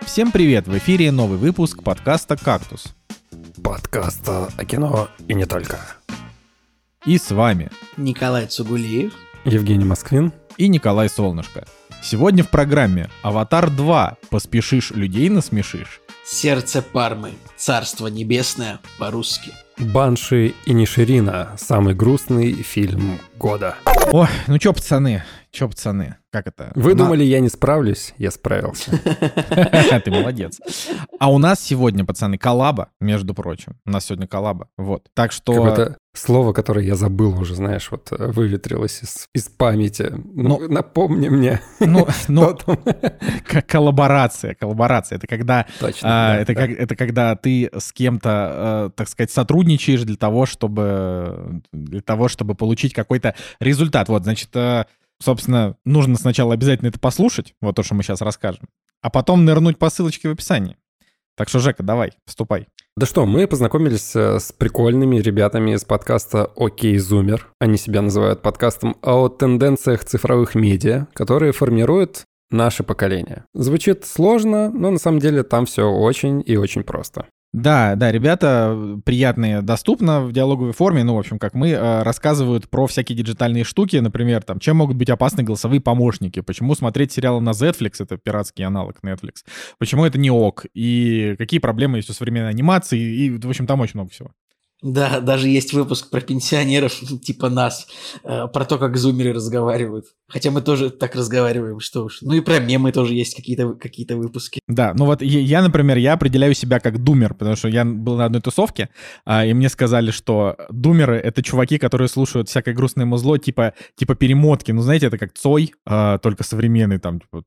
Всем привет! В эфире новый выпуск подкаста «Кактус». Подкаста о кино и не только. И с вами Николай Цугулиев, Евгений Москвин и Николай Солнышко. Сегодня в программе «Аватар 2. Поспешишь, людей насмешишь». «Сердце Пармы. Царство небесное» по-русски. Банши Иниширина. Самый грустный фильм года. Ой, ну чё, пацаны? Как это? Вы думали, я не справлюсь? Я справился. Ты молодец. А у нас сегодня, пацаны, коллаба, между прочим. У нас сегодня коллаба. Вот. Так что... Какое-то слово, которое я забыл уже, знаешь, вот выветрилось из памяти. Напомни мне. Коллаборация. Это когда... Точно. Это когда ты с кем-то, так сказать, сотрудничаешь для того, чтобы получить какой-то результат. Вот, значит... Собственно, нужно сначала обязательно это послушать, вот то, что мы сейчас расскажем, а потом нырнуть по ссылочке в описании. Так что, Жека, давай, вступай. Да что, мы познакомились с прикольными ребятами из подкаста «Окей, Зумер». Они себя называют подкастом о тенденциях цифровых медиа, которые формируют наше поколение. Звучит сложно, но на самом деле там все очень и очень просто. Да, ребята приятные, доступно в диалоговой форме, в общем, как мы, рассказывают про всякие диджитальные штуки, например, там, чем могут быть опасны голосовые помощники, почему смотреть сериалы на Netflix, это пиратский аналог Netflix, почему это не ок, и какие проблемы есть у современной анимации, и, в общем, там очень много всего. Да, даже есть выпуск про пенсионеров, типа нас, про то, как зумеры разговаривают. Хотя мы тоже так разговариваем, что уж. Ну и про мемы тоже есть какие-то выпуски. Да, ну вот я, например, я определяю себя как думер, потому что я был на одной тусовке, и мне сказали, что думеры — это чуваки, которые слушают всякое грустное музло, типа перемотки. Ну, знаете, это как Цой, только современный, там, типа...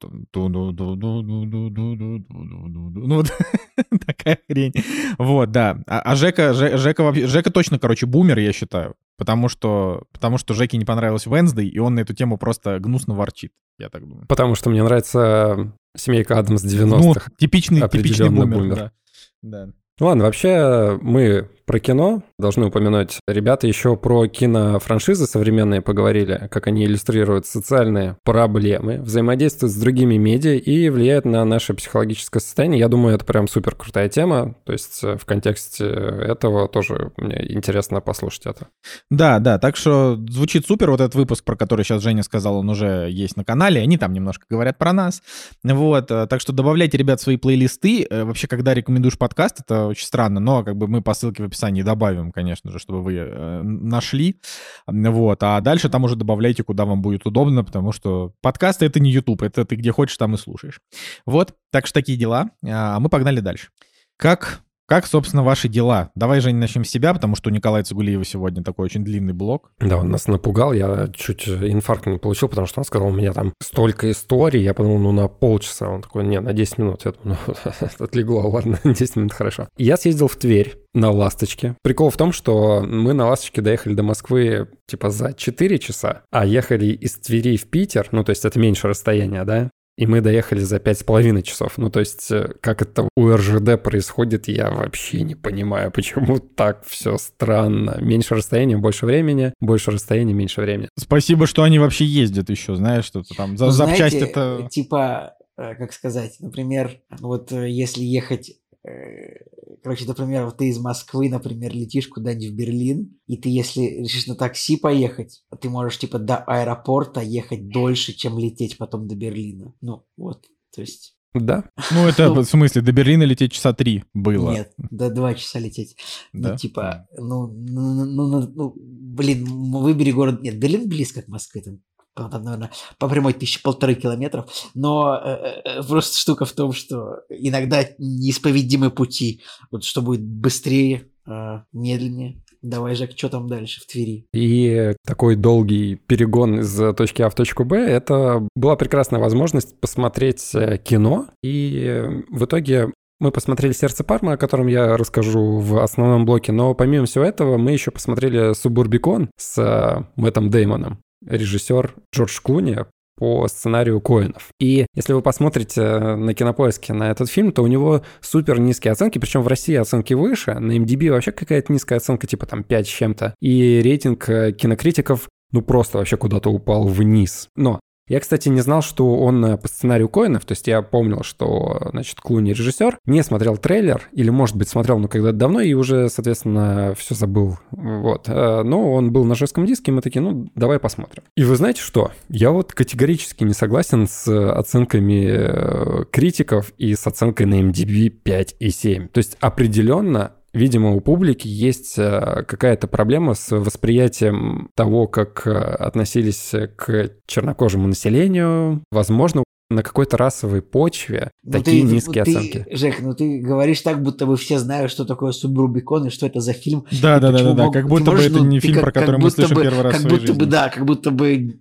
Ну, вот такая хрень. Вот, да. А Жека точно, короче, бумер, я считаю. Потому что Жеке не понравилась Wednesday, и он на эту тему просто гнусно ворчит, я так думаю. Потому что мне нравится «Семейка Адамс» 90-х. Ну, типичный бумер. Да. Ладно, вообще мы про кино должны упомянуть. Ребята еще про кинофраншизы современные поговорили, как они иллюстрируют социальные проблемы, взаимодействуют с другими медиа и влияют на наше психологическое состояние. Я думаю, это прям супер крутая тема. То есть в контексте этого тоже мне интересно послушать это. Да, так что звучит супер. Вот этот выпуск, про который сейчас Женя сказал, он уже есть на канале. Они там немножко говорят про нас. Вот, так что добавляйте, ребят, свои плейлисты. Вообще, когда рекомендуешь подкаст, это очень странно, но как бы мы по ссылке в описании добавим, конечно же, чтобы вы нашли. Вот. А дальше там уже добавляйте, куда вам будет удобно, потому что подкасты — это не YouTube, это ты где хочешь, там и слушаешь. Вот. Так что такие дела. А мы погнали дальше. Как, собственно, ваши дела? Давай, Жень, начнем с себя, потому что у Николая Цугулиева сегодня такой очень длинный блок. Да, он нас напугал, я чуть инфаркт не получил, потому что он сказал, у меня там столько историй, я подумал, на полчаса. Он такой, не, на 10 минут. Я думаю, отлегло, ладно, 10 минут, хорошо. Я съездил в Тверь на «Ласточке». Прикол в том, что мы на «Ласточке» доехали до Москвы типа за 4 часа, а ехали из Твери в Питер, то есть это меньше расстояние, да? И мы доехали за 5,5 часов. То есть, как это у РЖД происходит, я вообще не понимаю, почему так все странно. Меньше расстояния, больше времени, больше расстояния, меньше времени. Спасибо, что они вообще ездят еще, знаешь, что-то там. Запчасть это... Типа, как сказать, например, вот если ехать... Короче, например, вот ты из Москвы, например, летишь куда-нибудь в Берлин, и ты, если решишь на такси поехать, ты можешь, типа, до аэропорта ехать дольше, чем лететь потом до Берлина. Ну, вот, то есть... Да. Ну, это в смысле, до Берлина лететь часа 3 было. Нет, до 2 часа лететь. Да? Ну, типа, блин, выбери город... Нет, Берлин близко к Москве, там, наверное, по прямой 1,5 километров, но просто штука в том, что иногда неисповедимы пути, вот что будет быстрее, медленнее. Давай, Жек, что там дальше в Твери? И такой долгий перегон из точки А в точку Б, это была прекрасная возможность посмотреть кино, и в итоге мы посмотрели «Сердце Пармы», о котором я расскажу в основном блоке, но помимо всего этого мы еще посмотрели «Субурбикон» с Мэттом Дэймоном. Режиссер Джордж Клуни по сценарию Коэнов. И если вы посмотрите на Кинопоиске на этот фильм, то у него супер низкие оценки, причем в России оценки выше, на MDB вообще какая-то низкая оценка, типа там 5 с чем-то, и рейтинг кинокритиков просто вообще куда-то упал вниз. Но Я, кстати, не знал, что он по сценарию Коэнов, то есть я помнил, что, значит, Клуни режиссер, не смотрел трейлер, или, может быть, смотрел, но когда-то давно, и уже, соответственно, все забыл, вот. Но он был на жестком диске, и мы такие, ну, давай посмотрим. И вы знаете что? Я вот категорически не согласен с оценками критиков и с оценкой на MDB 5,7. То есть определенно, видимо, у публики есть какая-то проблема с восприятием того, как относились к чернокожему населению. Возможно, на какой-то расовой почве такие низкие оценки. Жек, ты говоришь так, будто бы все знают, что такое Субрубикон и что это за фильм. Да, как будто бы это не фильм, про который мы слышим первый раз в своей жизни. Как будто бы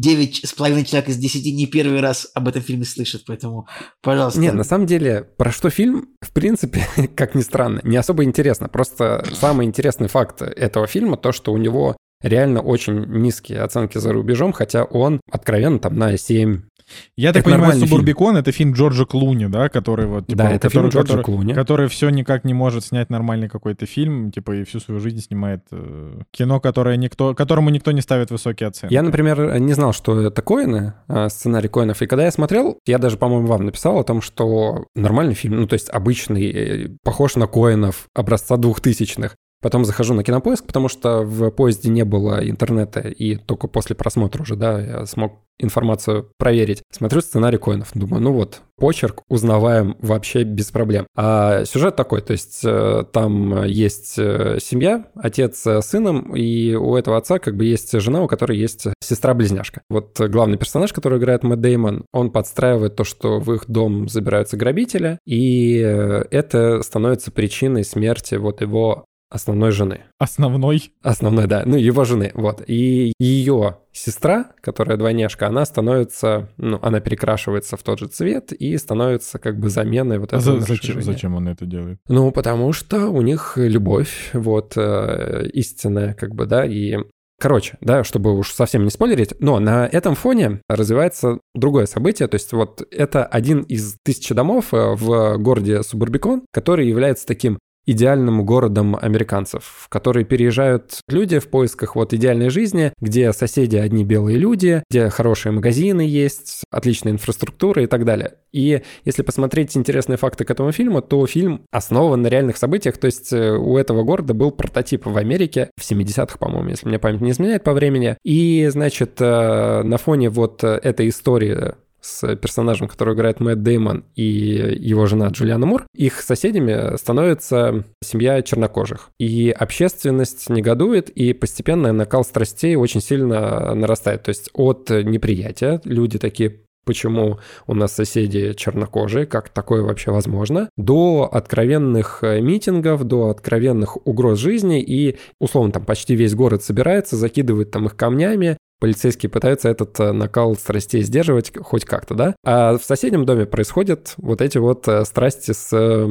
9,5 человек из 10 не первый раз об этом фильме слышат, поэтому, пожалуйста. Нет, на самом деле, про что фильм, в принципе, как ни странно, не особо интересно. Просто самый интересный факт этого фильма то, что у него реально очень низкие оценки за рубежом, хотя он откровенно там на 7. Я так понимаю, «Субурбикон» — это фильм Джорджа Клуни, да, который вот... Типа, да, это фильм Джорджа Клуни. Который все никак не может снять нормальный какой-то фильм, типа, и всю свою жизнь снимает кино, которому никто не ставит высокие оценки. Я, например, не знал, что это Коэны, сценарий Коэнов, и когда я смотрел, я даже, по-моему, вам написал о том, что нормальный фильм, ну, то есть обычный, похож на Коэнов образца 2000-х. Потом захожу на Кинопоиск, потому что в поезде не было интернета, и только после просмотра уже, да, я смог информацию проверить. Смотрю сценарий Коэнов, думаю, ну вот, почерк узнаваем вообще без проблем. А сюжет такой, то есть там есть семья, отец с сыном, и у этого отца как бы есть жена, у которой есть сестра-близняшка. Вот главный персонаж, который играет Мэтт Дэймон, он подстраивает то, что в их дом забираются грабители, и это становится причиной смерти вот его основной жены. Основной, да. Ну, его жены, вот. И ее сестра, которая двойняшка, она становится, ну, она перекрашивается в тот же цвет и становится как бы заменой вот этого. Зачем он это делает? Ну, потому что у них любовь, вот, истинная, как бы, да, и... Короче, да, чтобы уж совсем не спойлерить, но на этом фоне развивается другое событие, то есть вот это один из 1000 домов в городе Субурбикон, который является таким идеальным городом американцев, в который переезжают люди в поисках вот идеальной жизни, где соседи одни белые люди, где хорошие магазины есть, отличная инфраструктура и так далее. И если посмотреть интересные факты к этому фильму, то фильм основан на реальных событиях, то есть у этого города был прототип в Америке в 70-х, по-моему, если мне память не изменяет по времени. И, значит, на фоне вот этой истории с персонажем, который играет Мэтт Дэймон, и его жена Джулиана Мур, их соседями становится семья чернокожих. И общественность негодует, и постепенно накал страстей очень сильно нарастает. То есть от неприятия люди такие: почему у нас соседи чернокожие, как такое вообще возможно, до откровенных митингов, до откровенных угроз жизни, и, условно, там почти весь город собирается, закидывает там их камнями, полицейские пытаются этот накал страстей сдерживать хоть как-то, да? А в соседнем доме происходят вот эти вот страсти с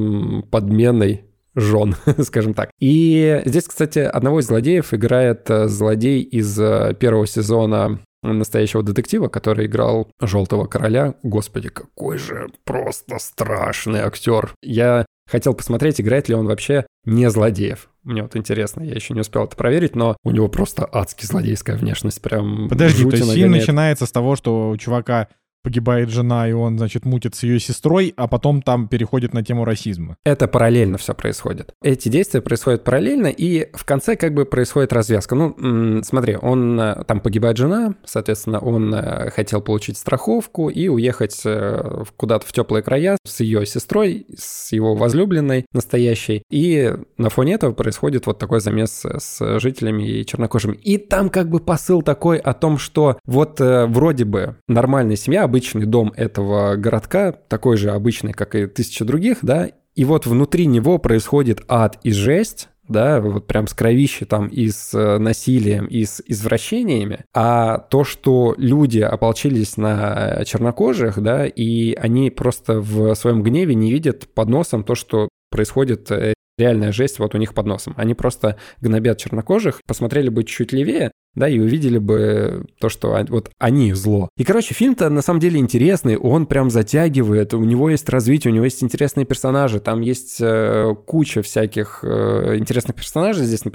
подменой жен, скажем так. И здесь, кстати, одного из злодеев играет злодей из первого сезона настоящего детектива, который играл Желтого Короля. Господи, какой же просто страшный актер. Я хотел посмотреть, играет ли он вообще не злодеев. Мне вот интересно, я еще не успел это проверить, но у него просто адски злодейская внешность, прям. Подожди, то есть фильм начинается с того, что у чувака погибает жена, и он, значит, мутит с ее сестрой, а потом там переходит на тему расизма. Это параллельно все происходит. Эти действия происходят параллельно, и в конце как бы происходит развязка. Ну, смотри, там погибает жена, соответственно, он хотел получить страховку и уехать куда-то в теплые края с ее сестрой, с его возлюбленной настоящей, и на фоне этого происходит вот такой замес с жителями и чернокожими. И там как бы посыл такой о том, что вот вроде бы нормальная семья, обычный дом этого городка, такой же обычный, как и 1000 других, да, и вот внутри него происходит ад и жесть, да, вот прям с кровищей там и с насилием, и с извращениями, а то, что люди ополчились на чернокожих, да, и они просто в своем гневе не видят под носом то, что происходит реальная жесть вот у них под носом. Они просто гнобят чернокожих, посмотрели бы чуть левее, да, и увидели бы то, что вот они зло. И, короче, фильм-то на самом деле интересный, он прям затягивает, у него есть развитие, у него есть интересные персонажи, там есть куча всяких интересных персонажей. Здесь, например,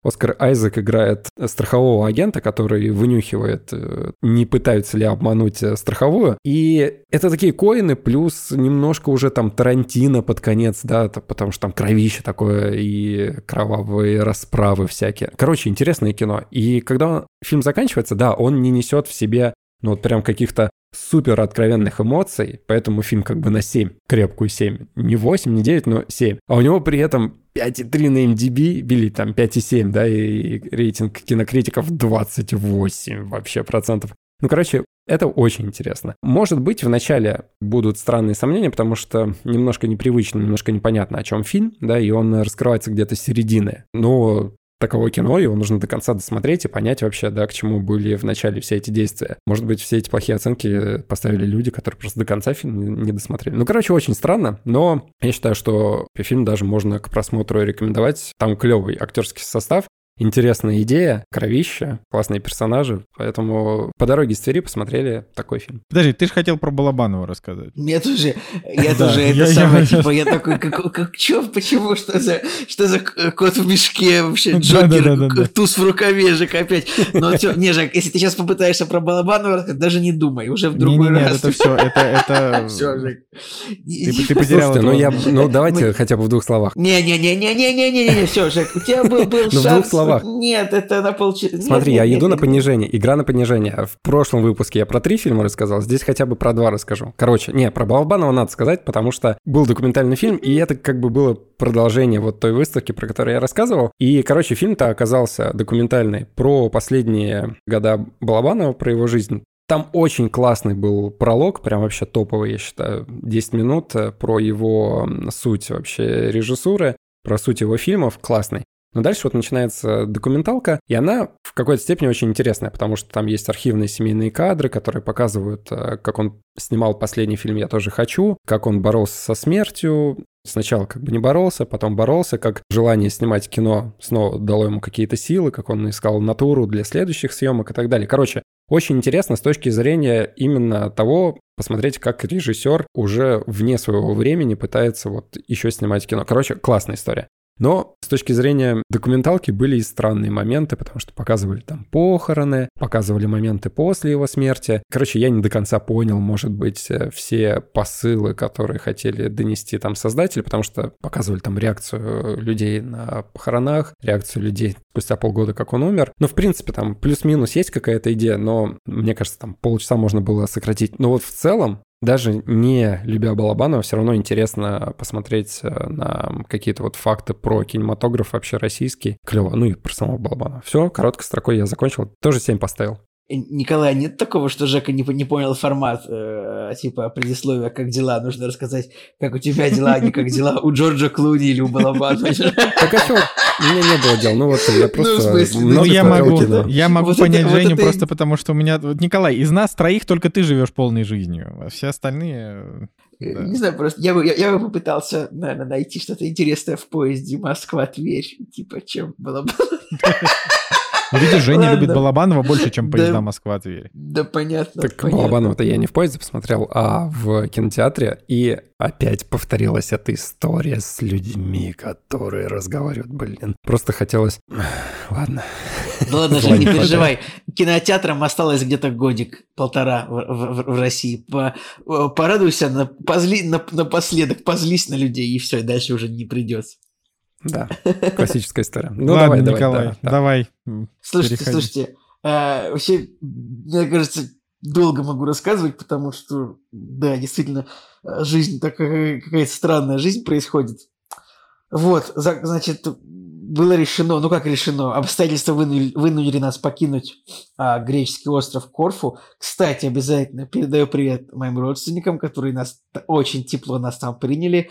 Оскар Айзек играет страхового агента, который вынюхивает, не пытаются ли обмануть страховую. И это такие коины, плюс немножко уже там Тарантино под конец, да, потому что там кровище такое и кровавые расправы всякие. Короче, интересное кино. И когда фильм заканчивается, да, он не несет в себе, ну вот прям каких-то супер откровенных эмоций, поэтому фильм как бы на 7, крепкую 7. Не 8, не 9, но 7. А у него при этом 5,3 на MDB, или там 5,7, да, и рейтинг кинокритиков 28 вообще процентов. Ну, короче, это очень интересно. Может быть, вначале будут странные сомнения, потому что немножко непривычно, немножко непонятно, о чем фильм, да, и он раскрывается где-то с середины. Но таковое кино, его нужно до конца досмотреть и понять вообще, да, к чему были в начале все эти действия. Может быть, все эти плохие оценки поставили люди, которые просто до конца фильм не досмотрели. Ну, короче, очень странно, но я считаю, что фильм даже можно к просмотру рекомендовать. Там клевый актерский состав, интересная идея, кровища, классные персонажи, поэтому по дороге из Твери посмотрели такой фильм. Подожди, ты же хотел про Балабанова рассказать. Я тоже это самое, типа, я такой, как чё, почему, что за кот в мешке вообще, Джокер, туз в рукаве, Жек, опять. Но не, Жек, если ты сейчас попытаешься про Балабанова рассказать, даже не думай, уже в другой раз. Нет, это все, это... Все, Жек. Ты потерял это. Ну, давайте хотя бы в 2 словах. Не, все, Жек, у тебя был шанс. Нет, это на полчаса. Смотри, я иду на понижение, игра на понижение. В прошлом выпуске я про 3 фильма рассказал, здесь хотя бы про 2 расскажу. Короче, про Балабанова надо сказать, потому что был документальный фильм, и это как бы было продолжение вот той выставки, про которую я рассказывал. И, короче, фильм-то оказался документальный про последние года Балабанова, про его жизнь. Там очень классный был пролог, прям вообще топовый, я считаю, 10 минут про его суть вообще режиссуры, про суть его фильмов, классный. Но дальше вот начинается документалка, и она в какой-то степени очень интересная, потому что там есть архивные семейные кадры, которые показывают, как он снимал последний фильм «Я тоже хочу», как он боролся со смертью. Сначала как бы не боролся, потом боролся, как желание снимать кино снова дало ему какие-то силы, как он искал натуру для следующих съемок и так далее. Короче, очень интересно с точки зрения именно того, посмотреть, как режиссер уже вне своего времени пытается вот еще снимать кино. Короче, классная история. Но с точки зрения документалки были и странные моменты, потому что показывали там похороны, показывали моменты после его смерти. Короче, я не до конца понял, может быть, все посылы, которые хотели донести там создатели, потому что показывали там реакцию людей на похоронах, реакцию людей спустя полгода, как он умер. Ну, в принципе, там плюс-минус есть какая-то идея, но мне кажется, там полчаса можно было сократить. Но вот в целом, даже не любя Балабанова, все равно интересно посмотреть на какие-то вот факты про кинематограф вообще российский. Клево. Ну и про самого Балабанова. Все, короткой строкой я закончил. Тоже 7 поставил. Николай, нет такого, что Жека не понял формат, типа предисловия, как дела? Нужно рассказать, как у тебя дела, а не как дела у Джорджа Клуни или у Балабанова. Так а что? У меня не было дел. Ну вот я просто... Я могу понять Женю просто потому, что у меня... Николай, из нас 3 только ты живешь полной жизнью, а все остальные... Не знаю, просто я бы попытался, наверное, найти что-то интересное в поезде Москва-Тверь, типа чем Балабанов. Видишь, Женя любит Балабанова больше, чем поезда Москва-Тверь. Да, понятно. Так Балабанова-то я не в поезде посмотрел, а в кинотеатре. И опять повторилась эта история с людьми, которые разговаривают. Блин, просто хотелось... Ладно. Ну ладно, Жень, не переживай. Кинотеатрам осталось где-то годик-полтора в России. Порадуйся напоследок, позлись на людей, и все, и дальше уже не придется. Да, классическая история. Ну, ладно, Николай, давай. Слушайте, вообще, мне кажется, долго могу рассказывать, потому что, да, действительно, жизнь такая, какая-то странная жизнь происходит. Вот, значит, было решено, ну как решено, обстоятельства вынудили нас покинуть греческий остров Корфу. Кстати, обязательно передаю привет моим родственникам, которые нас очень тепло нас там приняли.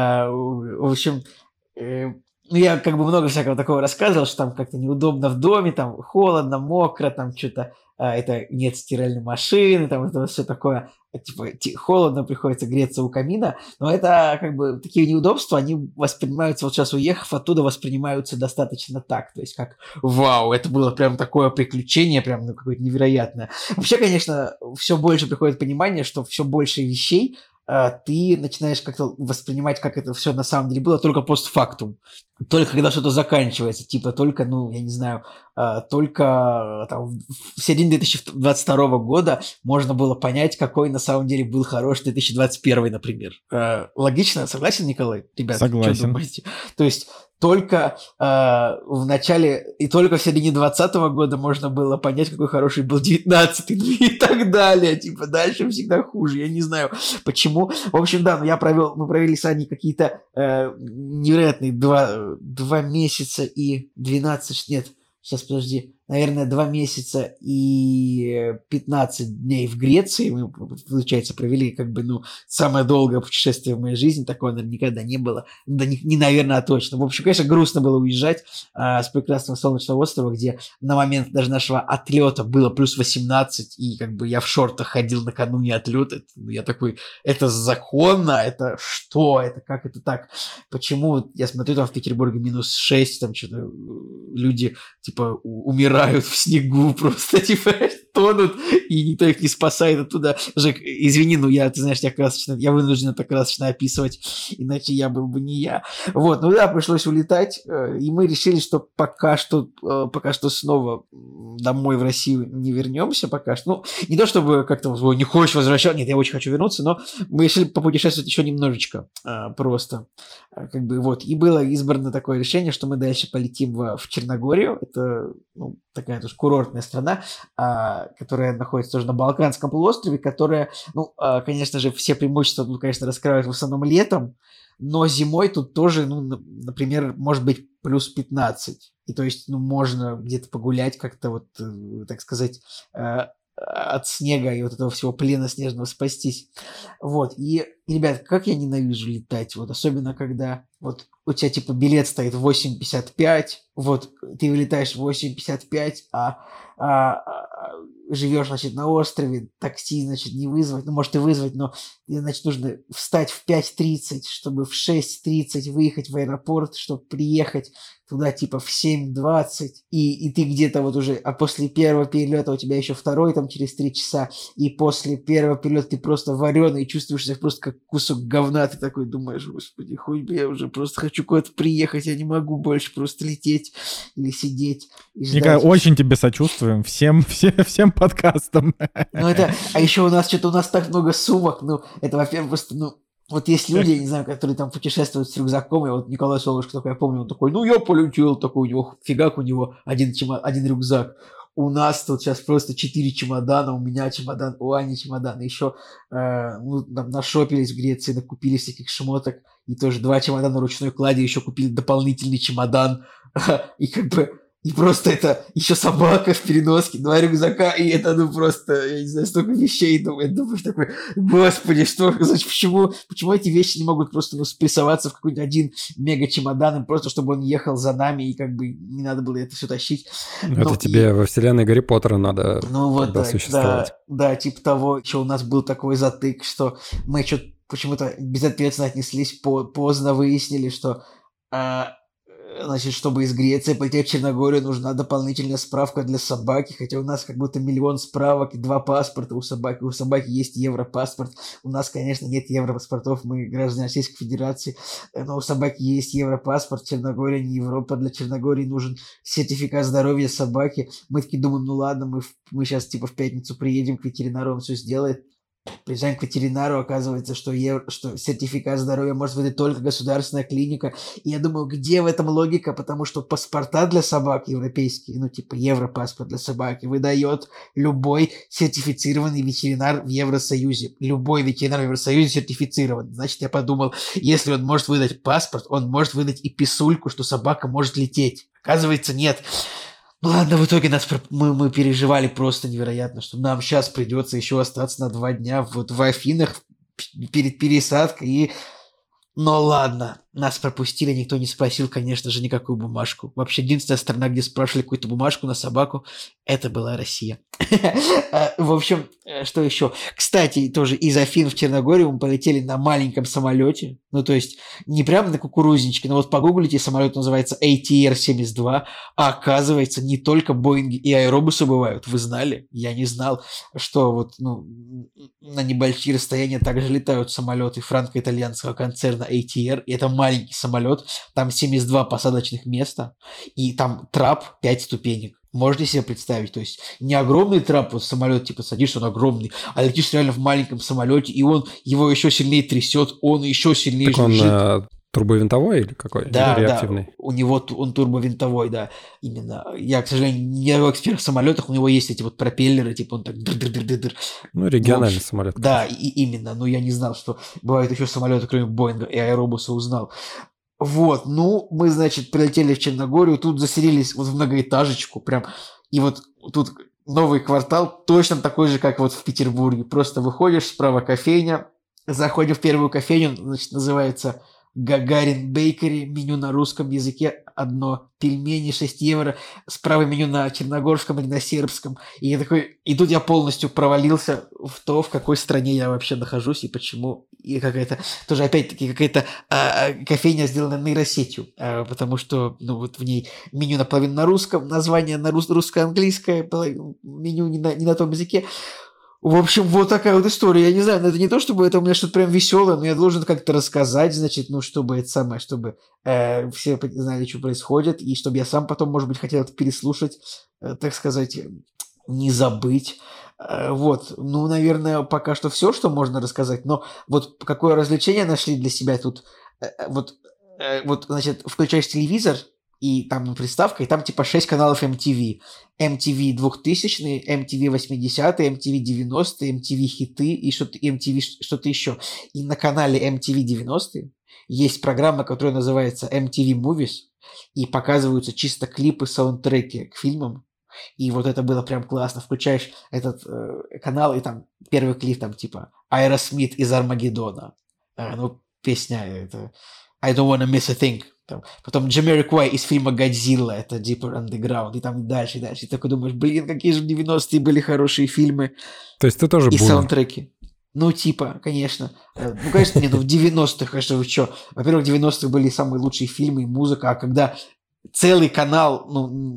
В общем... Ну, я как бы много всякого такого рассказывал, что там как-то неудобно в доме, там холодно, мокро, там что-то, это нет стиральной машины, там это все такое, типа холодно, приходится греться у камина, но это как бы такие неудобства, они воспринимаются, вот сейчас уехав оттуда, воспринимаются достаточно так, то есть как вау, это было прям такое приключение, прям какое-то невероятное. Вообще, конечно, все больше приходит понимание, что все больше вещей ты начинаешь как-то воспринимать, как это все на самом деле было, только постфактум. Только когда что-то заканчивается, типа только, ну, я не знаю, только там, в середине 2022 года можно было понять, какой на самом деле был хороший 2021, например. Логично? Согласен, Николай? Ребят, Согласен. что думаете? То есть только в начале и только в середине 2020 года можно было понять, какой хороший был 19-й, ну и так далее. Типа дальше всегда хуже. Я не знаю, почему. В общем, да, но мы провели с Аней какие-то невероятные 2 месяца и 12, нет, сейчас подожди, наверное, 2 месяца и 15 дней в Греции. Мы, получается, провели как бы, ну, самое долгое путешествие в моей жизни. Такого, наверное, никогда не было. Да не наверное, а точно. В общем, конечно, грустно было уезжать с прекрасного солнечного острова, где на момент даже нашего отлета было плюс 18, и как бы я в шортах ходил накануне отлета. Я такой, это законно? Это что? Это как это так? Почему? Я смотрю, там в Петербурге минус 6, там что-то люди, типа, умирают в снегу, просто типа тонут, и никто их не спасает оттуда. Жек, извини, но ты знаешь, я вынужден это красочно описывать, иначе я был бы не я. Вот, ну да, пришлось улетать, и мы решили, что пока что снова домой в Россию не вернемся пока что. Ну, не то чтобы как-то не хочешь возвращаться, нет, я очень хочу вернуться, но мы решили попутешествовать еще немножечко, просто. Как бы вот, и было избрано такое решение, что мы дальше полетим в Черногорию. Это, ну, такая тоже курортная страна, которая находится тоже на Балканском полуострове, которая, ну, конечно же, все преимущества тут, конечно, раскрывают в основном летом, но зимой тут тоже, ну, например, может быть плюс 15. И то есть, ну, можно где-то погулять как-то вот, так сказать, от снега и вот этого всего плена снежного спастись. Вот, и, ребят, как я ненавижу летать, вот, особенно когда вот у тебя, типа, билет стоит в 8:55, вот, ты вылетаешь в 8:55, живешь, значит, на острове, такси, значит, не вызвать, ну, может и вызвать, но, значит, нужно встать в 5:30, чтобы в 6:30 выехать в аэропорт, чтобы приехать туда, типа, в 7:20, и ты где-то вот уже, а после первого перелета у тебя еще второй, там, через 3 часа, и после первого перелета ты просто вареный, и чувствуешь себя просто как кусок говна, ты такой думаешь, господи, хоть бы я уже просто хочу куда-то приехать, я не могу больше просто лететь или сидеть и ждать. Николай, очень тебе сочувствуем, всем подкастам. Ну это, а еще у нас так много сумок, ну, это, во-первых, просто, ну, вот есть люди, я не знаю, которые там путешествуют с рюкзаком, и вот Николай Солнышко, такой, я помню, он такой, ну, я полетел, такой, у него фигак, у него один рюкзак. У нас тут сейчас просто 4 чемодана, у меня чемодан, у Ани чемодан, еще мы там нашопились в Греции, накупили всяких шмоток, и тоже 2 чемодана ручной клади, еще купили дополнительный чемодан, и как бы... И просто это еще собака в переноске, 2 рюкзака, и это, ну, просто, я не знаю, столько вещей, думаешь такой, господи, почему эти вещи не могут просто, ну, спрессоваться в какой-нибудь один мега-чемодан, просто чтобы он ехал за нами, и как бы не надо было это все тащить. Это тебе во вселенной Гарри Поттера надо тогда существовать. Да, типа того, еще у нас был такой затык, что мы что-то почему-то безответственно отнеслись, поздно выяснили, что... Значит, чтобы из Греции полететь в Черногорию, нужна дополнительная справка для собаки, хотя у нас как будто миллион справок и 2 паспорта у собаки. У собаки есть европаспорт. У нас, конечно, нет европаспортов, мы граждане Российской Федерации, но у собаки есть европаспорт. Черногория не Европа, для Черногории нужен сертификат здоровья собаки. Мы такие думаем, ну ладно, мы сейчас типа в пятницу приедем к ветеринару, он все сделает. Приезжаем к ветеринару, оказывается, что сертификат здоровья может выдать только государственная клиника. И я думаю, где в этом логика? Потому что паспорта для собак европейские, ну типа европаспорт для собаки, выдает любой сертифицированный ветеринар в Евросоюзе. Любой ветеринар в Евросоюзе сертифицирован. Значит, я подумал, если он может выдать паспорт, он может выдать и писульку, что собака может лететь. Оказывается, нет. Ну ладно, в итоге мы переживали просто невероятно, что нам сейчас придется еще остаться на 2 дня вот в Афинах перед пересадкой. Но ладно, Нас пропустили, никто не спросил, конечно же, никакую бумажку. Вообще, единственная страна, где спрашивали какую-то бумажку на собаку, это была Россия. В общем, что еще? Кстати, тоже из Афин в Черногорию мы полетели на маленьком самолете. Ну, то есть, не прямо на кукурузничке, но вот погуглите, самолет называется ATR-72. А оказывается, не только Боинги и аэробусы бывают. Вы знали? Я не знал, что вот, на небольшие расстояния также летают самолеты франко-итальянского концерна ATR. И это маленький самолет, там 72 посадочных места, и там трап 5 ступенек. Можете себе представить? То есть не огромный трап, вот самолет типа садишься, он огромный, а летишь реально в маленьком самолете, и он его еще сильнее трясет, он еще сильнее жужжит. Он турбовинтовой или какой? Да, или реактивный? Да, у него он турбовинтовой, да, именно. Я, к сожалению, не эксперт в самолетах, у него есть эти вот пропеллеры, типа он так дыр-дыр-дыр-дыр. Ну, региональный самолет. Да, и именно, но я не знал, что бывают еще самолеты, кроме Боинга и аэробуса, узнал. Вот, мы, значит, прилетели в Черногорию, тут заселились вот в многоэтажечку прям, и вот тут новый квартал, точно такой же, как вот в Петербурге. Просто выходишь, справа кофейня, заходим в первую кофейню, значит, называется Гагарин Бейкери, меню на русском языке, одно, пельмени 6 евро, справа меню на черногорском или на сербском. И я такой, и тут я полностью провалился в то, в какой стране я вообще нахожусь и почему. И какая-то, тоже опять-таки какая-то кофейня сделана нейросетью, потому что, вот в ней меню наполовину на русском, название на русско-английское, меню не на том языке. В общем, вот такая вот история. Я не знаю, это не то, чтобы это у меня что-то прям веселое, но я должен как-то рассказать, значит, чтобы это самое, чтобы все знали, что происходит, и чтобы я сам потом, может быть, хотел это переслушать, так сказать, не забыть. Вот, наверное, пока что все, что можно рассказать, но вот какое развлечение нашли для себя тут. Вот, значит, включаешь телевизор, и там приставка, и там типа 6 каналов MTV. MTV 2000, MTV 80, MTV 90, MTV хиты и MTV что-то еще. И на канале MTV 90 есть программа, которая называется MTV Movies, и показываются чисто клипы, саундтреки к фильмам. И вот это было прям классно. Включаешь этот канал, и там первый клип там типа Aerosmith из Армагеддона. Песня это I don't wanna miss a thing. Потом Jamiroquai из фильма «Годзилла», это Deeper Underground, и там дальше. И такой думаешь, какие же в 90-е были хорошие фильмы. То есть ты тоже и бумер? Саундтреки. Конечно. Конечно, в 90-х, конечно, вы что? Во-первых, в 90-х были самые лучшие фильмы и музыка, а когда целый канал,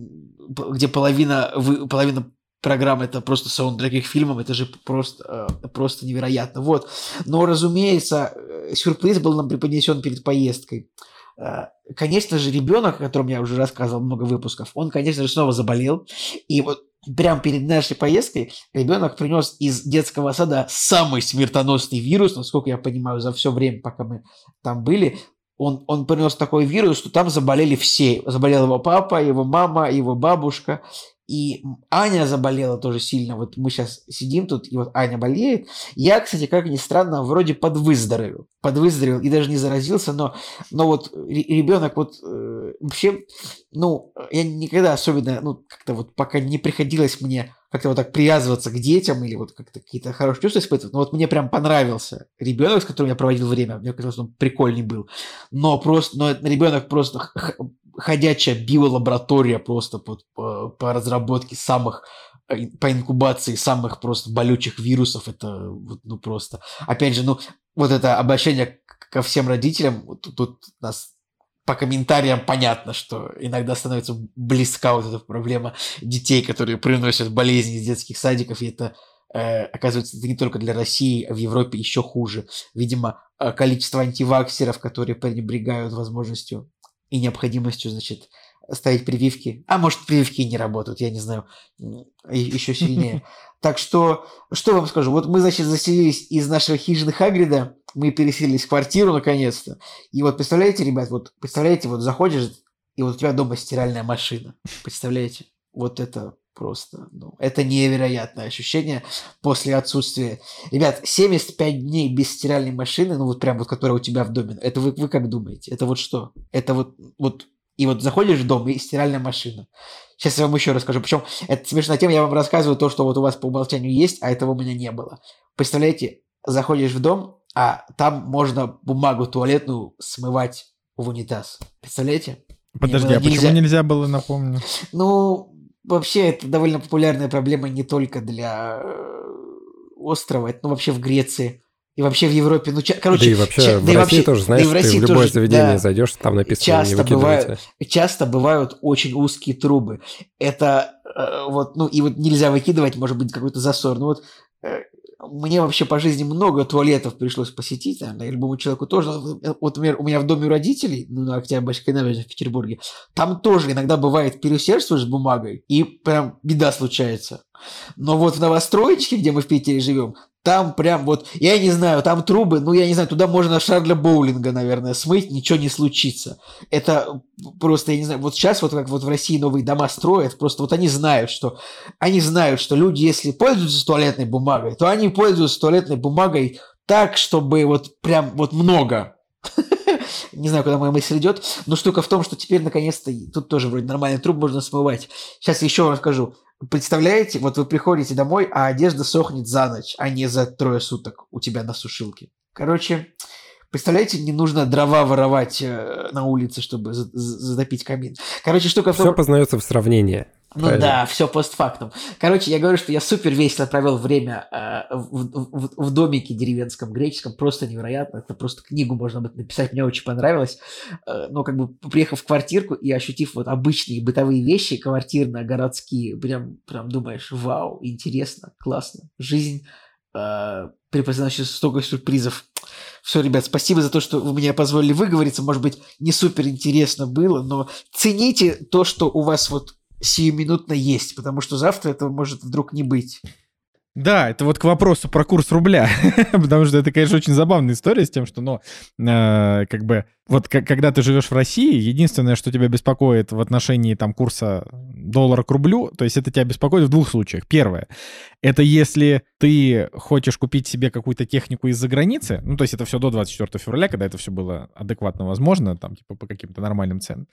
где половина программы это просто саундтреки к фильмам, это же просто невероятно. Вот. Но, разумеется, сюрприз был нам преподнесен перед поездкой. Конечно же, ребенок, о котором я уже рассказывал много выпусков, он, конечно же, снова заболел. И вот прямо перед нашей поездкой ребенок принес из детского сада самый смертоносный вирус, насколько я понимаю, за все время, пока мы там были. Он принес такой вирус, что там заболели все. Заболел его папа, его мама, его бабушка. И Аня заболела тоже сильно. Вот мы сейчас сидим тут, и вот Аня болеет. Я, кстати, как ни странно, вроде подвыздоровел и даже не заразился, но вот ребенок вот вообще, я никогда особенно, как-то вот пока не приходилось мне как-то вот так привязываться к детям или вот как-то какие-то хорошие чувства испытывать, но вот мне прям понравился ребенок, с которым я проводил время, мне казалось, он прикольный был, но ребенок просто ходячая биолаборатория просто по разработке по инкубации самых просто болючих вирусов. Это просто... Опять же, вот это обращение ко всем родителям, тут у нас по комментариям понятно, что иногда становится близка вот эта проблема детей, которые приносят болезни из детских садиков, и это оказывается, это не только для России, а в Европе еще хуже. Видимо, количество антиваксеров, которые пренебрегают возможностью и необходимостью, значит, ставить прививки. А может, прививки не работают, я не знаю, еще сильнее. Так что вам скажу? Вот мы, значит, заселились из нашей хижины Хагрида, мы переселились в квартиру наконец-то. И вот представляете, ребят, вот заходишь, и вот у тебя дома стиральная машина. Представляете? Вот это просто, это невероятное ощущение после отсутствия. Ребят, 75 дней без стиральной машины, которая у тебя в доме, это вы как думаете? Это вот что? Это вот и вот заходишь в дом, и стиральная машина. Сейчас я вам еще расскажу. Причем это смешная тема, я вам рассказываю то, что вот у вас по умолчанию есть, а этого у меня не было. Представляете, заходишь в дом, а там можно бумагу туалетную смывать в унитаз. Представляете? Подожди, а почему нельзя было, напомню? Ну, вообще, это довольно популярная проблема не только для острова, это вообще в Греции. И вообще в Европе, короче... Да и вообще в России тоже, знаешь, ты в любое заведение зайдешь, там написано «не выкидывайте». Часто бывают очень узкие трубы. Это и нельзя выкидывать, может быть, какой-то засор. Мне вообще по жизни много туалетов пришлось посетить, наверное, любому человеку тоже. Вот, например, у меня в доме у родителей, на Октябрьской набережной в Петербурге, там тоже иногда бывает переусердствуешь с бумагой, и прям беда случается. Но вот в новостроечке, где мы в Питере живем, там прям я не знаю, там трубы, я не знаю, туда можно шар боулинга, наверное, смыть, ничего не случится. Это просто, я не знаю, сейчас как в России новые дома строят, просто они знают, что люди, если пользуются туалетной бумагой, то они пользуются туалетной бумагой так, чтобы прям много. Не знаю, куда моя мысль идет, но штука в том, что теперь наконец-то тут тоже вроде нормальный труб можно смывать. Сейчас еще расскажу. Представляете, вы приходите домой, а одежда сохнет за ночь, а не за 3 суток у тебя на сушилке. Короче, представляете, не нужно дрова воровать на улице, чтобы затопить камин. Короче, штука в том... Все познается в сравнении. Правильно. Да, все постфактум. Короче, я говорю, что я супер весело провел время в домике деревенском греческом, просто невероятно. Это просто книгу можно будет написать, мне очень понравилось. Но приехав в квартирку и ощутив обычные бытовые вещи квартирно-городские, прям думаешь, вау, интересно, классно. Жизнь преподносит столько сюрпризов. Все, ребят, спасибо за то, что вы мне позволили выговориться. Может быть, не супер интересно было, но цените то, что у вас сиюминутно есть, потому что завтра этого может вдруг не быть. Да, это к вопросу про курс рубля, потому что это, конечно, очень забавная история с тем, что, когда ты живешь в России, единственное, что тебя беспокоит в отношении курса доллара к рублю, то есть это тебя беспокоит в 2 случаях. Первое, это если ты хочешь купить себе какую-то технику из-за границы, то есть это все до 24 февраля, когда это все было адекватно возможно, по каким-то нормальным ценам.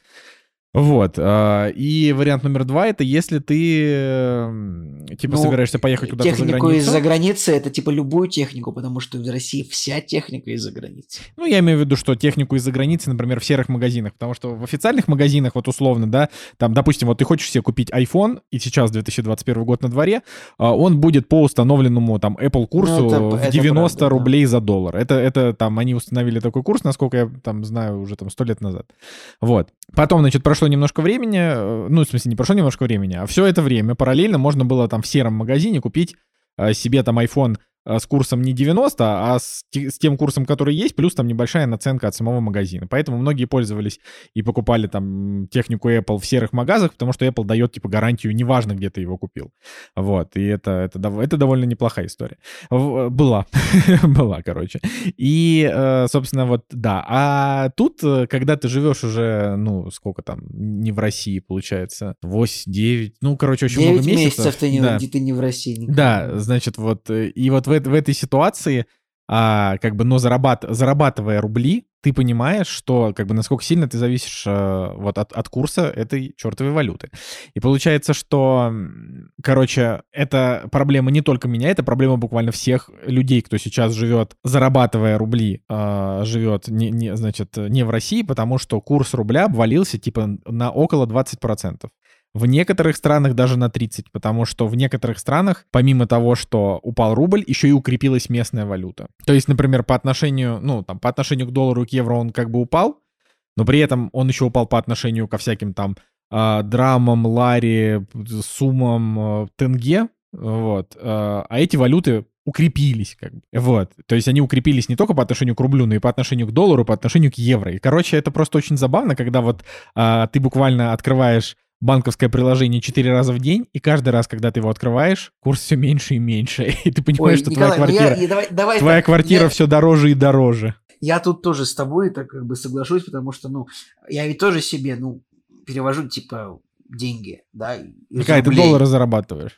И вариант номер 2 — это если ты собираешься поехать куда-то за границу. Технику из-за границы — это любую технику, потому что в России вся техника из-за границы. Я имею в виду, что технику из-за границы, например, в серых магазинах, потому что в официальных магазинах, условно, да, там, допустим, ты хочешь себе купить iPhone, и сейчас 2021 год на дворе, он будет по установленному Apple курсу в 90 правда, рублей за доллар. Это они установили такой курс, насколько я знаю, уже 100 лет назад. Потом, прошло немножко времени, в смысле, не прошло немножко времени, а все это время параллельно можно было в сером магазине купить себе iPhone с курсом не 90, а с тем курсом, который есть, плюс небольшая наценка от самого магазина. Поэтому многие пользовались и покупали технику Apple в серых магазах, потому что Apple дает гарантию, неважно, где ты его купил. И это довольно неплохая история. Была, короче. И, собственно, да. А тут, когда ты живешь уже, сколько не в России, получается, 8-9, очень много месяцев. 9 месяцев ты не в России. Никогда. Да, значит, и в этой ситуации, но зарабатывая рубли, ты понимаешь, что насколько сильно ты зависишь от курса этой чертовой валюты. И получается, что, это проблема не только меня, это проблема буквально всех людей, кто сейчас живет, зарабатывая рубли, живет не в России, потому что курс рубля обвалился на около 20%. В некоторых странах даже на 30%, потому что в некоторых странах, помимо того, что упал рубль, еще и укрепилась местная валюта. То есть, например, по отношению к доллару и к евро он упал, но при этом он еще упал по отношению ко всяким драмам, лари, суммам, тенге, а эти валюты укрепились, То есть они укрепились не только по отношению к рублю, но и по отношению к доллару, по отношению к евро. И, это просто очень забавно, когда ты буквально открываешь банковское приложение 4 раза в день, и каждый раз, когда ты его открываешь, курс все меньше и меньше. И ты понимаешь, что Николай, твоя квартира все дороже и дороже. Я тут тоже с тобой соглашусь, потому что, я ведь тоже себе, перевожу, деньги, да. Какая ты доллары зарабатываешь?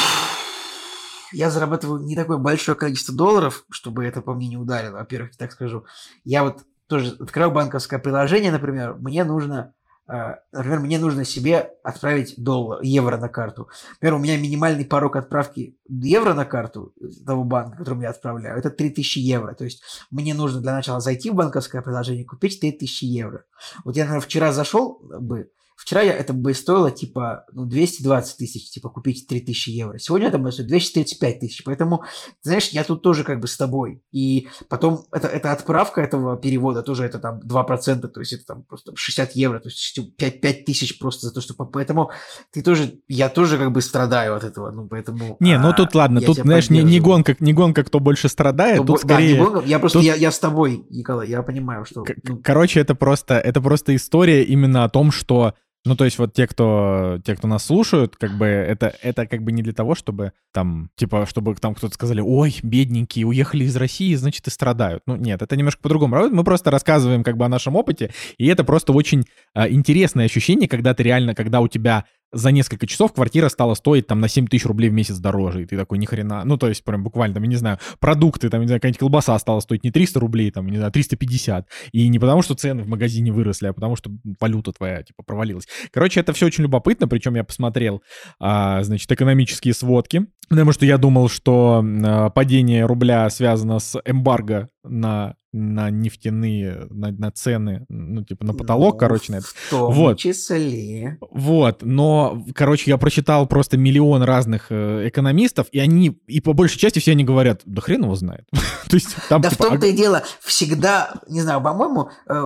Я зарабатываю не такое большое количество долларов, чтобы это по мне не ударило, во-первых, так скажу. Я тоже открываю банковское приложение, например, мне нужно например, мне нужно себе отправить евро на карту. Например, у меня минимальный порог отправки евро на карту того банка, которому я отправляю, это 3000 евро. То есть мне нужно для начала зайти в банковское приложение, купить 3000 евро. Вот я, например, вчера зашел бы, это бы стоило, 220 тысяч, купить 3000 евро. Сегодня это будет стоить 235 тысяч. Поэтому, знаешь, я тут тоже как бы с тобой. И потом эта отправка этого перевода тоже это там 2%, то есть это там просто 60 евро, то есть 5 тысяч просто за то, что... Поэтому я тоже как бы страдаю от этого, поэтому... Тут ладно, тут, знаешь, не гонка, кто больше страдает, тут скорее... Да, не гонка, я с тобой, Николай, я понимаю, что... Короче, это просто история именно о том, что... то есть вот те, кто нас слушают, как бы это как бы не для того, чтобы чтобы там кто-то сказали, ой, бедненькие, уехали из России, значит, и страдают. Нет, это немножко по-другому работает. Мы просто рассказываем как бы о нашем опыте, и это просто очень интересное ощущение, когда у тебя за несколько часов квартира стала стоить там на 7 тысяч рублей в месяц дороже, и ты такой, ни хрена, то есть прям буквально, там, я не знаю, продукты, там, не знаю, какая-нибудь колбаса стала стоить не 300 рублей, там, не знаю, 350, и не потому, что цены в магазине выросли, а потому, что валюта твоя, провалилась. Короче, это все очень любопытно, причем я посмотрел, экономические сводки, потому что я думал, что падение рубля связано с эмбарго на нефтяные, на цены, на потолок, на это. В том числе. Но, я прочитал просто миллион разных экономистов, и по большей части все они говорят, да хрен его знает. То есть, там, в том-то и дело, всегда, не знаю, по-моему,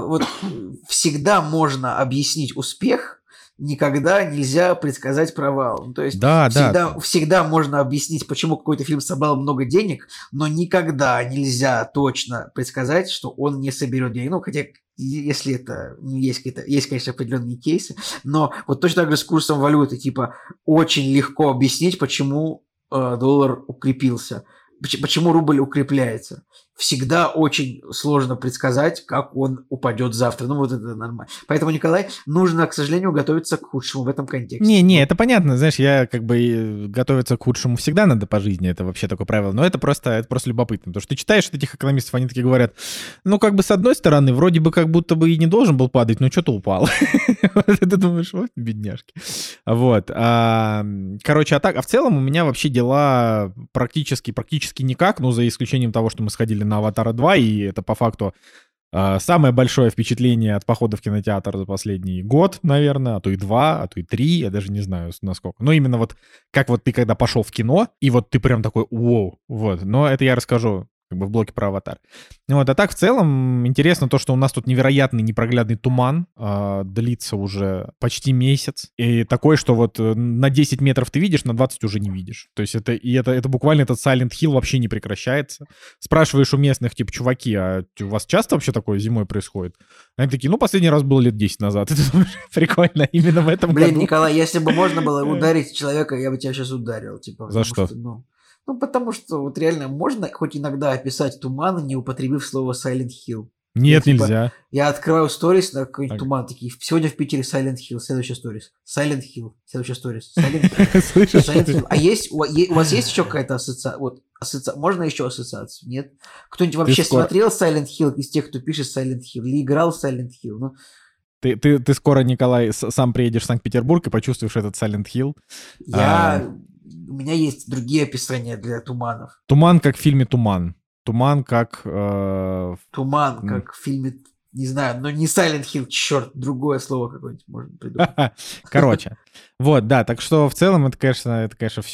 всегда можно объяснить успех, никогда нельзя предсказать провал. То есть всегда можно объяснить, почему какой-то фильм собрал много денег, но никогда нельзя точно предсказать, что он не соберет денег. Хотя, если это... Есть, конечно, определенные кейсы, но вот точно так же с курсом валюты, очень легко объяснить, почему доллар укрепился, почему рубль укрепляется. Всегда очень сложно предсказать, как он упадет завтра. Это нормально. Поэтому, Николай, нужно, к сожалению, готовиться к худшему в этом контексте. Не, это понятно. Знаешь, я готовиться к худшему всегда надо по жизни. Это вообще такое правило. Но это просто любопытно. Потому что ты читаешь этих экономистов, они такие говорят, с одной стороны, вроде бы как будто бы и не должен был падать, но что-то упал. Ты думаешь, вот бедняжки. Короче, а в целом у меня вообще дела практически никак, за исключением того, что мы сходили на «Аватара 2», и это по факту самое большое впечатление от похода в кинотеатр за последний год, наверное, а то и 2, а то и 3, я даже не знаю, насколько. Но именно как ты когда пошел в кино, и ты прям такой, вау, но это я расскажу в блоке про «Аватар». А так, в целом, интересно то, что у нас тут невероятный непроглядный туман, длится уже почти месяц, и такой, что на 10 метров ты видишь, на 20 уже не видишь. То есть это буквально этот Silent Hill вообще не прекращается. Спрашиваешь у местных, чуваки, а у вас часто вообще такое зимой происходит? Они такие, последний раз было лет 10 назад. Это прикольно, именно в этом году. Николай, если бы можно было ударить человека, я бы тебя сейчас ударил. За что? Потому что реально можно хоть иногда описать туман, не употребив слово Silent Hill. Нет, нельзя. Я открываю сторис на какой-нибудь туман, такие, сегодня в Питере Silent Hill, следующая сторис. Silent Hill, следующая сторис. Silent Hill. А у вас есть еще какая-то ассоциация? Можно еще ассоциацию? Нет? Кто-нибудь вообще смотрел Silent Hill из тех, кто пишет Silent Hill? Или играл в Silent Hill? Ты скоро, Николай, сам приедешь в Санкт-Петербург и почувствуешь этот Silent Hill. У меня есть другие описания для туманов. Туман как в фильме «Туман». Туман как... Туман как в фильме... Не знаю, но не Silent Hill, черт, другое слово какое-нибудь можно придумать. Короче, так что в целом это, конечно,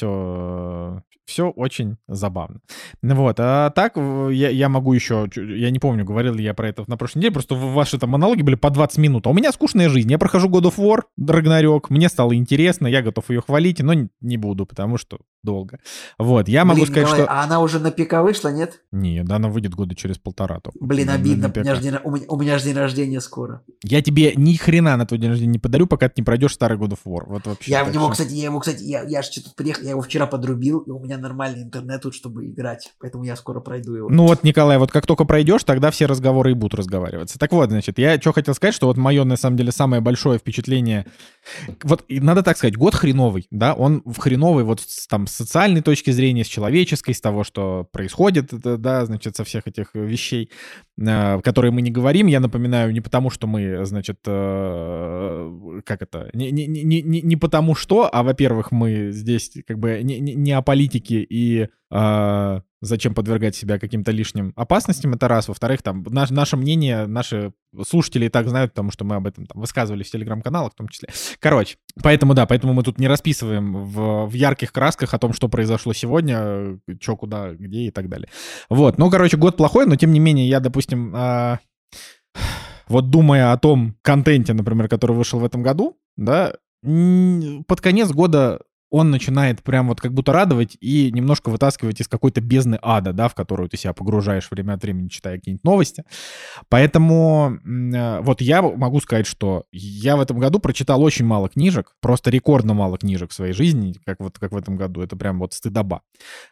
все очень забавно. А так я могу еще, я не помню, говорил ли я про это на прошлой неделе, просто ваши там монологи были по 20 минут, а у меня скучная жизнь. Я прохожу God of War, Ragnarok, мне стало интересно, я готов ее хвалить, но не буду, потому что долго. Я могу сказать, Николай, что... А она уже на ПК вышла, нет? Нет, она выйдет года через 1,5. Обидно, у меня же день рождения скоро. Я тебе ни хрена на твой день рождения не подарю, пока ты не пройдешь старый God of War. Вообще. Я же что-то приехал, я его вчера подрубил, и у меня нормальный интернет тут, чтобы играть, поэтому я скоро пройду его. Николай, как только пройдешь, тогда все разговоры и будут разговариваться. Так я что хотел сказать, что мое, на самом деле, самое большое впечатление, надо так сказать, год хреновый, да, он хреновый там с социальной точки зрения, с человеческой, с того, что происходит, да, со всех этих вещей. которые мы не говорим, я напоминаю, не потому, что мы, значит, не потому что, а, во-первых, мы здесь как бы не о политике и зачем подвергать себя каким-то лишним опасностям, это раз. Во-вторых, там, наше мнение, наши слушатели и так знают, потому что мы об этом там высказывались в телеграм-каналах в том числе. Короче, поэтому мы тут не расписываем в ярких красках о том, что произошло сегодня, что, куда, где и так далее. Вот, ну, короче, год плохой, но тем не менее я, допустим, вот думая о том контенте, например, который вышел в этом году, да, под конец года он начинает прям вот как будто радовать и немножко вытаскивать из какой-то бездны ада, да, в которую ты себя погружаешь время от времени, читая какие-нибудь новости. Поэтому вот я могу сказать, что я в этом году прочитал очень мало книжек, просто рекордно мало книжек в своей жизни, как в этом году. Это прям вот стыдоба.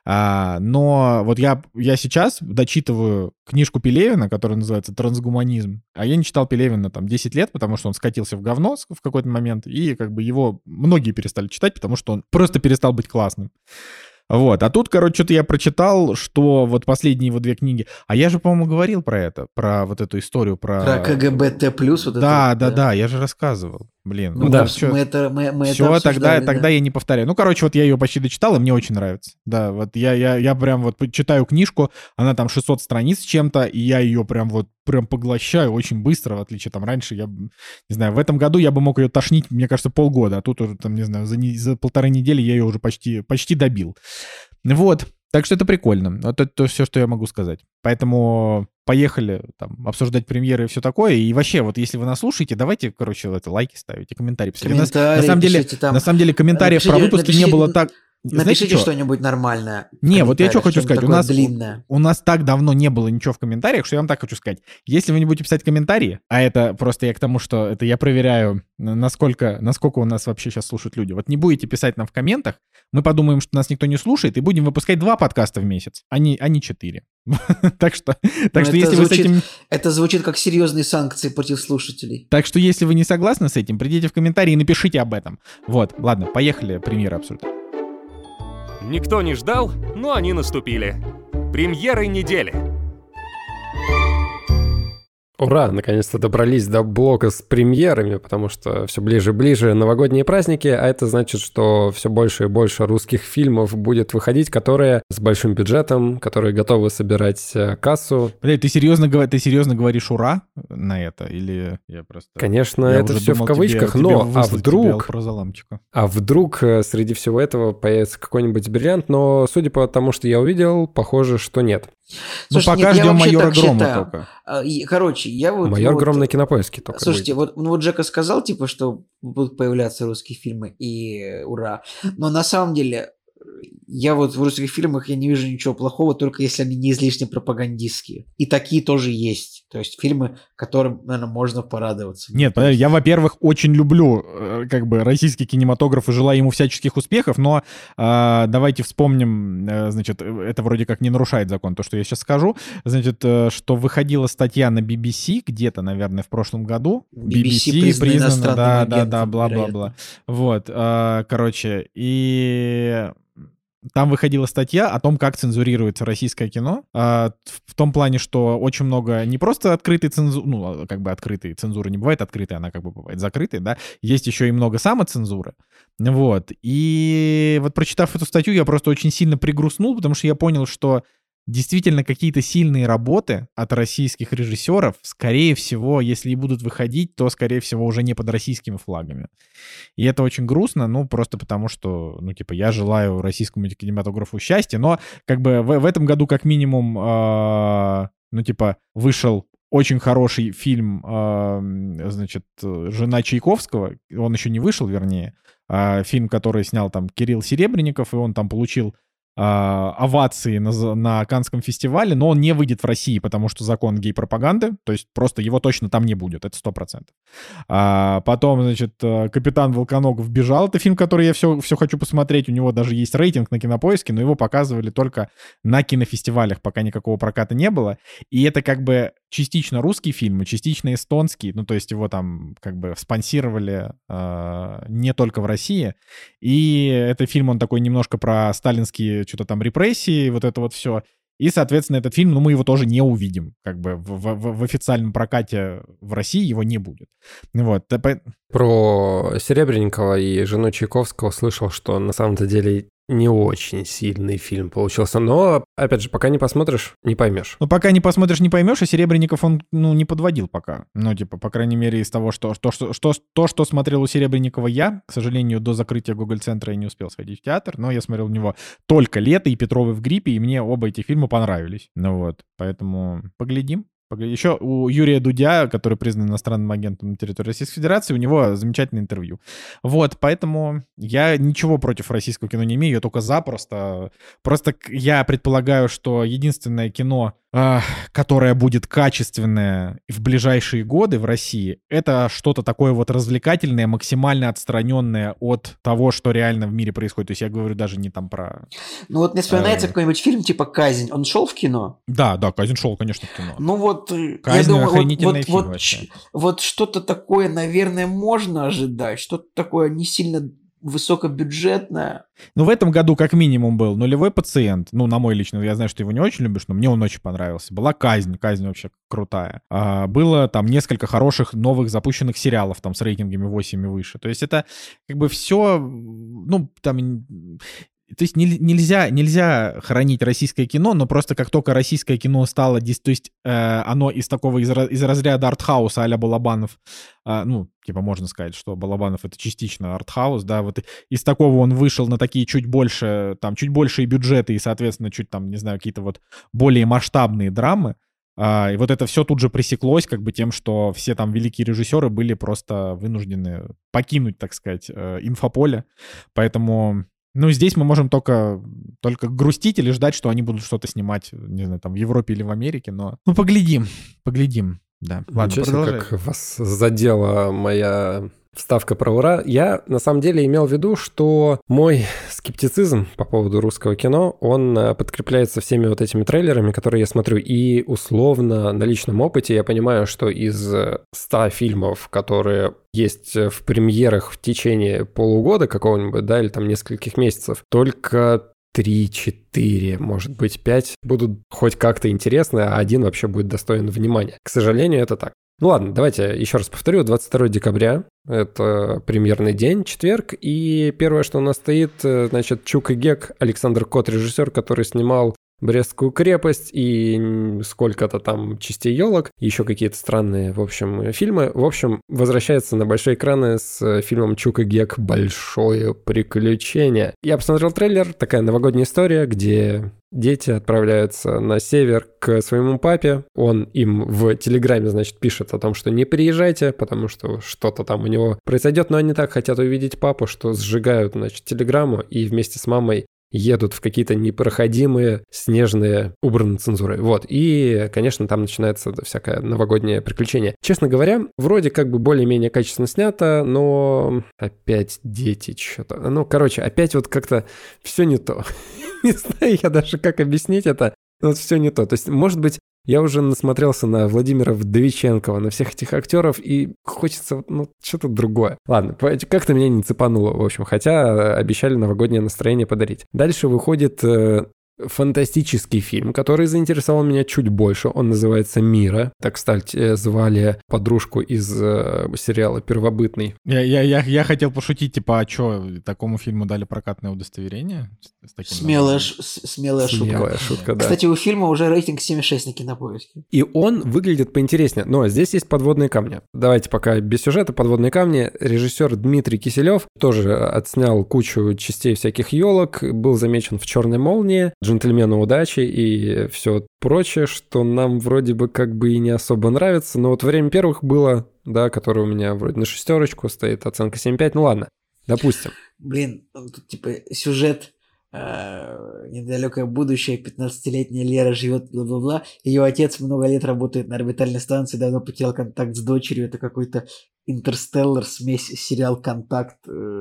Но вот я сейчас дочитываю книжку Пелевина, которая называется «Трансгуманизм». А я не читал Пелевина там 10 лет, потому что он скатился в говно в какой-то момент, и как бы его многие перестали читать, потому что он просто перестал быть классным. Вот. А тут, короче, что-то я прочитал, что вот последние его 2 книги... А я же, по-моему, говорил про это, про вот эту историю, про КГБТ+, вот да, это. Да, я же рассказывал. Блин. Ну, да, мы это все, тогда я не повторяю. Ну, короче, вот я ее почти дочитал, и мне очень нравится. Да, вот я прям вот читаю книжку, она там 600 страниц с чем-то, и я ее прям поглощаю очень быстро, в отличие там раньше, я не знаю, в этом году я бы мог ее тошнить, мне кажется, полгода, а тут уже там, не знаю, за 1,5 недели я ее уже почти добил. Вот. Так что это прикольно. Вот это все, что я могу сказать. Поэтому поехали там обсуждать премьеры и все такое. И вообще, вот если вы нас слушаете, давайте, короче, лайки ставите, комментарии пишите. На самом деле комментариев про выпуски не было так... Напишите что-нибудь нормальное. Не, вот я что хочу сказать. Длинное. У нас так давно не было ничего в комментариях, что я вам так хочу сказать. Если вы не будете писать комментарии, а это просто я к тому, что это я проверяю, насколько у нас вообще сейчас слушают люди. Вот не будете писать нам в комментах, мы подумаем, что нас никто не слушает, и будем выпускать 2 подкаста в месяц, а не 4. Так что если вы с этим... Это звучит как серьезные санкции против слушателей. Так что если вы не согласны с этим, придите в комментарии и напишите об этом. Вот, ладно, поехали премьеры обсуждать. Никто не ждал, но они наступили. Премьеры недели. Ура! Наконец-то добрались до блока с премьерами, потому что все ближе и ближе новогодние праздники, а это значит, что все больше и больше русских фильмов будет выходить, которые с большим бюджетом, которые готовы собирать кассу. Блядь, ты серьезно говоришь «ура» на это? Или я просто... Конечно, это все в кавычках, но а вдруг среди всего этого появится какой-нибудь бриллиант, но судя по тому, что я увидел, похоже, что нет. Ну, пока ждем «Майора Грома» только. Короче, я вот... «Майор Гром» на Кинопоиске только. Слушайте, вот Джека сказал, типа, что будут появляться русские фильмы, и ура. Но на самом деле, я вот в русских фильмах я не вижу ничего плохого, только если они не излишне пропагандистские. И такие тоже есть. То есть фильмы, которым, наверное, можно порадоваться. Нет, я, во-первых, очень люблю как бы российский кинематограф и желаю ему всяческих успехов, но давайте вспомним, значит, это вроде как не нарушает закон, то, что я сейчас скажу, значит, что выходила статья на BBC где-то, наверное, в прошлом году. BBC признана, да, бла-бла-бла. Вот, короче, и... Там выходила статья о том, как цензурируется российское кино, в том плане, что очень много не просто открытой цензуры, ну, как бы открытой цензуры не бывает открытой, она как бы бывает закрытой, да, есть еще и много самоцензуры, вот, и вот прочитав эту статью, я просто очень сильно пригрустнул, потому что я понял, что действительно какие-то сильные работы от российских режиссеров, скорее всего, если и будут выходить, то, скорее всего, уже не под российскими флагами. И это очень грустно, ну, просто потому что, ну, типа, я желаю российскому кинематографу счастья, но, как бы, в этом году, как минимум, ну, типа, вышел очень хороший фильм, значит, «Жена Чайковского», он еще не вышел, вернее, фильм, который снял там Кирилл Серебренников, и он там получил овации на Каннском фестивале, но он не выйдет в России, потому что закон гей-пропаганды, то есть просто его точно там не будет, это 100%. Потом, значит, «Капитан Волконогов бежал», это фильм, который я все хочу посмотреть, у него даже есть рейтинг на Кинопоиске, но его показывали только на кинофестивалях, пока никакого проката не было, и это как бы частично русский фильм, и частично эстонский, ну то есть его там как бы спонсировали не только в России, и этот фильм, он такой немножко про сталинские что-то там репрессии, вот это вот все. И, соответственно, этот фильм, мы его тоже не увидим. Как бы в официальном прокате в России его не будет. Вот. Про Серебренникова и жену Чайковского слышал, что на самом-то деле не очень сильный фильм получился. Но, опять же, пока не посмотришь, не поймешь. Ну, пока не посмотришь, не поймешь, а Серебренников он, не подводил пока. По крайней мере, из того, что смотрел у Серебренникова я, к сожалению, до закрытия Гоголь-центра я не успел сходить в театр, но я смотрел у него только «Лето» и «Петровы в гриппе», и мне оба этих фильма понравились. Поэтому поглядим. Еще у Юрия Дудя, который признан иностранным агентом на территории Российской Федерации, у него замечательное интервью. Поэтому я ничего против российского кино не имею, я только за, просто я предполагаю, что единственное кино, которое будет качественное в ближайшие годы в России, это что-то такое развлекательное, максимально отстраненное от того, что реально в мире происходит. То есть я говорю даже не там про... Ну мне вспоминается какой-нибудь фильм типа «Казнь». Он шел в кино? Да, «Казнь» шел, конечно, в кино. Я думаю, охренительный фильм вообще. Что-то такое, наверное, можно ожидать. Что-то такое не сильно высокобюджетное. В этом году как минимум был «Нулевой пациент». На мой личный, я знаю, что ты его не очень любишь, но мне он очень понравился. Была «Казнь». «Казнь» вообще крутая. Было там несколько хороших новых запущенных сериалов там с рейтингами 8 и выше. То есть это все, То есть нельзя хоронить российское кино, но просто как только российское кино стало, то есть оно из такого, из разряда артхауса а-ля Балабанов, можно сказать, что Балабанов — это частично артхаус, да, из такого он вышел на такие чуть большие бюджеты и, соответственно, чуть там, не знаю, какие-то более масштабные драмы. И это все тут же пресеклось тем, что все там великие режиссеры были просто вынуждены покинуть, так сказать, инфополе. Поэтому... здесь мы можем только грустить или ждать, что они будут что-то снимать, не знаю, там в Европе или в Америке, но... поглядим. Да, ладно, продолжай. Как вас задела моя вставка про «Ура». Я, на самом деле, имел в виду, что мой скептицизм по поводу русского кино, он подкрепляется всеми этими трейлерами, которые я смотрю, и условно на личном опыте я понимаю, что из 100 фильмов, которые есть в премьерах в течение полугода какого-нибудь, да, или там нескольких месяцев, только 3-4, может быть, 5 будут хоть как-то интересны, а один вообще будет достоин внимания. К сожалению, это так. Ладно, давайте еще раз повторю. 22 декабря – это премьерный день, четверг. И первое, что у нас стоит, значит, Чук и Гек, Александр Кот, режиссер, который снимал «Брестскую крепость» и сколько-то там частей елок, еще какие-то странные, в общем, фильмы. В общем, возвращается на большие экраны с фильмом «Чук и Гек. Большое приключение». Я посмотрел трейлер, такая новогодняя история, где дети отправляются на север к своему папе. Он им в Телеграме, значит, пишет о том, что не приезжайте, потому что что-то там у него произойдет, но они так хотят увидеть папу, что сжигают, значит, Телеграмму и вместе с мамой едут в какие-то непроходимые снежные, убранные цензурой. И, конечно, там начинается всякое новогоднее приключение. Честно говоря, вроде как бы более-менее качественно снято, но опять дети что-то. Опять как-то все не то. Не знаю я даже, как объяснить это, но все не то. То есть, может быть, я уже насмотрелся на Владимира Вдовиченкова, на всех этих актеров, и хочется, что-то другое. Ладно, как-то меня не цепануло, в общем, хотя обещали новогоднее настроение подарить. Дальше выходит фантастический фильм, который заинтересовал меня чуть больше. Он называется «Мира». Так, кстати, звали подружку из сериала «Первобытный». Я хотел пошутить, а что, такому фильму дали прокатное удостоверение? Смелая шутка. Да. Кстати, у фильма уже рейтинг 7,6 на Кинопоиске. И он выглядит поинтереснее. Но здесь есть подводные камни. Давайте пока без сюжета. Подводные камни. Режиссер Дмитрий Киселев тоже отснял кучу частей всяких елок, был замечен в «Черной молнии», «Джентльмены удачи» и все прочее, что нам вроде бы как бы и не особо нравится. Но «Время первых» было, да, которое у меня вроде на 6 стоит, оценка 7,5. Ну ладно, допустим. Тут сюжет недалекое будущее, 15-летняя Лера живет, бла-бла-бла. Ее отец много лет работает на орбитальной станции, давно потерял контакт с дочерью. Это какой-то «Интерстеллар», смесь сериал «Контакт»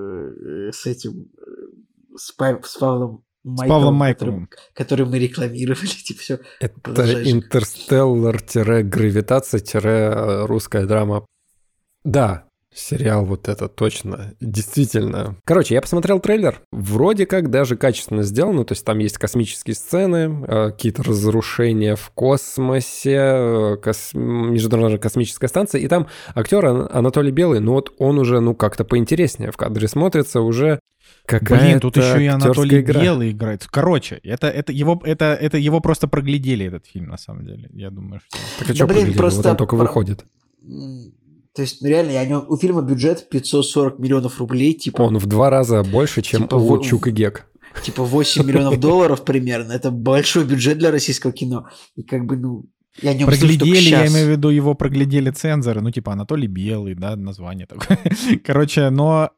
с Павлом Майковым, который мы рекламировали, все. Это «Интерстеллар-гравитация-русская драма». Да, Сериал вот это точно, действительно. Короче, я посмотрел трейлер, вроде как даже качественно сделано, то есть там есть космические сцены, какие-то разрушения в космосе, Международная космическая станция, и там актер Анатолий Белый, ну вот он уже, ну как-то поинтереснее в кадре смотрится, уже какая-то Блин, тут еще и Анатолий игра. Белый играет. Короче, это его просто проглядели, этот фильм, на самом деле. Я думаю, что... Так а что блин, поглядели? Вот он только выходит. То есть, ну реально, у фильма бюджет 540 миллионов рублей, типа... Он в 2 раза больше, чем Типа у Чук и Гек. Типа 8 миллионов долларов примерно. Это большой бюджет для российского кино. И как бы, ну... Я не проглядели, я имею в виду, его проглядели цензоры, ну, типа Анатолий Белый, да, название такое. Короче, но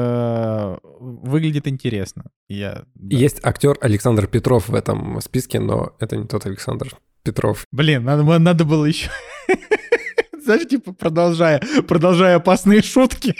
выглядит интересно. Да. Есть актер Александр Петров в этом списке, но это не тот Александр Петров. Блин, надо было еще... Знаешь, типа, продолжая опасные шутки.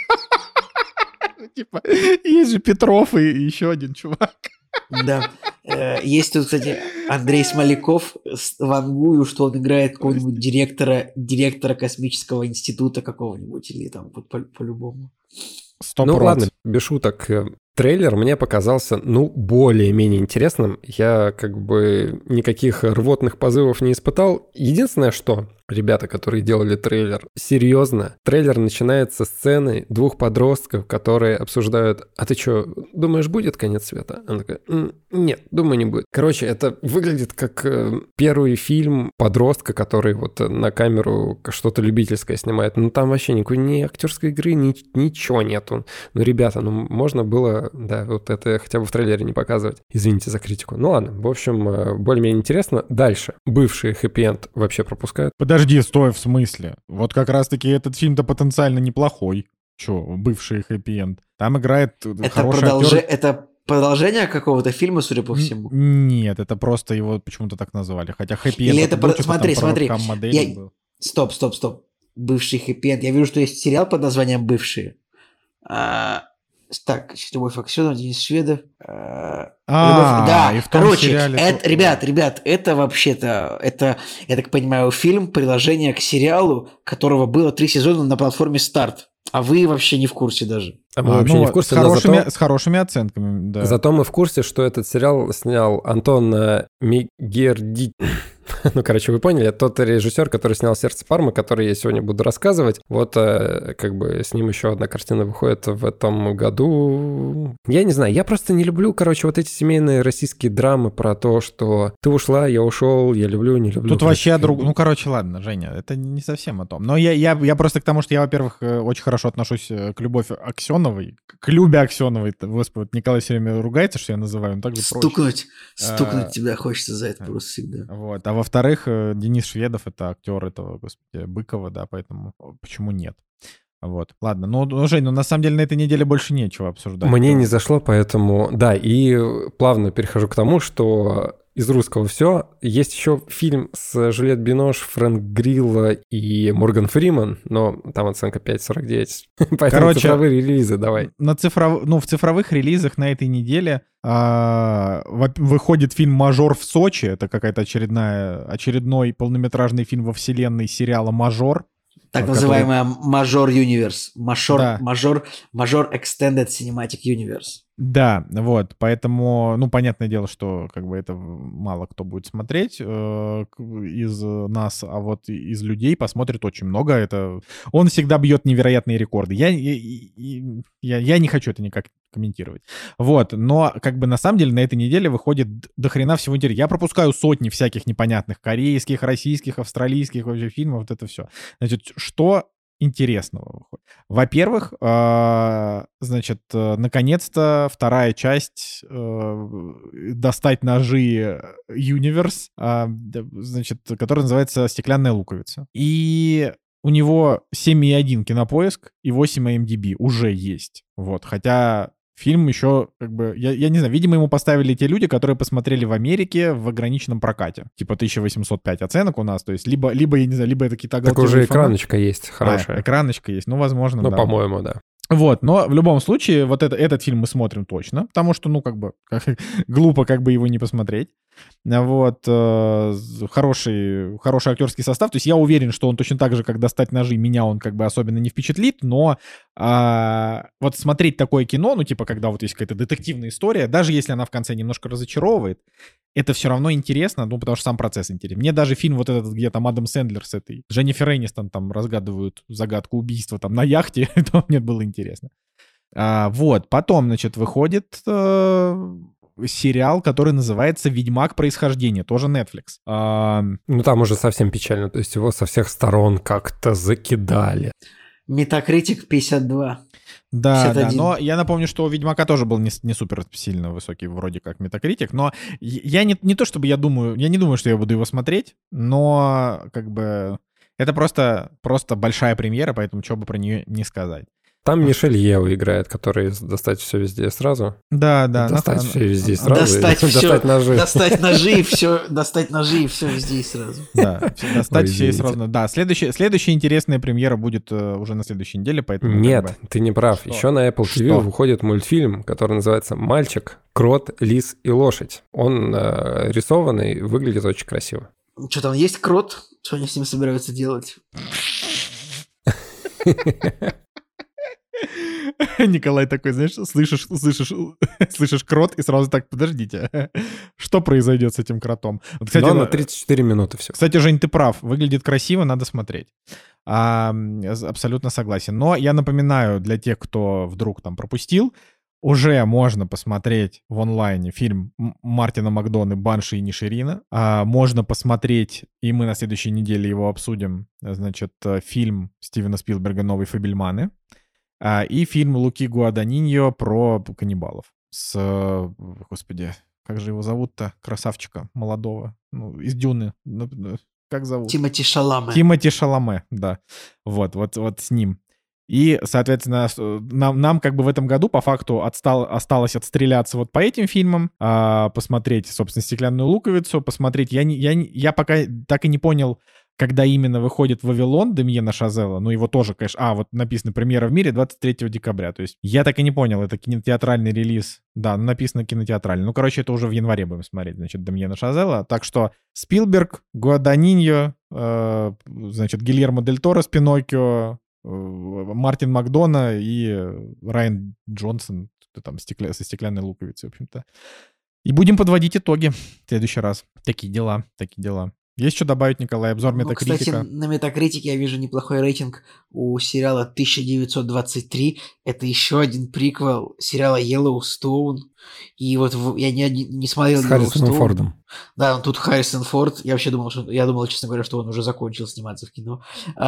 Типа, есть же Петров и еще один чувак. Да. Есть тут, кстати, Андрей Смоляков вангую, что он играет какого-нибудь директора космического института какого-нибудь, или там вот по-любому. 100%. Ну ладно, без шуток. Трейлер мне показался, ну, более-менее интересным. Я как бы никаких рвотных позывов не испытал. Единственное, что ребята, которые делали трейлер, серьезно, трейлер начинается с сцены 2 подростков, которые обсуждают: а ты что, думаешь, будет конец света? Она такая: нет, думаю, не будет. Короче, это выглядит как первый фильм подростка, который вот на камеру что-то любительское снимает. Ну, там вообще никакой ни актерской игры, ничего нету. Ну, ребята, ну, можно было, да, вот это хотя бы в трейлере не показывать. Извините за критику. Ну, ладно, в общем, более-менее интересно. Дальше. Бывший хэппи-энд вообще пропускают. Подожди, стой, в смысле? Вот как раз-таки этот фильм-то потенциально неплохой. Че, бывший хэппи-энд? Там играет хороший актер. Это продолжение какого-то фильма, судя по всему? Нет, это просто его почему-то так назвали. Хотя хэппи-энд... Или это... Смотри. Был. Стоп. Бывший хэппи-энд. Я вижу, что есть сериал под названием «Бывшие». Так, Любовь Аксенова, Денис Шведов. Да, и в том короче, сериале... ребят, это вообще-то, я так понимаю, фильм, приложение к сериалу, которого было 3 сезона на платформе «Старт». А вы вообще не в курсе даже. А мы вообще не в курсе. С хорошими оценками, да. Зато мы в курсе, что этот сериал снял Антон Мегерди. Ну, короче, вы поняли, это тот режиссер, который снял «Сердце Пармы», который я сегодня буду рассказывать. Вот, как бы, с ним еще одна картина выходит в этом году. Я не знаю, я просто не люблю, короче, вот эти семейные российские драмы про то, что ты ушла, я ушел, я люблю, не люблю. Тут вообще ну, короче, ладно, Женя, это не совсем о том. Но я просто к тому, что я, во-первых, очень хорошо отношусь к Любови Аксеновой, к Любе Аксеновой. Господи, вот Николай все время ругается, что я называю, он так же стукнуть тебя хочется за это просто всегда. Вот, а во-вторых, Денис Шведов — это актер этого, господи, Быкова, да, поэтому почему нет? Вот, ладно. Ну, Жень, на самом деле на этой неделе больше нечего обсуждать. Мне не зашло, поэтому... Да, и плавно перехожу к тому, что из русского все. Есть еще фильм с Жюльет Бинош, Фрэнк Грилла и Морган Фриман, но там оценка 5,49. Поэтому короче, цифровые релизы давай. В цифровых релизах на этой неделе выходит фильм «Мажор в Сочи». Это какая-то очередной полнометражный фильм во вселенной сериала «Мажор». Так называемая Мажор Universe. Мажор Extended Cinematic Universe. Да, вот, поэтому, ну, понятное дело, что как бы это мало кто будет смотреть из нас, а вот из людей посмотрит очень много. Он всегда бьет невероятные рекорды. Я не хочу это никак комментировать. Вот, но как бы на самом деле на этой неделе выходит до хрена всего интересного. Я пропускаю сотни всяких непонятных корейских, российских, австралийских вообще фильмов, вот это все. Значит, что интересного выходит? Во-первых, значит, наконец-то вторая часть «Достать ножи Universe», значит, которая называется «Стеклянная луковица». И у него 7,1 Кинопоиск и 8 IMDb уже есть. Вот, хотя... Фильм еще, как бы, я не знаю, видимо, ему поставили те люди, которые посмотрели в Америке в ограниченном прокате. Типа 1805 оценок у нас, то есть либо я не знаю, либо это какие-то оголтелые Так уже экраночка есть хорошая. Экраночка есть, ну, возможно, ну, да. Ну, по-моему, да. Вот, но в любом случае, вот этот фильм мы смотрим точно, потому что, ну, как бы, глупо как бы его не посмотреть. Вот, хороший актерский состав. То есть я уверен, что он точно так же, как «Достать ножи», меня он как бы особенно не впечатлит, но вот смотреть такое кино, ну, типа, когда вот есть какая-то детективная история, даже если она в конце немножко разочаровывает, это все равно интересно, ну, потому что сам процесс интересен. Мне даже фильм вот этот, где там Адам Сэндлер с этой Дженнифер Энистон там разгадывают загадку убийства там на яхте, это мне было интересно. Вот, потом, значит, выходит сериал, который называется «Ведьмак. Происхождение», тоже Netflix. Ну, там уже совсем печально, то есть его со всех сторон как-то закидали. Метакритик 52. Да, 51. да, но я напомню, что у «Ведьмака» тоже был не супер сильно высокий вроде как метакритик, но я не то чтобы я не думаю, что я буду его смотреть, но как бы это просто большая премьера, поэтому что бы про нее не сказать. Там Мишель Ео играет, который «Достать все везде и сразу». Да. «Достать все везде и сразу». Достать ножи. Достать ножи и все везде и сразу. Да, достать все и сразу. Да, следующая интересная премьера будет уже на следующей неделе, поэтому... Нет, ты не прав. Еще на Apple TV выходит мультфильм, который называется «Мальчик, крот, лис и лошадь». Он рисованный, выглядит очень красиво. Что там есть крот? Что они с ним собираются делать? Николай такой, знаешь, слышишь крот, и сразу так, подождите, что произойдет с этим кротом? Вот, кстати, но на 34 минуты все. Кстати, Жень, ты прав, выглядит красиво, надо смотреть. Абсолютно согласен. Но я напоминаю для тех, кто вдруг там пропустил, уже можно посмотреть в онлайне фильм Мартина Макдоны «Банши и Ниширина». Можно посмотреть, и мы на следующей неделе его обсудим, значит, фильм Стивена Спилберга «Новые Фабельманы». И фильм Луки Гуаданиньо про каннибалов. Господи, как же его зовут-то? Красавчика молодого. Ну, из «Дюны». Как зовут? Тимоти Шаламе. Тимоти Шаламе, да. Вот с ним. И, соответственно, нам как бы в этом году по факту осталось отстреляться вот по этим фильмам, посмотреть, собственно, «Стеклянную луковицу», посмотреть. Я пока так и не понял, когда именно выходит «Вавилон» Демьена Шазела. Ну, его тоже, конечно... вот написано «Премьера в мире 23 декабря». То есть я так и не понял, это кинотеатральный релиз. Да, написано кинотеатральный. Ну, короче, это уже в январе будем смотреть, значит, Демьена Шазела. Так что Спилберг, Гуаданиньо, значит, Гильермо дель Торо с «Пиноккио», Мартин Макдона и Райан Джонсон там со «Стеклянной луковицей», в общем-то. И будем подводить итоги в следующий раз. Такие дела. Есть что добавить, Николай? Обзор Метакритика. Кстати, на Метакритике я вижу неплохой рейтинг у сериала 1923. Это еще один приквел сериала Yellowstone. И вот я не смотрел Yellowstone. С Харрисоном Фордом. Да, он тут Харрисон Форд. Я думал, честно говоря, что он уже закончил сниматься в кино.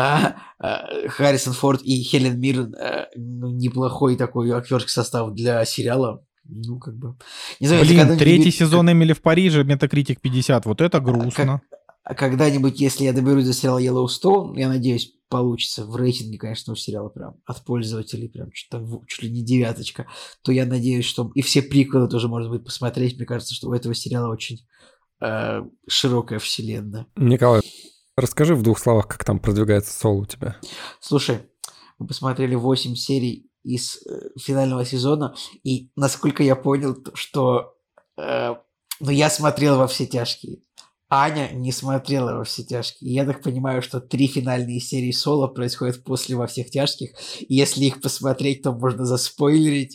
Харрисон Форд и Хелен Миррен неплохой такой актерский состав для сериала. Ну, как бы... Не знаю, блин, третий сезон «Эмили в Париже», Метакритик 50. Вот это грустно. Когда-нибудь, если я доберусь до сериала Yellowstone, я надеюсь, получится в рейтинге, конечно, у сериала прям от пользователей прям чуть ли не 9, то я надеюсь, что и все приквелы тоже можно будет посмотреть. Мне кажется, что у этого сериала очень широкая вселенная. Николай, расскажи в 2 словах, как там продвигается «Соло» у тебя. Слушай, мы посмотрели 8 серий из финального сезона, и насколько я понял, что я смотрел «Во все тяжкие». Аня не смотрела «Во все тяжкие». И я так понимаю, что 3 финальные серии «Соло» происходят после «Во всех тяжких». И если их посмотреть, то можно заспойлерить.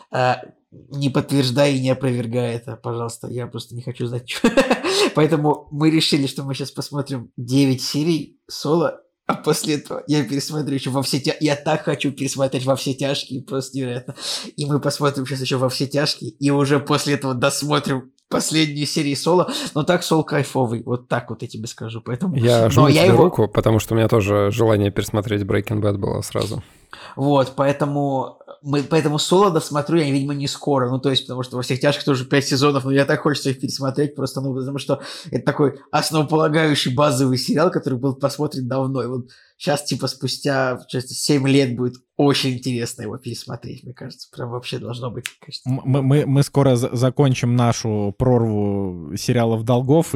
Не подтверждай и не опровергай это, пожалуйста. Я просто не хочу знать. Поэтому мы решили, что мы сейчас посмотрим 9 серий «Соло», а после этого я пересмотрю еще «Во все тяжкие». Я так хочу пересмотреть «Во все тяжкие», просто невероятно. И мы посмотрим сейчас еще «Во все тяжкие», и уже после этого досмотрим последние серии «Соло». Но так «Сол» кайфовый. Вот так вот я тебе скажу. Поэтому... Я жму тебе руку, потому что у меня тоже желание пересмотреть Breaking Bad было сразу. Вот, поэтому «Соло» досмотрю я, видимо, не скоро. Ну, то есть, потому что «Во всех тяжких» тоже 5 сезонов, но я так хочется их пересмотреть просто, потому что это такой основополагающий базовый сериал, который был посмотрен давно. И вот сейчас, спустя 7 лет будет очень интересно его пересмотреть, мне кажется. Прям вообще должно быть, кажется. Мы скоро закончим нашу прорву сериалов долгов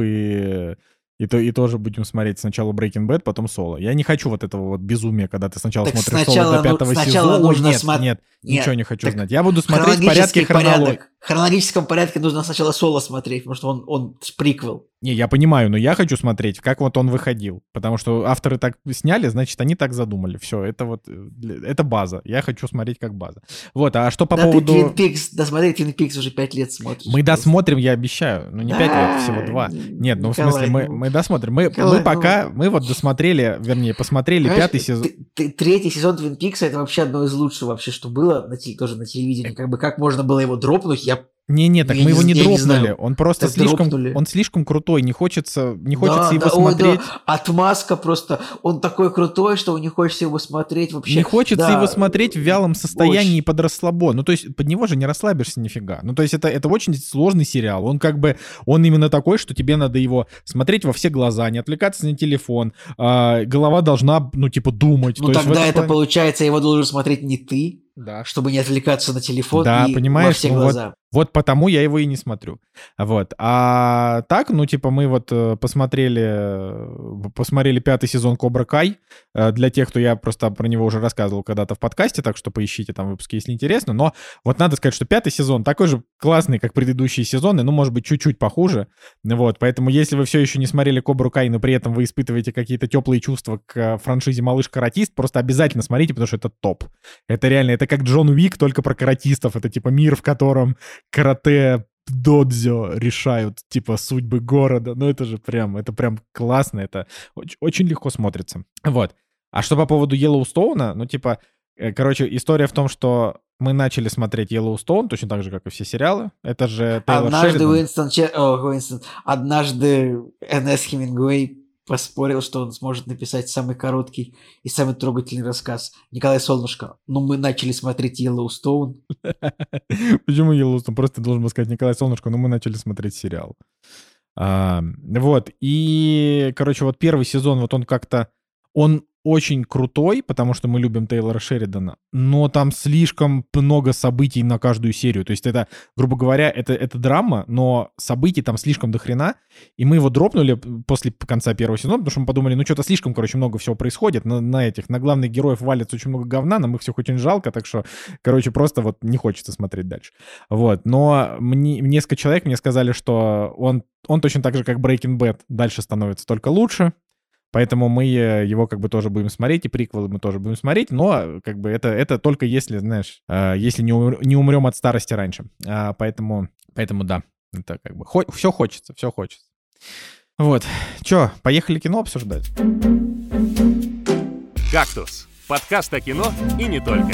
и тоже будем смотреть сначала Breaking Bad, потом «Соло». Я не хочу вот этого вот безумия, когда ты сначала смотришь «Соло» до 5-го сезона. Нужно Нет, ничего не хочу знать. Я буду смотреть в порядке хронологии. хронологическом порядке нужно сначала Соло смотреть, потому что он приквел. Не, я понимаю, но я хочу смотреть, как вот он выходил. Потому что авторы так сняли, значит, они так задумали. Все, это вот, это база. Я хочу смотреть как база. Вот, а что по поводу... Ты Twin Peaks, досмотри, Twin Peaks уже 5 лет смотришь. Мы досмотрим, я обещаю. Ну, не 5 лет, всего 2. Нет, ну, в смысле, мы досмотрим. Мы пока, мы вот досмотрели, вернее, посмотрели 5-й сезон. Третий сезон Twin Peaks — это вообще одно из лучших вообще, что было тоже на телевидении. Как бы как можно было его дропнуть, Не, так мы его не дропнули. Он просто дропнули. Он слишком крутой, не хочется его смотреть. Отмазка просто. Он такой крутой, что не хочется его смотреть вообще. Не хочется его смотреть в вялом состоянии под расслабон. Ну, то есть под него же не расслабишься нифига. Ну, то есть это очень сложный сериал. Он он именно такой, что тебе надо его смотреть во все глаза, не отвлекаться на телефон. Голова должна, думать. Ну, тогда это получается, его должен смотреть не ты. Да. Чтобы не отвлекаться на телефон и понимаешь, во все глаза. Вот потому я его и не смотрю. Вот. А так, мы вот посмотрели 5-й сезон Кобра Кай. Для тех, кто я просто про него уже рассказывал когда-то в подкасте, так что поищите там выпуски, если интересно. Но вот надо сказать, что 5-й сезон такой же классный, как предыдущие сезоны, может быть, чуть-чуть похуже. Вот. Поэтому если вы все еще не смотрели Кобру Кай, но при этом вы испытываете какие-то теплые чувства к франшизе «Малыш-каратист», просто обязательно смотрите, потому что это топ. Это реально, это как Джон Уик, только про каратистов. Это мир, в котором карате, додзё решают, судьбы города. Ну, это прям классно, это очень легко смотрится. Вот. А что по поводу Йеллоустоуна? История в том, что мы начали смотреть Йеллоустоун, точно так же, как и все сериалы. Это же Тейлор Шеридан. Однажды Эрнест Хемингуэй поспорил, что он сможет написать самый короткий и самый трогательный рассказ. Николай Солнышко. Мы начали смотреть Йеллоустоун. Почему Йеллоустоун? Просто должен был сказать Николай Солнышко, но мы начали смотреть сериал. Вот. И, вот первый сезон, он очень крутой, потому что мы любим Тейлора Шеридана, но там слишком много событий на каждую серию. То есть это, грубо говоря, это драма, но событий там слишком дохрена, и мы его дропнули после конца первого сезона, потому что мы подумали, что-то слишком, много всего происходит, на главных героев валится очень много говна, нам их всех очень жалко, так что, просто не хочется смотреть дальше. Вот, но несколько человек мне сказали, что он точно так же, как Breaking Bad, дальше становится только лучше. Поэтому мы его тоже будем смотреть, и приквелы мы тоже будем смотреть, но это только если, знаешь, если не умрем от старости раньше. Поэтому да, это все хочется. Вот. Чё, поехали кино обсуждать? «Кактус» — подкаст о кино и не только.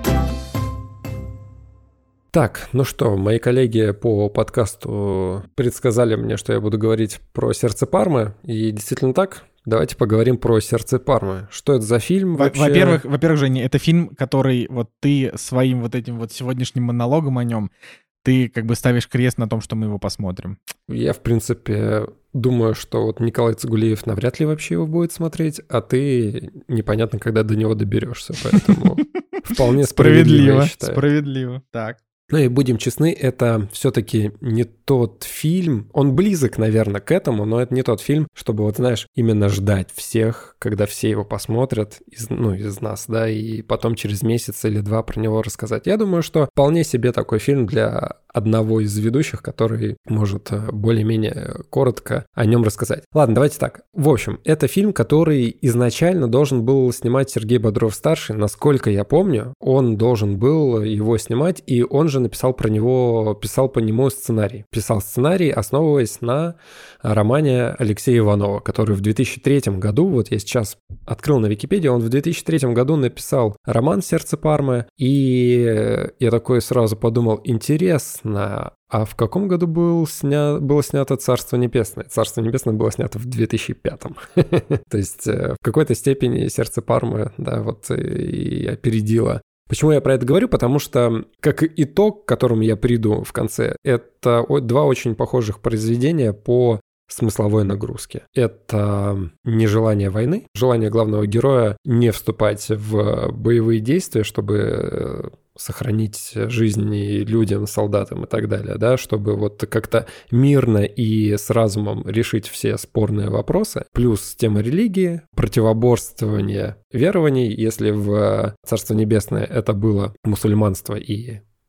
Так, ну что, мои коллеги по подкасту предсказали мне, что я буду говорить про «Сердце Пармы», и действительно так. Давайте поговорим про «Сердце Пармы». Что это за фильм вообще? Во-первых, Женя, это фильм, который ты своим этим сегодняшним монологом о нем, ты ставишь крест на том, что мы его посмотрим. Я, в принципе, думаю, что Николай Цигулиев навряд ли вообще его будет смотреть, а ты непонятно, когда до него доберешься, поэтому вполне справедливо, я считаю. Справедливо, так. Ну и будем честны, это все-таки не тот фильм, он близок, наверное, к этому, но это не тот фильм, чтобы, именно ждать всех, когда все его посмотрят, из нас, да, и потом через месяц или два про него рассказать. Я думаю, что вполне себе такой фильм для одного из ведущих, который может более-менее коротко о нем рассказать. Ладно, давайте так. В общем, это фильм, который изначально должен был снимать Сергей Бодров-старший. Насколько я помню, он должен был его снимать, и он же писал по нему сценарий. Писал сценарий, основываясь на романе Алексея Иванова, который в 2003 году, я сейчас открыл на Википедии, он в 2003 году написал роман «Сердце Пармы», и я такой сразу подумал, интересно, а в каком году было снято «Царство небесное»? «Царство небесное» было снято в 2005-м. То есть в какой-то степени «Сердце Пармы», да, и опередило. Почему я про это говорю? Потому что, как итог, к которому я приду в конце, это два очень похожих произведения по смысловой нагрузке. Это нежелание войны, желание главного героя не вступать в боевые действия, чтобы сохранить жизни людям, солдатам и так далее, да, чтобы как-то мирно и с разумом решить все спорные вопросы, плюс тема религии, противоборствование верований, если в Царство Небесное это было мусульманство и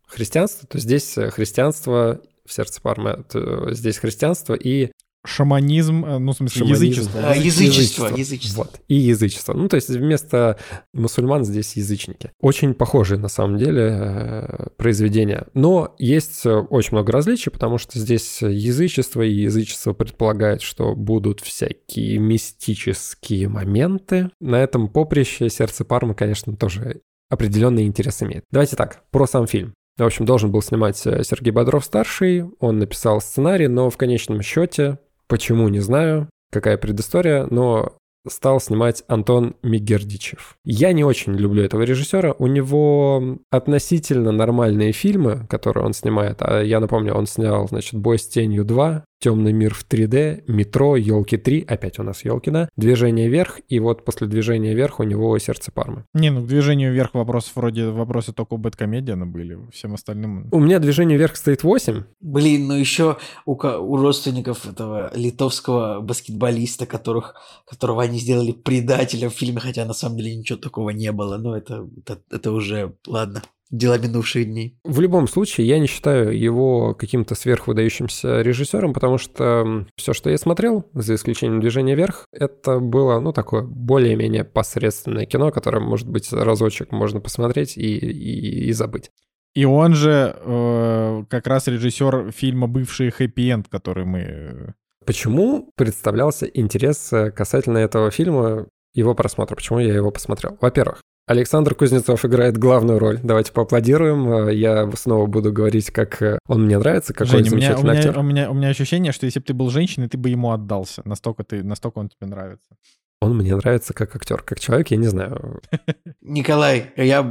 христианство, то здесь христианство в сердце Пармы, здесь христианство и... Шаманизм, ну, в смысле, язычество. Язычество. Вот, и язычество. Ну, то есть вместо мусульман здесь язычники. Очень похожие, на самом деле, произведения. Но есть очень много различий, потому что здесь язычество, и язычество предполагает, что будут всякие мистические моменты. На этом поприще сердце Пармы, конечно, тоже определенный интерес имеет. Давайте так, про сам фильм. В общем, должен был снимать Сергей Бодров-старший, он написал сценарий, но в конечном счете, почему, не знаю, какая предыстория, но стал снимать Антон Мегердичев. Я не очень люблю этого режиссера, у него относительно нормальные фильмы, которые он снимает, а я напомню, он снял, значит, «Бой с тенью 2», «Темный мир в 3D», «Метро», «Елки 3», опять у нас «Елки», да, «Движение вверх», и вот после «Движения вверх» у него «Сердце Пармы». Не, ну к «Движению вверх» вопросы только у Бэдкомедиана были, всем остальным... У меня «Движение вверх» стоит 8. Блин, ну еще у родственников этого литовского баскетболиста, которого они сделали предателем в фильме, хотя на самом деле ничего такого не было, но это уже, ладно. Дела минувших дней. В любом случае, я не считаю его каким-то сверхвыдающимся режиссером, потому что все, что я смотрел, за исключением «Движения вверх», это было, ну, такое более-менее посредственное кино, которое, может быть, разочек можно посмотреть и забыть. И он же как раз режиссер фильма «Бывший хэппи-энд», который мы... Почему представлялся интерес касательно этого фильма, его просмотра? Почему я его посмотрел? Во-первых, Александр Кузнецов играет главную роль. Давайте поаплодируем. Я снова буду говорить, как он мне нравится, какой Женя, замечательный актер. У меня ощущение, что если бы ты был женщиной, ты бы ему отдался. Настолько он тебе нравится. Он мне нравится как актер, как человек, я не знаю. Николай, я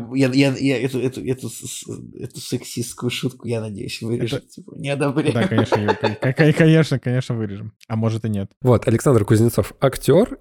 эту сексистскую шутку, я надеюсь, вырежем. Не одобряю. Да, конечно, вырежем. А может и нет. Вот, Александр Кузнецов актер,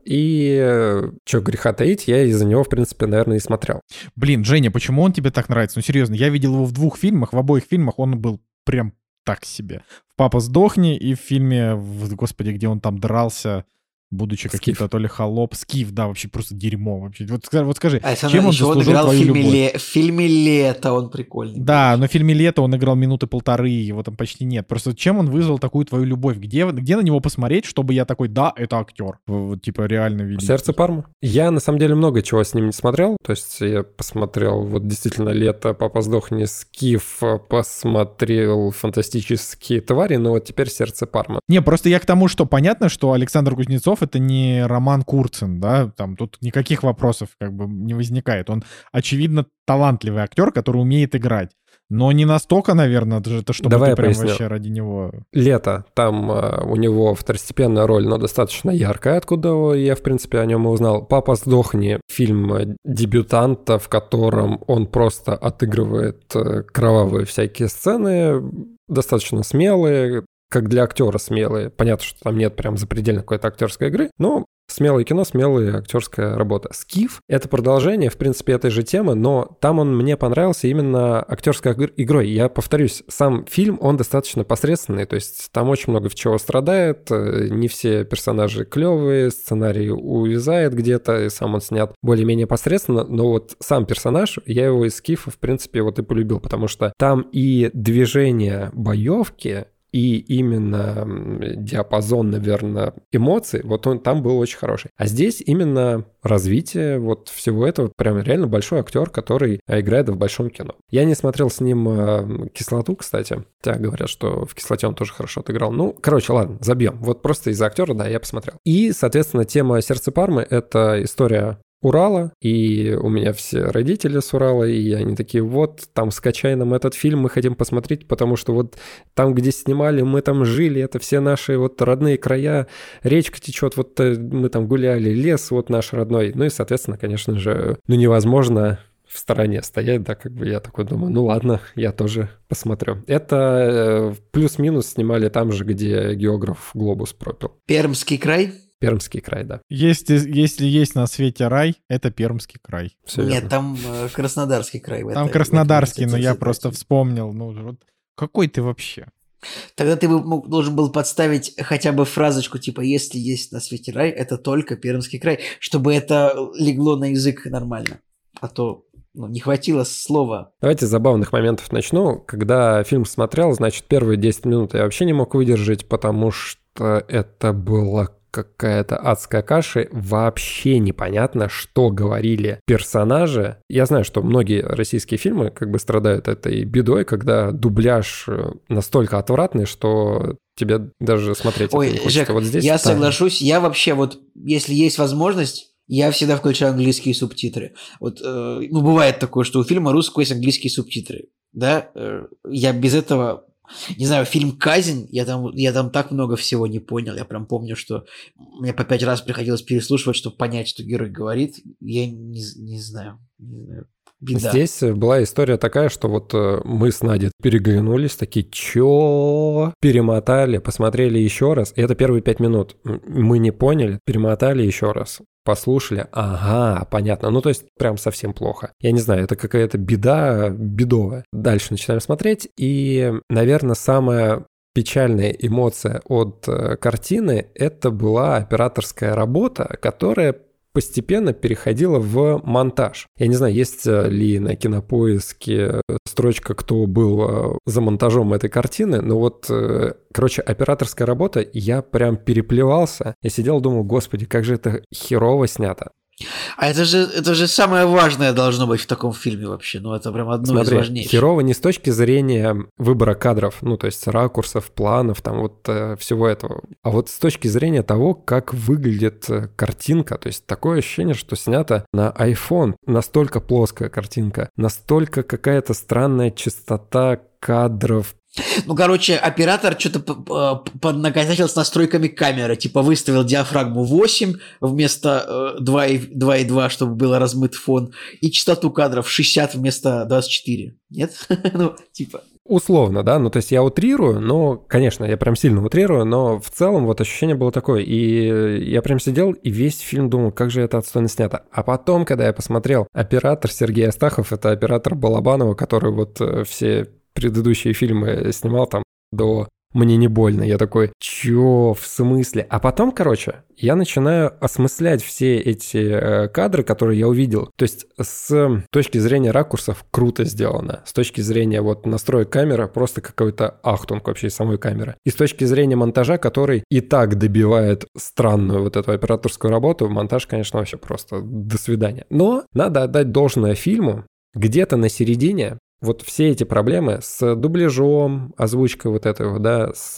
и что греха таить, я из-за него, в принципе, наверное, и смотрел. Блин, Женя, почему он тебе так нравится? Ну, серьезно, я видел его в 2 фильмах, в обоих фильмах он был прям так себе. В «Папа, сдохни» и в фильме, господи, где он там дрался, будучи каким-то то ли холоп, Скиф, да, вообще просто дерьмо вообще. Вот скажи, чем он заслужил твою любовь? В фильме «Лето» он прикольный. Да, но в фильме «Лето» он играл минуты 1.5, его там почти нет. Просто чем он вызвал такую твою любовь? Где на него посмотреть, чтобы я такой, да, это актер? Вот типа реально великий. «Сердце Пармы». Я, на самом деле, много чего с ним не смотрел. То есть я посмотрел вот действительно «Лето», «Папа, сдохни», Скиф, посмотрел «Фантастические твари», но вот теперь «Сердце Пармы». Не, просто я к тому, что понятно, что Александр Кузнецов — это не Роман Курцин, да, там тут никаких вопросов как бы не возникает. Он, очевидно, талантливый актер, который умеет играть. Но не настолько, наверное, чтобы Давай ты прям поясню. вообще ради него... «Лето», там у него второстепенная роль, но достаточно яркая, откуда я, в принципе, о нем и узнал. «Папа, сдохни» — фильм дебютанта, в котором он просто отыгрывает кровавые всякие сцены, достаточно смелые, как для актера смелые. Понятно, что там нет прям запредельной какой-то актерской игры, но смелое кино, смелая актерская работа. «Скиф» — это продолжение, в принципе, этой же темы, но там он мне понравился именно актерской игрой. Я повторюсь, сам фильм, он достаточно посредственный, то есть там очень много в чего страдает, не все персонажи клевые, сценарий увязает где-то, и сам он снят более-менее посредственно, но вот сам персонаж, я его из «Скифа», в принципе, вот и полюбил, потому что там и движение боевки, и именно диапазон, наверное, эмоций, вот он там был очень хороший. А здесь именно развитие вот всего этого, прям реально большой актер, который играет в большом кино. Я не смотрел с ним «Кислоту», кстати. Хотя говорят, что в «Кислоте» он тоже хорошо отыграл. Ну, короче, ладно, забьем. Вот просто из-за актера, да, я посмотрел. И, соответственно, тема «Сердце Пармы» — это история Урала, и у меня все родители с Урала, и они такие, вот, там, скачай нам этот фильм, мы хотим посмотреть, потому что вот там, где снимали, мы там жили, это все наши вот родные края, речка течет, вот мы там гуляли, лес вот наш родной, ну и, соответственно, конечно же, ну невозможно в стороне стоять, да, как бы я такой думаю, ну ладно, я тоже посмотрю. Это плюс-минус снимали там же, где географ глобус пропил. Пермский край? Пермский край, да. Если есть на свете рай, это Пермский край. Все Нет, верно. там Краснодарский край. Там Краснодарский, но я просто вспомнил. Ну, вот какой ты вообще? Тогда ты должен был подставить хотя бы фразочку, типа, если есть на свете рай, это только Пермский край, чтобы это легло на язык нормально. А то не хватило слова. Давайте с забавных моментов начну. Когда фильм смотрел, значит, первые 10 минут я вообще не мог выдержать, потому что это было какая-то адская каша, вообще непонятно, что говорили персонажи. Я знаю, что многие российские фильмы как бы страдают этой бедой, когда дубляж настолько отвратный, что тебе даже смотреть это не хочется. Жек, вот здесь я соглашусь, я вообще если есть возможность, я всегда включаю английские субтитры. Бывает такое, что у фильма русского есть английские субтитры, да? Я без этого... Не знаю, фильм «Казнь», я там так много всего не понял. Я прям помню, что мне по 5 раз приходилось переслушивать, чтобы понять, что герой говорит. Я не знаю. Беда. Здесь была история такая, что вот мы с Надей переглянулись, такие, чё? Перемотали, посмотрели еще раз. И это первые 5 минут. Мы не поняли, перемотали еще раз. Послушали, ага, понятно. Ну, то есть, прям совсем плохо. Я не знаю, это какая-то беда бедовая. Дальше начинаем смотреть, и, наверное, самая печальная эмоция от картины — это была операторская работа, которая постепенно переходила в монтаж. Я не знаю, есть ли на Кинопоиске строчка, кто был за монтажом этой картины, но вот, короче, операторская работа, я прям переплевался. Я сидел и думал, господи, как же это херово снято. А это же самое важное должно быть в таком фильме вообще. Это прям одно из важнейших. Херово не с точки зрения выбора кадров, то есть ракурсов, планов, там вот всего этого, а вот с точки зрения того, как выглядит картинка. То есть такое ощущение, что снято на iPhone. Настолько плоская картинка, настолько какая-то странная частота кадров. Оператор что-то поднакосячил с настройками камеры. Типа выставил диафрагму 8 вместо 2,2, чтобы был размыт фон. И частоту кадров 60 вместо 24. Нет? Условно, да, то есть я утрирую, но, конечно, я прям сильно утрирую, но в целом вот ощущение было такое, и я прям сидел и весь фильм думал, как же это отстойно снято. А потом, когда я посмотрел, оператор Сергей Астахов, это оператор Балабанова, который вот все предыдущие фильмы снимал там до «Мне не больно». Я такой, чё, в смысле? А потом, короче, я начинаю осмыслять все эти кадры, которые я увидел. То есть с точки зрения ракурсов круто сделано. С точки зрения вот настроек камеры просто какой-то ахтунг вообще самой камеры. И с точки зрения монтажа, который и так добивает странную вот эту операторскую работу, монтаж, конечно, вообще просто до свидания. Но надо отдать должное фильму. Где-то на середине вот все эти проблемы с дубляжом, озвучкой вот этого, да, с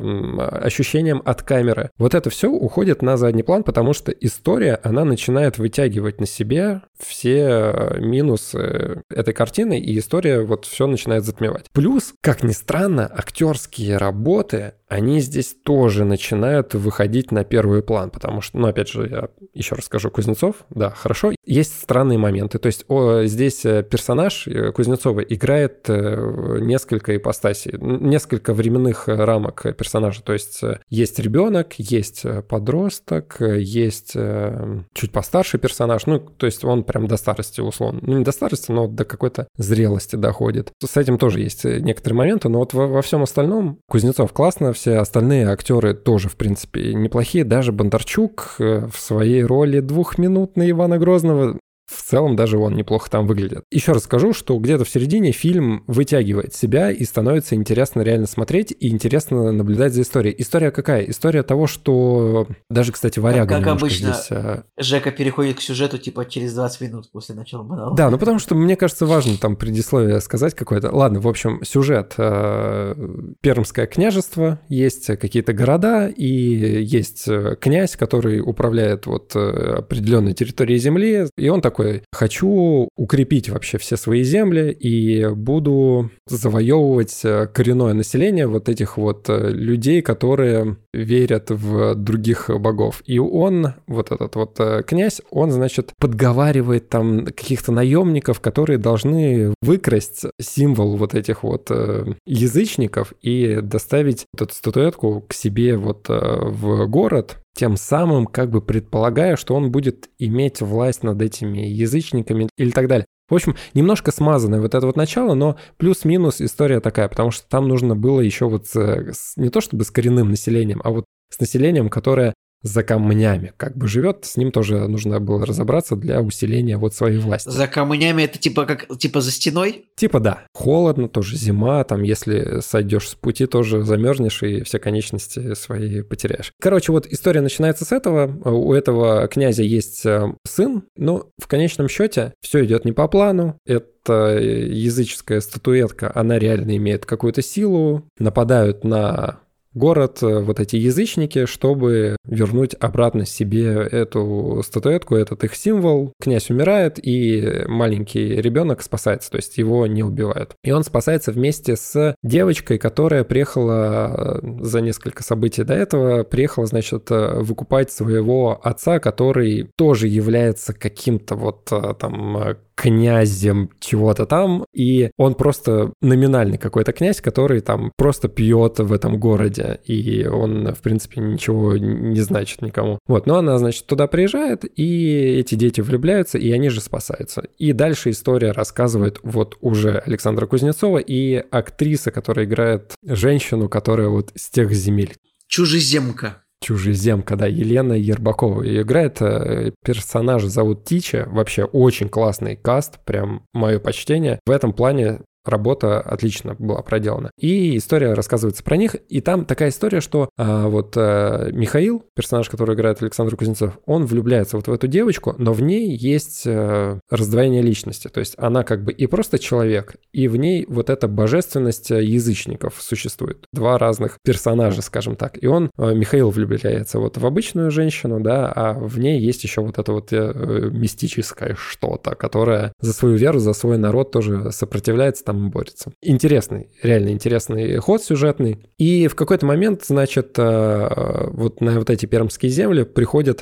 ощущением от камеры, вот это все уходит на задний план, потому что история, она начинает вытягивать на себе все минусы этой картины, и история вот все начинает затмевать. Плюс, как ни странно, актерские работы, они здесь тоже начинают выходить на первый план, потому что, опять же, я еще раз скажу, Кузнецов, да, хорошо, есть странные моменты, то есть здесь персонаж Кузнецова играет несколько ипостасей, несколько временных рамок персонажа, то есть ребенок, есть подросток, есть чуть постарше персонаж, то есть он прям до старости условно, не до старости, но до какой-то зрелости доходит. С этим тоже есть некоторые моменты, но вот во всем остальном Кузнецов классно, все остальные актеры тоже, в принципе, неплохие. Даже Бондарчук в своей роли двухминутной Ивана Грозного, в целом даже он неплохо там выглядит. Еще раз скажу, что где-то в середине фильм вытягивает себя и становится интересно реально смотреть и интересно наблюдать за историей. История какая? История того, что даже, кстати, Варяга как обычно, здесь... Жека переходит к сюжету типа через 20 минут после начала монолога. Да, потому что мне кажется важно там предисловие сказать какое-то. Ладно, в общем, сюжет. Пермское княжество, есть какие-то города и есть князь, который управляет вот определенной территорией земли, и он такой: хочу укрепить вообще все свои земли и буду завоевывать коренное население вот этих вот людей, которые верят в других богов. И он, вот этот вот князь, он, значит, подговаривает там каких-то наемников, которые должны выкрасть символ вот этих вот язычников и доставить вот эту статуэтку к себе вот в город, тем самым как бы предполагая, что он будет иметь власть над этими язычниками или так далее. В общем, немножко смазанное вот это вот начало, но плюс-минус история такая, потому что там нужно было еще вот не то чтобы с коренным населением, а вот с населением, которое за камнями как бы живет, с ним тоже нужно было разобраться для усиления вот своей власти. За камнями это типа за стеной? Типа да. Холодно, тоже зима, там если сойдешь с пути, тоже замерзнешь и все конечности свои потеряешь. Короче, вот история начинается с этого. У этого князя есть сын, но в конечном счете все идет не по плану. Это языческая статуэтка, она реально имеет какую-то силу, нападают на город вот эти язычники, чтобы вернуть обратно себе эту статуэтку, этот их символ. Князь умирает, и маленький ребенок спасается, то есть его не убивают. И он спасается вместе с девочкой, которая приехала за несколько событий до этого, приехала, значит, выкупать своего отца, который тоже является каким-то вот там князем чего-то там, и он просто номинальный какой-то князь, который там просто пьет в этом городе, и он, в принципе, ничего не значит никому. Вот, но она, значит, туда приезжает, и эти дети влюбляются, и они же спасаются. И дальше история рассказывает вот уже Александра Кузнецова и актриса, которая играет женщину, которая вот с тех земель. Чужеземка. Чужеземка, да, Елена Ербакова. Ее играет, персонажа зовут Тича, вообще очень классный каст, прям мое почтение. В этом плане работа отлично была проделана. И история рассказывается про них, и там такая история, что Михаил, персонаж, который играет Александр Кузнецов, он влюбляется вот в эту девочку, но в ней есть раздвоение личности, то есть она как бы и просто человек, и в ней вот эта божественность язычников существует. Два разных персонажа, скажем так. И он, Михаил, влюбляется вот в обычную женщину, да, а в ней есть еще вот это вот мистическое что-то, которое за свою веру, за свой народ тоже сопротивляется, там борется. Интересный, реально интересный ход сюжетный. И в какой-то момент, значит, вот на вот эти пермские земли приходит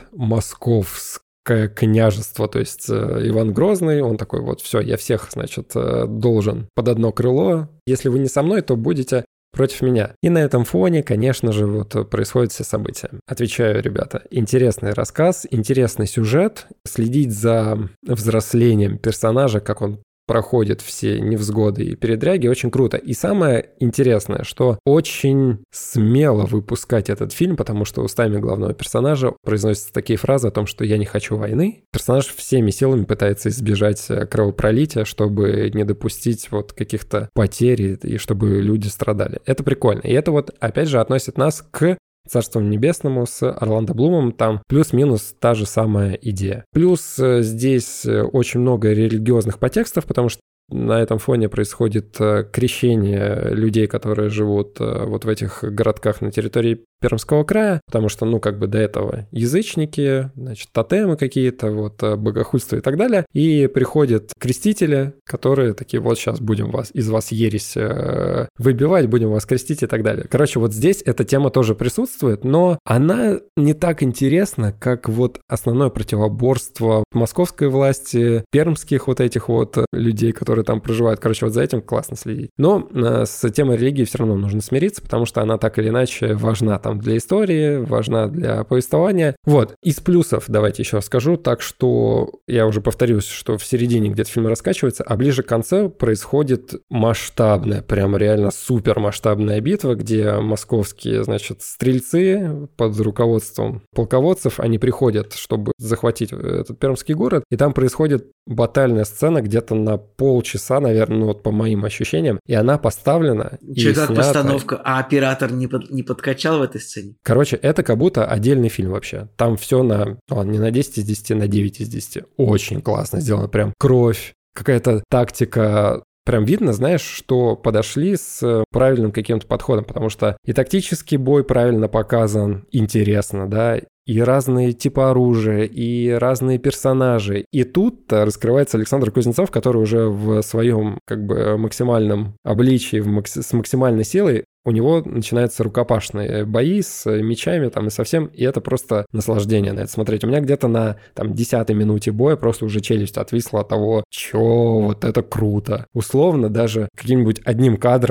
московское княжество, то есть Иван Грозный, он такой вот, все, я всех, значит, должен под одно крыло. Если вы не со мной, то будете против меня. И на этом фоне, конечно же, вот происходят все события. Отвечаю, ребята, интересный рассказ, интересный сюжет, следить за взрослением персонажа, как он проходит все невзгоды и передряги, очень круто. И самое интересное, что очень смело выпускать этот фильм, потому что устами главного персонажа произносятся такие фразы о том, что «я не хочу войны». Персонаж всеми силами пытается избежать кровопролития, чтобы не допустить вот каких-то потерь и чтобы люди страдали. Это прикольно. И это вот, опять же, относит нас к Царством Небесному с Орландо Блумом, там плюс-минус та же самая идея. Плюс здесь очень много религиозных подтекстов, потому что на этом фоне происходит крещение людей, которые живут вот в этих городках на территории Пермского края, потому что, ну, как бы до этого язычники, значит, тотемы какие-то, вот, богохульство и так далее, и приходят крестители, которые такие, вот сейчас будем из вас ересь выбивать, будем вас крестить и так далее. Короче, вот здесь эта тема тоже присутствует, но она не так интересна, как вот основное противоборство московской власти, пермских вот этих вот людей, которые там проживают. Короче, вот за этим классно следить. Но с темой религии все равно нужно смириться, потому что она так или иначе важна там для истории, важна для повествования. Вот, из плюсов давайте еще скажу, так что я уже повторюсь, что в середине где-то фильм раскачивается, а ближе к концу происходит масштабная, прям реально супер масштабная битва, где московские, значит, стрельцы под руководством полководцев, они приходят, чтобы захватить этот пермский город, и там происходит батальная сцена где-то на полчаса, наверное, ну вот по моим ощущениям, и она поставлена и как снята. постановка? А оператор не подкачал в этой сцене? Короче, это как будто отдельный фильм вообще. Там все не на 10 из 10, на 9 из 10. Очень классно сделано, прям кровь, какая-то тактика. Прям видно, знаешь, что подошли с правильным каким-то подходом, потому что и тактический бой правильно показан, интересно, да, и разные типы оружия, и разные персонажи. И тут раскрывается Александр Кузнецов, который уже в своем как бы максимальном обличии, с максимальной силой, у него начинаются рукопашные бои с мечами там и совсем, и это просто наслаждение на это смотреть. У меня где-то на там 10-й минуте боя просто уже челюсть отвисла от того, чё, вот это круто. Условно даже каким-нибудь одним кадром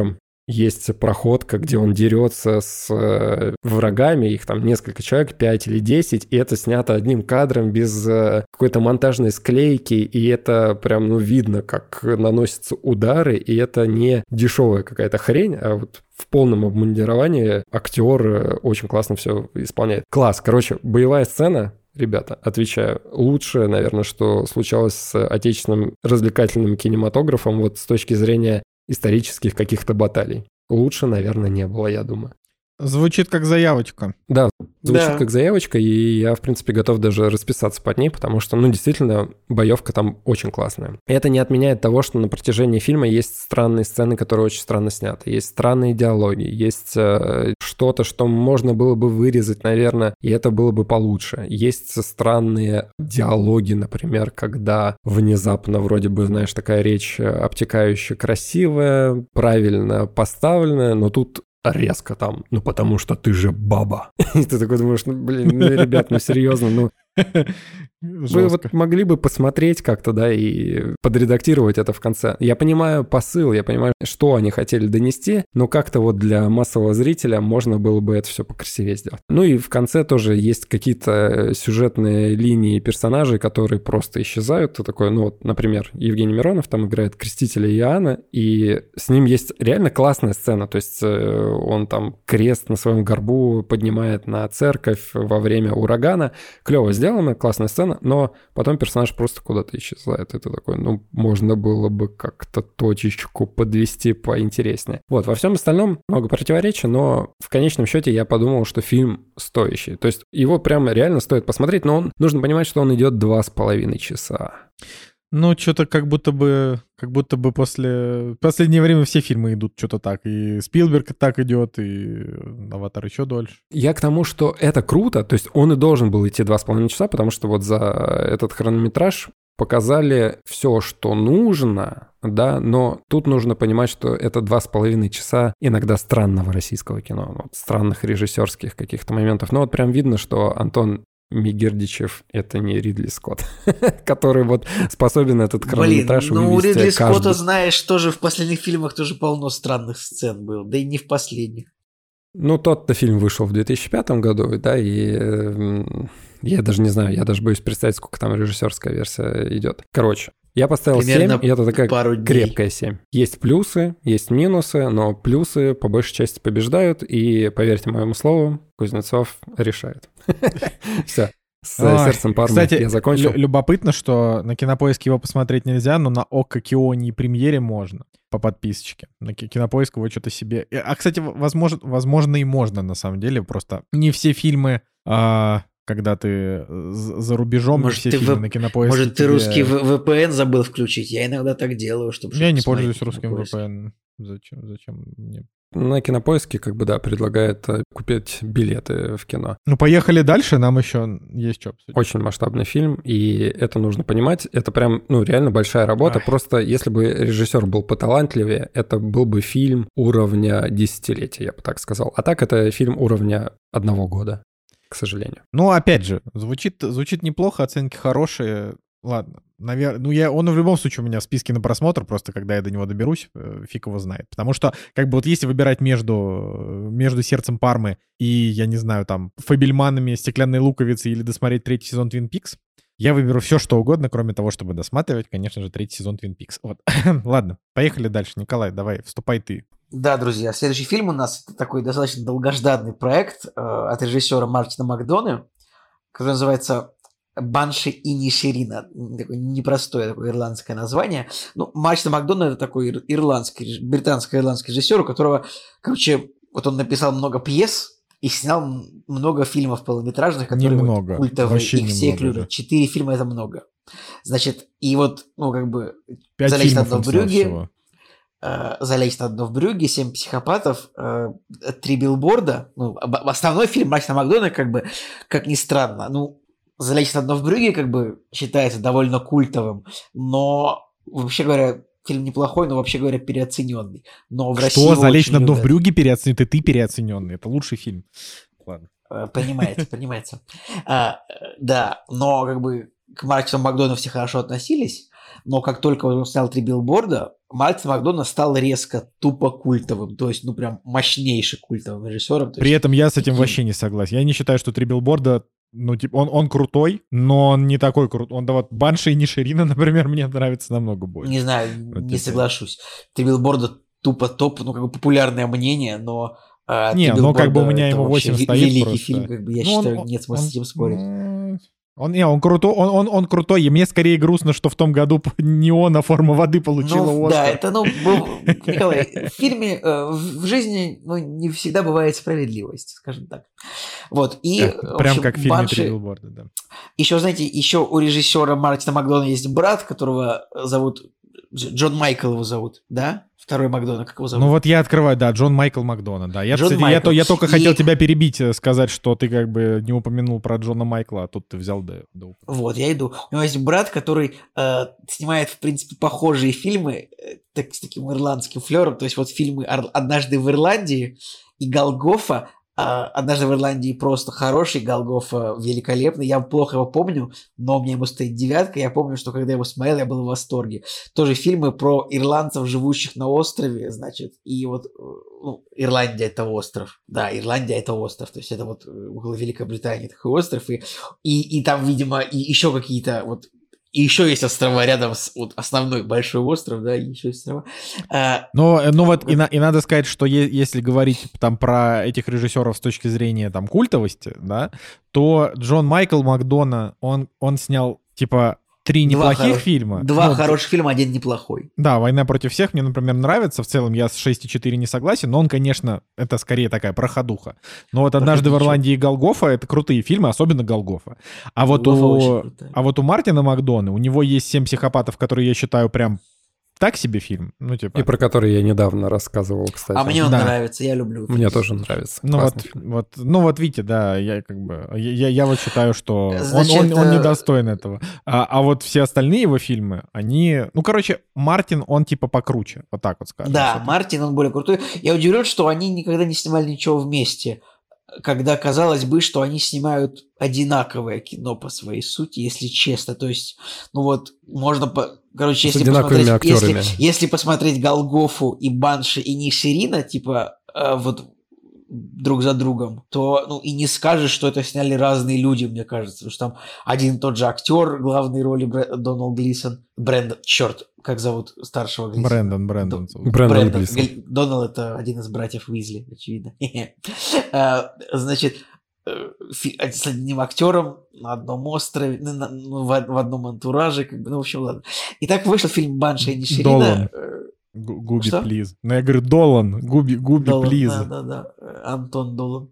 Есть проходка, где он дерется с врагами, их там несколько человек, 5 или 10, и это снято одним кадром без какой-то монтажной склейки, и это прям, ну, видно, как наносятся удары, и это не дешевая какая-то хрень, а вот в полном обмундировании актер очень классно все исполняет. Класс. Короче, боевая сцена, ребята, отвечаю, лучшее, наверное, что случалось с отечественным развлекательным кинематографом вот с точки зрения исторических каких-то баталий. Лучше, наверное, не было, я думаю. Звучит как заявочка. Да, звучит как заявочка, и я, в принципе, готов даже расписаться под ней, потому что, ну, действительно, боевка там очень классная. И это не отменяет того, что на протяжении фильма есть странные сцены, которые очень странно сняты, есть странные диалоги, есть что-то, что можно было бы вырезать, наверное, и это было бы получше. Есть странные диалоги, например, когда внезапно вроде бы, знаешь, такая речь обтекающая, красивая, правильно поставленная, но тут резко там, ну потому что ты же баба. И ты такой думаешь, ну блин, ну ребят, ну серьезно, ну вы вот могли бы посмотреть как-то, да, и подредактировать это в конце. Я понимаю посыл, я понимаю, что они хотели донести, но как-то вот для массового зрителя можно было бы это все покрасивее сделать. Ну и в конце тоже есть какие-то сюжетные линии персонажей, которые просто исчезают. Ты такой, ну вот, например, Евгений Миронов там играет крестителя Иоанна, и с ним есть реально классная сцена, то есть он там крест на своем горбу поднимает на церковь во время урагана. Клево сделано, классная сцена, но потом персонаж просто куда-то исчезает. Это такой, ну, можно было бы как-то точечку подвести поинтереснее. Вот, во всем остальном много противоречий, но в конечном счете я подумал, что фильм стоящий. То есть его прям реально стоит посмотреть, но нужно понимать, что он идет 2,5 часа. Ну, что-то как будто бы в последнее время все фильмы идут что-то так. И Спилберг так идет, и Аватар еще дольше. Я к тому, что это круто, то есть он и должен был идти 2,5 часа, потому что вот за этот хронометраж показали все, что нужно, да, но тут нужно понимать, что это 2,5 часа иногда странного российского кино, вот, странных режиссерских каких-то моментов. Но вот прям видно, что Антон Мегердичев — это не Ридли Скотт, который вот способен этот хронометраж вывести. Ну, у Ридли Скотта, знаешь, тоже в последних фильмах тоже полно странных сцен было, да и не в последних. Ну, тот-то фильм вышел в 2005 году, да, и я даже не знаю, я даже боюсь представить, сколько там режиссерская версия идет. Короче, я поставил примерно 7, и это такая крепкая 7. Есть плюсы, есть минусы, но плюсы по большей части побеждают, и, поверьте моему слову, Кузнецов решает. Все. С «Сердцем Пармы» кстати, я закончил. Любопытно, что на Кинопоиске его посмотреть нельзя, но на ОККО, Кионе и Премьере можно по подписочке. На Кинопоиск его что-то себе... кстати, возможно, и можно, на самом деле. Просто не все фильмы... когда ты за рубежом, может, все фильмы на Кинопоиске... Может, ты русский VPN забыл включить? Я иногда так делаю, чтобы... Я не пользуюсь русским VPN. Зачем мне? На Кинопоиске, как бы, да, предлагает купить билеты в кино. Ну, поехали дальше, нам еще есть что обсудить. Очень масштабный фильм, и это нужно понимать. Это прям, ну, реально большая работа. Просто если бы режиссер был поталантливее, это был бы фильм уровня десятилетия, я бы так сказал. А так это фильм уровня 1 года, к сожалению. Ну, опять же, звучит неплохо, оценки хорошие. Ладно, наверное, он в любом случае у меня в списке на просмотр, просто когда я до него доберусь, фиг его знает. Потому что, как бы, вот если выбирать между «Сердцем Пармы» и, я не знаю, там, «Фабельманами», «Стеклянной луковицей» или досмотреть 3-й сезон «Твин Пикс», я выберу все, что угодно, кроме того, чтобы досматривать, конечно же, 3-й сезон «Твин Пикс». Вот. Ладно, поехали дальше. Николай, давай, вступай ты. Да, друзья, следующий фильм у нас это такой достаточно долгожданный проект от режиссера Мартина Макдона, который называется «Банши Инишерина». Такое непростое такое ирландское название. Ну, Мартин Макдона — это такой британско-ирландский режиссер, у которого, короче, вот он написал много пьес и снял много фильмов полнометражных, которые немного, вот культовые, их все немного, любят. 4 фильма — это много. Значит, и вот, ну, как бы, 5 «Залечь на дно в брюгге», «7 психопатов», 3 билборда. Ну, основной фильм Мартина Макдона, как бы, как ни странно, ну, «Залечь на дно в брюгге» как бы считается довольно культовым, но, вообще говоря, фильм неплохой, но, вообще говоря, переоцененный. Но в России что, «Залечь на дно в брюгге» переоценен? Ты переоцененный. Это лучший фильм. Ладно. Понимаете. Да, но как бы к Мартину Макдону все хорошо относились. но как только он снял «Три билборда», Мартин Макдона стал резко тупо культовым, то есть, ну, прям мощнейший культовым режиссером. При этом я с этим вообще не согласен. Я не считаю, что «Три билборда», ну, типа, он крутой, но он не такой крутой. Он, да, вот «Банши и Ниширина», например, мне нравится намного больше. Не знаю, не соглашусь. «Три билборда» тупо топ, ну, как бы популярное мнение, но... Не, ну, как бы у меня ему 8 стоит великий просто. фильм, как бы, я считаю, нет смысла с этим спорить. Он крутой, и мне скорее грустно, что в том году «Неона. Форма воды» получила Ну, Оскар. да, это, Николай, в фильме, в жизни, не всегда бывает справедливость, скажем так. Вот, и... Прям как в фильме «Три билборда», да. Еще, знаете, у режиссера Мартина Макдона есть брат, которого зовут... Джон Майкл его зовут, да? Второй Макдона, как его зовут? Ну вот я открываю, да, Джон Майкл Макдона, да. Я только хотел тебя перебить, сказать, что ты как бы не упомянул про Джона Майкла, а тут ты взял да. Вот, я иду. У него есть брат, который снимает, в принципе, похожие фильмы с таким ирландским флером. То есть вот фильмы «Однажды в Ирландии» и «Голгофа». «Однажды в Ирландии» просто хороший, «Голгофа» великолепный. Я плохо его помню, но у меня ему стоит 9. Я помню, что когда я его смотрел, я был в восторге. Тоже фильмы про ирландцев, живущих на острове, значит. И вот Ирландия – это остров. Да, Ирландия – это остров. То есть это вот около Великобритании такой остров. И там, видимо, и еще какие-то вот... И еще есть острова рядом с основной большой остров, да, и еще есть острова. И надо сказать, что если говорить там про этих режиссеров с точки зрения там культовости, да, то Джон Майкл Макдона, он снял типа 3 неплохих фильма. 2 хороших фильма, 1 неплохой. Да, «Война против всех» мне, например, нравится. В целом я с 6,4 не согласен, но он, конечно, это скорее такая проходуха. Но вот «Однажды в Ирландии» и «Голгофа» — это крутые фильмы, особенно «Голгофа». А вот у Мартина Макдона, у него есть «Семь психопатов», которые я считаю прям так себе фильм. Ну, типа... И про который я недавно рассказывал, кстати. А мне он нравится, я люблю. Мне тоже нравится. Вот видите, да, я как бы... Я вот считаю, что он недостоин этого. А вот все остальные его фильмы, они... Ну, короче, Мартин, он типа покруче, вот так вот скажем. Да, Мартин, он более крутой. Я удивлен, что они никогда не снимали ничего вместе, когда казалось бы, что они снимают одинаковое кино по своей сути, если честно. То есть, ну вот, можно... Короче, если посмотреть «Голгофу» и «Банши» и «Ниширина», типа, вот друг за другом, то, ну, и не скажешь, что это сняли разные люди, мне кажется. Потому что там один и тот же актер главной роли Дональд Глисон. Как зовут старшего Глисона? Брэндон. Брэндон Глисон. Дональд – это один из братьев Уизли, очевидно. Значит, с одним актером на одном острове, в одном антураже, как бы, ну, в общем, ладно. И так вышел фильм «Банши и Ниширина». Губи, плиз. Ну, я говорю, Долан, Губи, плиз. Да, Антон Долан.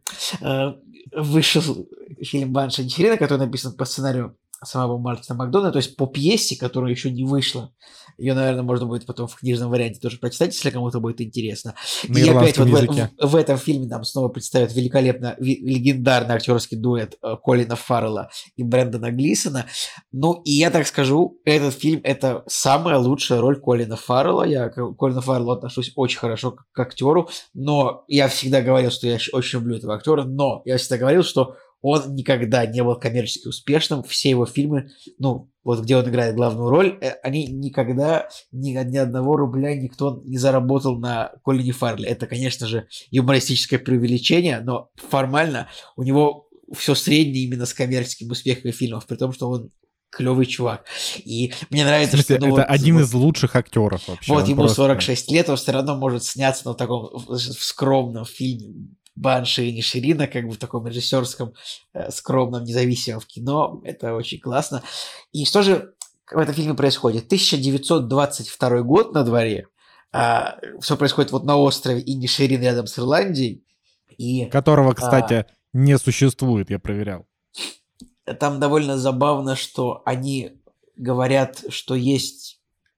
Вышел фильм «Банши и Ниширина», который написан по сценарию самого Мартина Макдона, то есть по пьесе, которая еще не вышла. Ее, наверное, можно будет потом в книжном варианте тоже прочитать, если кому-то будет интересно. И опять вот в этом фильме нам снова представят великолепно легендарный актерский дуэт Колина Фаррелла и Брэндона Глисона. Ну, и я так скажу, этот фильм – это самая лучшая роль Колина Фаррелла. Я к Колину Фарреллу отношусь очень хорошо к актеру, но я всегда говорил, что я очень люблю этого актера, но я всегда говорил, что он никогда не был коммерчески успешным. Все его фильмы, ну, вот где он играет главную роль, они никогда ни одного рубля никто не заработал на Колине Фаррелле. Это, конечно же, юмористическое преувеличение, но формально у него все среднее именно с коммерческим успехом фильмов, при том, что он клевый чувак. И мне нравится, что... это один из лучших актеров вообще. Вот ему 46 лет, он все равно может сняться на таком скромном фильме «Банши и Ниширина», как бы в таком режиссерском, скромном, независимом кино. Это очень классно. И что же в этом фильме происходит? 1922 год на дворе. Все происходит вот на острове Иниширин рядом с Ирландией. Которого, кстати, не существует, я проверял. Там довольно забавно, что они говорят, что есть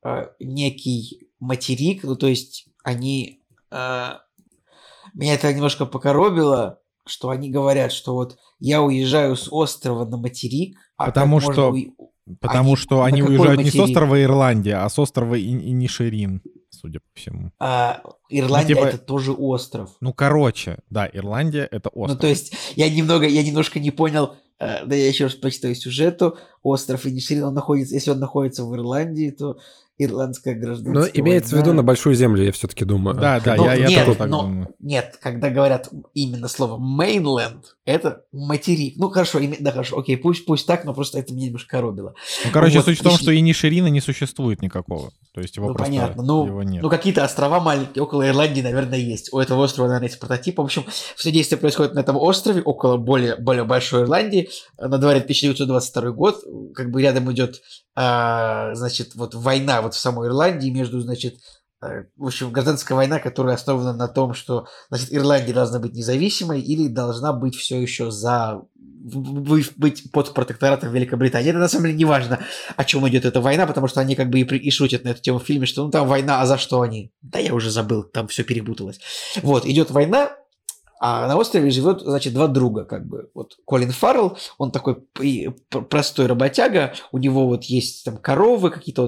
некий материк, ну то есть они... Меня это немножко покоробило, что они говорят, что вот я уезжаю с острова на материк. Потому что они уезжают не с острова Ирландия, а с острова Иниширин, судя по всему. Ирландия это тоже остров. Ну, короче, да, Ирландия это остров. Ну, то есть я немножко не понял, да я еще раз прочитаю сюжету. остров Иниширин, если он находится в Ирландии, то ирландская гражданская Но имеется в виду на большую землю, я все-таки думаю. Да, я тоже так думаю. Нет, когда говорят именно слово mainland, это материк. Ну, хорошо, хорошо, окей, пусть так, но просто это меня немножко коробило. Суть в том, что Иниширина не существует никакого. То есть его просто понятно. его нет. Какие-то острова маленькие около Ирландии, наверное, есть. У этого острова, наверное, есть прототип. В общем, все действие происходит на этом острове, около более большой Ирландии. На дворе 1922 год. Как бы рядом идет, значит, вот война вот в самой Ирландии между, значит, в общем, гражданская война, которая основана на том, что, значит, Ирландия должна быть независимой или должна быть все еще быть под протекторатом Великобритании. Это на самом деле не важно, о чем идет эта война, потому что они как бы и шутят на эту тему в фильме, что там война, а за что они? Да я уже забыл, там все перепуталось. Вот, идет война, а на острове живет, значит, два друга, как бы. Вот Колин Фаррелл, он такой простой работяга, у него вот есть там коровы, какие-то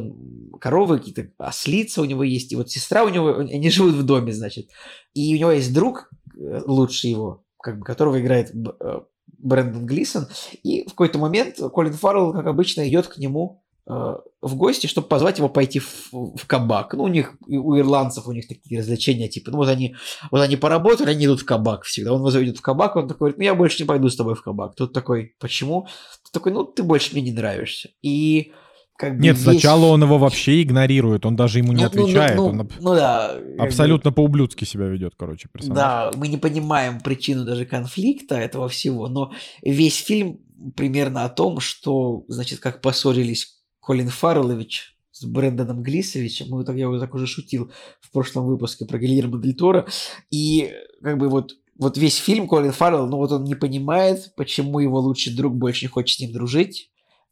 ослица у него есть, и вот сестра у него, они живут в доме, значит. И у него есть друг, лучше его, как бы, которого играет Брэндон Глисон, и в какой-то момент Колин Фаррелл, как обычно, идет к нему в гости, чтобы позвать его пойти в кабак. Ну, у ирландцев у них такие развлечения, типа, ну, вот они поработали, они идут в кабак всегда. Он идет в кабак, он такой говорит, ну, я больше не пойду с тобой в кабак. Тут такой, почему? Тут такой, ну, ты больше мне не нравишься. И как бы нет, сначала он его вообще игнорирует, он даже ему не отвечает. Он да, абсолютно по-ублюдски себя ведет, короче, персонаж. Да, мы не понимаем причину даже конфликта этого всего, но весь фильм примерно о том, что, значит, как поссорились Колин Фарреллович с Брэндоном Глисовичем. Я так уже шутил в прошлом выпуске про Гильермо Дель Торо. И как бы вот весь фильм Колин Фаррелл, ну вот он не понимает, почему его лучший друг больше не хочет с ним дружить.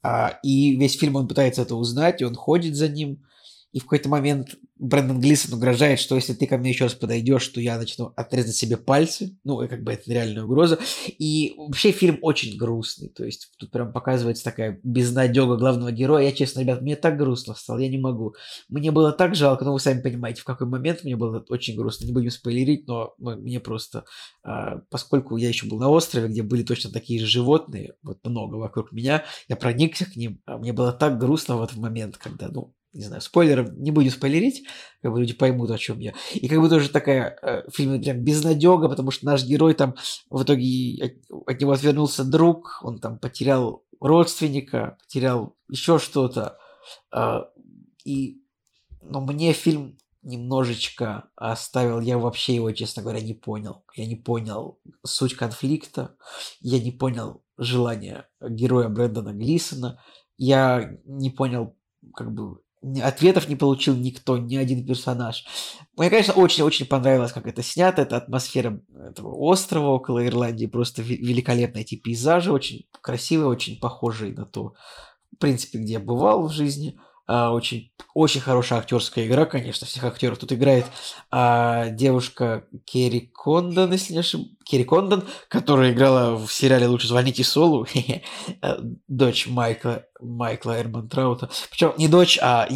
И весь фильм он пытается это узнать, и он ходит за ним. И в какой-то момент Брэндон Глисон угрожает, что если ты ко мне еще раз подойдешь, то я начну отрезать себе пальцы. Ну, и как бы это реальная угроза. И вообще фильм очень грустный. То есть тут прям показывается такая безнадега главного героя. Я, честно, ребят, мне так грустно стало, я не могу. Мне было так жалко, но вы сами понимаете, в какой момент мне было очень грустно. Не будем спойлерить, но мне просто... Поскольку я еще был на острове, где были точно такие же животные, вот много вокруг меня, я проникся к ним. Мне было так грустно в этот момент, когда, не знаю, спойлером, не будем спойлерить, как бы люди поймут, о чем я. И как бы тоже такая фильм прям безнадега, потому что наш герой там в итоге от него отвернулся друг, он там потерял родственника, потерял еще что-то. Но мне фильм немножечко оставил, я вообще его, честно говоря, не понял. Я не понял суть конфликта, я не понял желания героя Брэндона Глисона, я не понял, как бы, ответов не получил никто, ни один персонаж. Мне, конечно, очень-очень понравилось, как это снято, эта атмосфера этого острова около Ирландии, просто великолепные эти пейзажи, очень красивые, очень похожие на то, в принципе, где я бывал в жизни. Очень, очень хорошая актерская игра, конечно, всех актеров. Тут играет девушка Керри Кондон, если не ошибаюсь. Керри Кондон, которая играла в сериале «Лучше звоните Солу», дочь Майкла Эрмантраута. Причем не дочь, а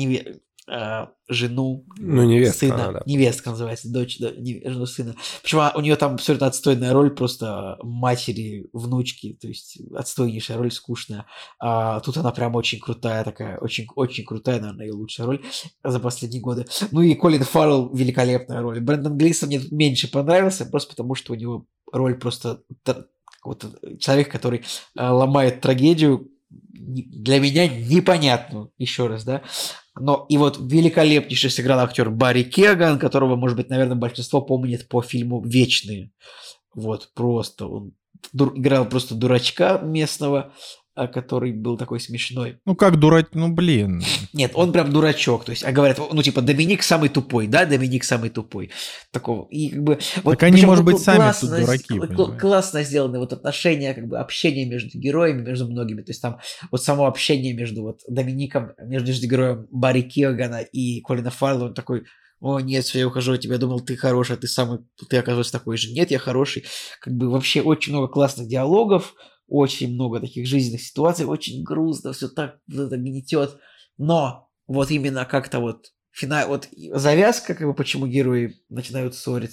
жену невестка, сына. Да. Невестка называется, дочь, жену сына. Причем у нее там абсолютно отстойная роль, просто матери, внучки, то есть отстойнейшая роль, скучная. Тут она прям очень крутая такая, очень, очень крутая, наверное, ее лучшая роль за последние годы. Ну и Колин Фаррелл великолепная роль. Брэндон Глисон мне тут меньше понравился, просто потому что у него роль просто вот человек, который ломает трагедию, для меня непонятную, еще раз, да. Но и вот великолепнейший сыграл актер Барри Кеган, которого, может быть, наверное, большинство помнит по фильму «Вечные». Вот, просто он играл просто дурачка местного, который был такой смешной. Ну, как дурак, блин. Нет, он прям дурачок. То есть, говорят, типа, Доминик самый тупой, да, Доминик самый тупой. Такого. И как бы... Вот, так они, может быть, сами тут дураки. Классно сделаны вот отношения, как бы общение между героями, между многими. То есть там вот само общение между вот Домиником, между героем Барри Кегана и Колина Фаррелла, он такой... О, нет, все, я ухожу от тебя, думал, ты хороший, а ты оказывается такой же. Нет, я хороший. Как бы вообще очень много классных диалогов, очень много таких жизненных ситуаций, очень грустно, все так это гнетет. Но вот именно как-то вот завязка, как бы почему герои начинают ссориться,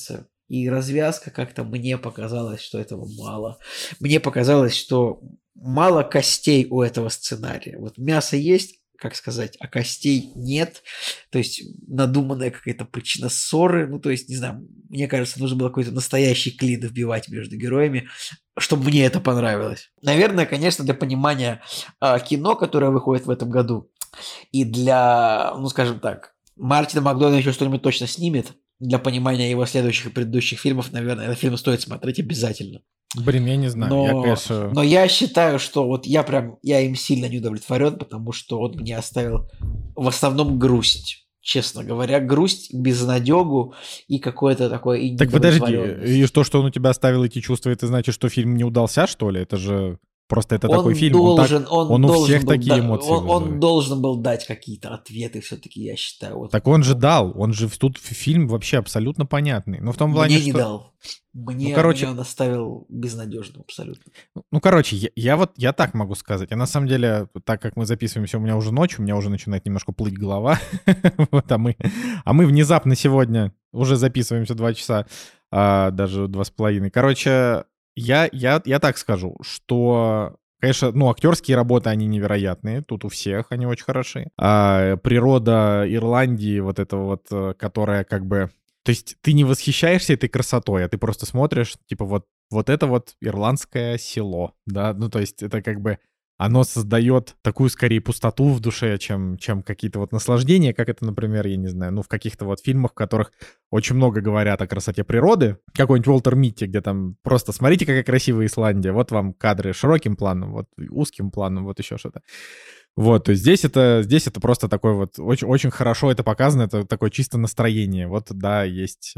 И развязка как-то мне показалось, что этого мало. Мне показалось, что мало костей у этого сценария. Вот мясо есть, как сказать, а костей нет. То есть надуманная какая-то причина ссоры. Ну, то есть, не знаю, мне кажется, нужно было какой-то настоящий клин вбивать между героями, чтобы мне это понравилось. Наверное, конечно, для понимания кино, которое выходит в этом году, и для, ну, скажем так, Мартина Макдона еще что-нибудь точно снимет. Для понимания его следующих и предыдущих фильмов, наверное, этот фильм стоит смотреть обязательно. Блин, я не знаю. Я, конечно... Но я считаю, что вот я им сильно не удовлетворен, потому что он мне оставил в основном грусть. Честно говоря, грусть, безнадегу и какое-то такое... Так подожди, и то, что он у тебя оставил эти чувства, это значит, что фильм не удался, что ли? Это же... Просто это такой фильм, он у всех такие эмоции вызывает. Он должен был дать какие-то ответы, все-таки, я считаю. Вот. Так он же дал, он же тут фильм вообще абсолютно понятный. Но в том плане, мне не дал. Мне он оставил безнадежным абсолютно. Ну, короче, я так могу сказать. А на самом деле, так как мы записываемся, у меня уже ночь, у меня уже начинает немножко плыть голова. Вот, а мы внезапно сегодня уже записываемся 2 часа, даже 2,5. Короче... Я так скажу, что, конечно, ну, актерские работы, они невероятные, тут у всех они очень хороши. А природа Ирландии, вот это вот, которая как бы... То есть ты не восхищаешься этой красотой, а ты просто смотришь, типа, вот это вот ирландское село, да, ну, то есть это как бы... Оно создает такую, скорее, пустоту в душе, чем какие-то вот наслаждения, как это, например, я не знаю, ну, в каких-то вот фильмах, в которых очень много говорят о красоте природы. Какой-нибудь Уолтер Митти, где там просто смотрите, какая красивая Исландия, вот вам кадры широким планом, вот узким планом, вот еще что-то. Вот, то есть здесь это просто такой вот, очень, очень хорошо это показано, это такое чисто настроение. Вот, да, есть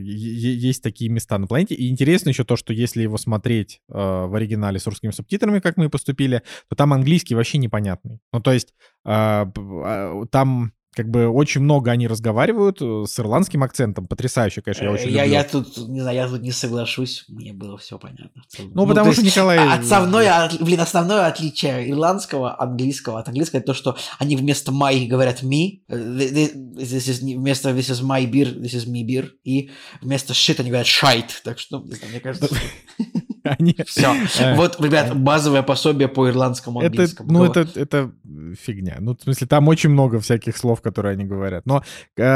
такие места на планете. И интересно еще то, что если его смотреть в оригинале с русскими субтитрами, как мы и поступили, то там английский вообще непонятный. Ну, то есть там... Как бы очень много они разговаривают с ирландским акцентом. Потрясающе, конечно, я очень люблю. Я тут не соглашусь, мне было все понятно. Ну, потому что Николай... Основное отличие ирландского, английского от английского, это то, что они вместо my говорят me, вместо this is my beer, this is me beer, и вместо shit они говорят shite. Так что, не знаю, мне кажется... Все. Вот, ребят, базовое пособие по ирландскому английскому. Ну, это фигня. Ну, в смысле, там очень много всяких слов, которые они говорят. Но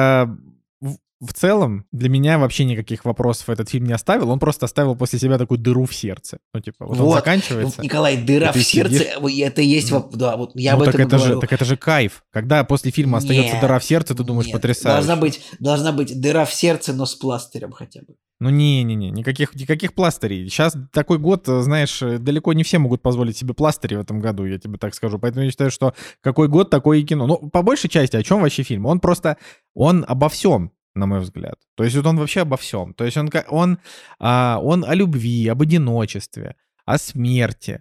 в целом для меня вообще никаких вопросов этот фильм не оставил. Он просто оставил после себя такую дыру в сердце. Ну, типа, вот он заканчивается. Николай, дыра в сердце, это и есть... Да, вот я об этом говорю. Так это же кайф. Когда после фильма остается дыра в сердце, ты думаешь, потрясающе. Должна быть дыра в сердце, но с пластырем хотя бы. Ну, никаких пластырей. Сейчас такой год, знаешь, далеко не все могут позволить себе пластыри в этом году, я тебе так скажу. Поэтому я считаю, что какой год, такое и кино. Ну, по большей части, о чем вообще фильм? Он обо всем, на мой взгляд. То есть вот он вообще обо всем. То есть он о любви, об одиночестве, о смерти,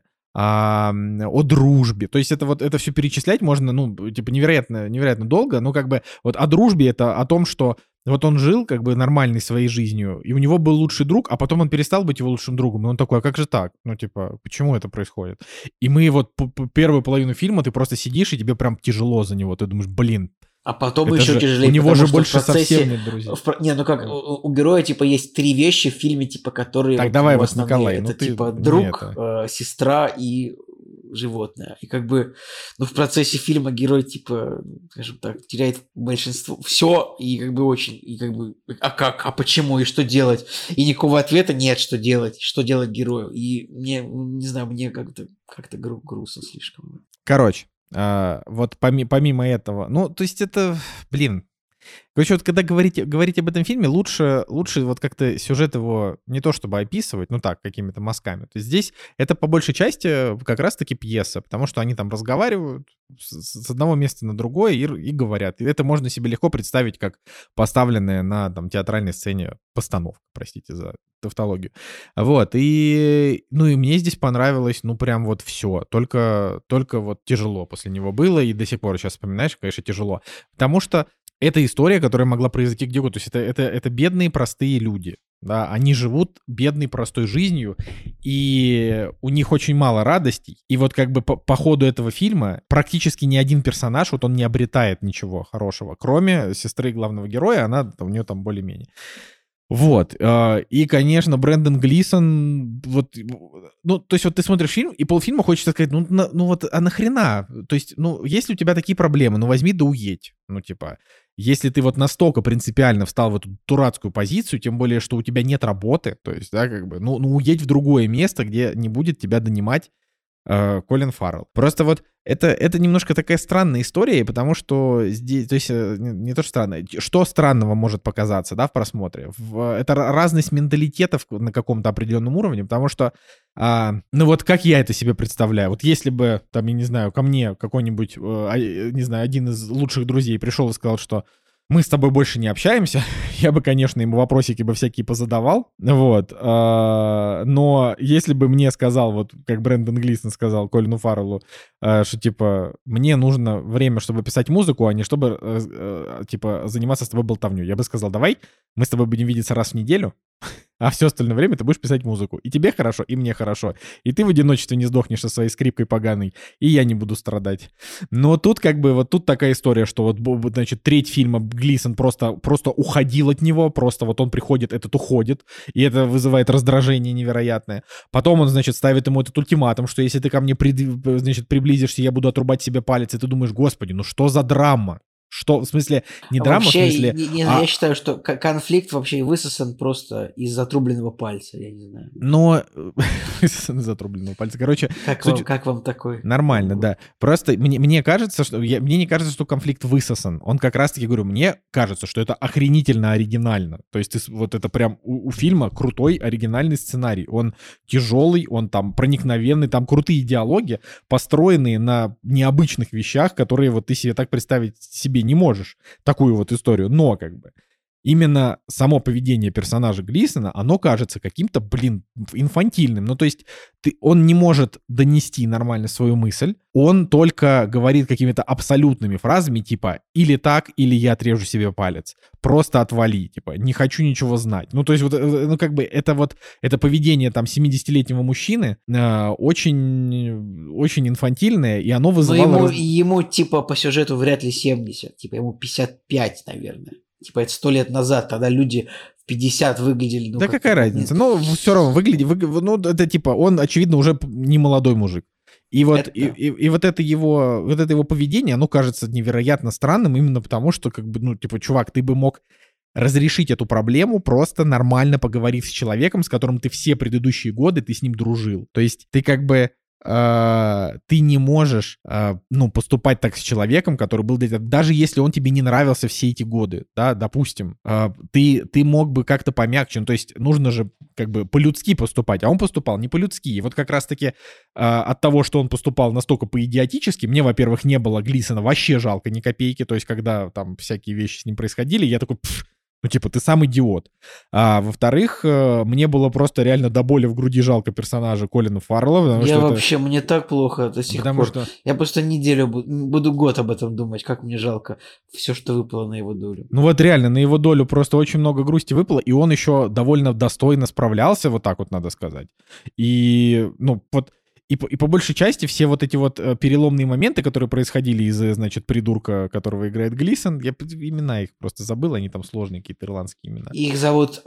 о дружбе. То есть это все перечислять можно, ну, типа, невероятно долго. Но как бы вот о дружбе это о том, что вот он жил как бы нормальной своей жизнью, и у него был лучший друг, а потом он перестал быть его лучшим другом. И он такой, а как же так? Ну, типа, почему это происходит? И мы вот первую половину фильма ты просто сидишь, и тебе прям тяжело за него. Ты думаешь, блин. А потом еще тяжелее. У него же больше совсем нет друзей. У героя, типа, есть 3 вещи в фильме, типа, которые... Так, давай вот, Николай. Это, типа, друг, сестра и животное. И как бы, ну, в процессе фильма герой, типа, скажем так, теряет большинство, все, и как бы очень, и как бы, а как, а почему, и что делать? И никакого ответа нет, что делать герою. И мне, не знаю, мне как-то грустно слишком. Короче, вот помимо этого, ну, то есть это, блин, короче, вот когда говорить об этом фильме, лучше вот как-то сюжет его не то чтобы описывать, ну так, какими-то мазками. То есть здесь это по большей части как раз-таки пьеса, потому что они там разговаривают с одного места на другое и говорят. И это можно себе легко представить как поставленная на там театральной сцене постановка, простите за тавтологию. Вот, и мне здесь понравилось, ну, прям вот все. Только вот тяжело после него было, и до сих пор сейчас вспоминаешь, конечно, тяжело. Потому что это история, которая могла произойти где угодно. То есть это бедные, простые люди. Да? Они живут бедной, простой жизнью, и у них очень мало радостей. И вот как бы по ходу этого фильма практически ни один персонаж, вот он не обретает ничего хорошего, кроме сестры главного героя, у нее там более-менее. Вот. И, конечно, Брэндон Глисон, вот, ну, то есть вот ты смотришь фильм, и полфильма хочется сказать, ну вот, а нахрена? То есть, ну, если у тебя такие проблемы, ну, возьми да уедь. Ну, типа, если ты вот настолько принципиально встал в эту дурацкую позицию, тем более, что у тебя нет работы, то есть, да, как бы, ну уедь в другое место, где не будет тебя донимать Колин Фаррелл. Просто вот это немножко такая странная история, потому что здесь, то есть не то, что странно, что странного может показаться, да, в просмотре? Это разность менталитетов на каком-то определенном уровне, потому что, ну вот как я это себе представляю, вот если бы, там, я не знаю, ко мне какой-нибудь, не знаю, один из лучших друзей пришел и сказал, что мы с тобой больше не общаемся, я бы, конечно, ему вопросики бы всякие позадавал, вот, но если бы мне сказал, вот как Брэндон Глисон сказал Колину Фарреллу, что, типа, мне нужно время, чтобы писать музыку, а не чтобы, типа, заниматься с тобой болтовней, я бы сказал, давай мы с тобой будем видеться раз в неделю, а все остальное время ты будешь писать музыку. И тебе хорошо, и мне хорошо. И ты в одиночестве не сдохнешь со своей скрипкой поганой, и я не буду страдать. Но тут как бы вот тут такая история, что вот, значит, треть фильма Глисон просто уходил от него, просто вот он приходит, этот уходит, и это вызывает раздражение невероятное. Потом он, значит, ставит ему этот ультиматум, что если ты ко мне, значит, приблизишься, я буду отрубать себе палец, и ты думаешь, господи, ну что за драма? Что, в смысле, не драма, вообще, в смысле... я считаю, что конфликт вообще высосан просто из отрубленного пальца, я не знаю. Но... из отрубленного пальца. Короче... Как вам такой? Нормально, да. Просто мне кажется, что... Мне не кажется, что конфликт высосан. Он как раз-таки, говорю, мне кажется, что это охренительно оригинально. То есть вот это прям у фильма крутой оригинальный сценарий. Он тяжелый, он там проникновенный, там крутые диалоги, построенные на необычных вещах, которые вот ты себе так представить себе не можешь. Такую вот историю. Но как бы... Именно само поведение персонажа Глисона, оно кажется каким-то, инфантильным. Ну, то есть он не может донести нормально свою мысль, он только говорит какими-то абсолютными фразами, типа «или так, или я отрежу себе палец». Просто отвали, типа «не хочу ничего знать». Ну, то есть вот, ну, как бы это поведение там 70-летнего мужчины очень, очень инфантильное, и оно вызывало... Но ему, типа, по сюжету вряд ли 70, типа, ему 55, наверное. Типа, это 100 лет назад, тогда люди в 50 выглядели... Ну, да какая разница? Ну, все равно выглядит... Ну, это типа, он, очевидно, уже не молодой мужик. И вот, и вот это его поведение, оно кажется невероятно странным именно потому, что, как бы, ну, типа, чувак, ты бы мог разрешить эту проблему, просто нормально поговорив с человеком, с которым ты все предыдущие годы, ты с ним дружил. То есть ты как бы... ты не можешь, ну, поступать так с человеком, который был, даже если он тебе не нравился все эти годы, да, допустим, ты мог бы как-то помягче, ну, то есть нужно же как бы по-людски поступать, а он поступал не по-людски, и вот как раз-таки от того, что он поступал настолько по-идиотически, мне, во-первых, не было Глисона вообще жалко ни копейки, то есть когда там всякие вещи с ним происходили, я такой... Ну, типа, ты сам идиот. А во-вторых, мне было просто реально до боли в груди жалко персонажа Колина Фаррелла. Мне так плохо до сих пор. Я просто неделю буду год об этом думать, как мне жалко все, что выпало на его долю. Ну вот реально, на его долю просто очень много грусти выпало, и он еще довольно достойно справлялся, вот так вот надо сказать. И, ну, вот... И по большей части все вот эти вот переломные моменты, которые происходили из-за, значит, придурка, которого играет Глисон, я имена их просто забыл, они там сложные какие-то ирландские имена. Их зовут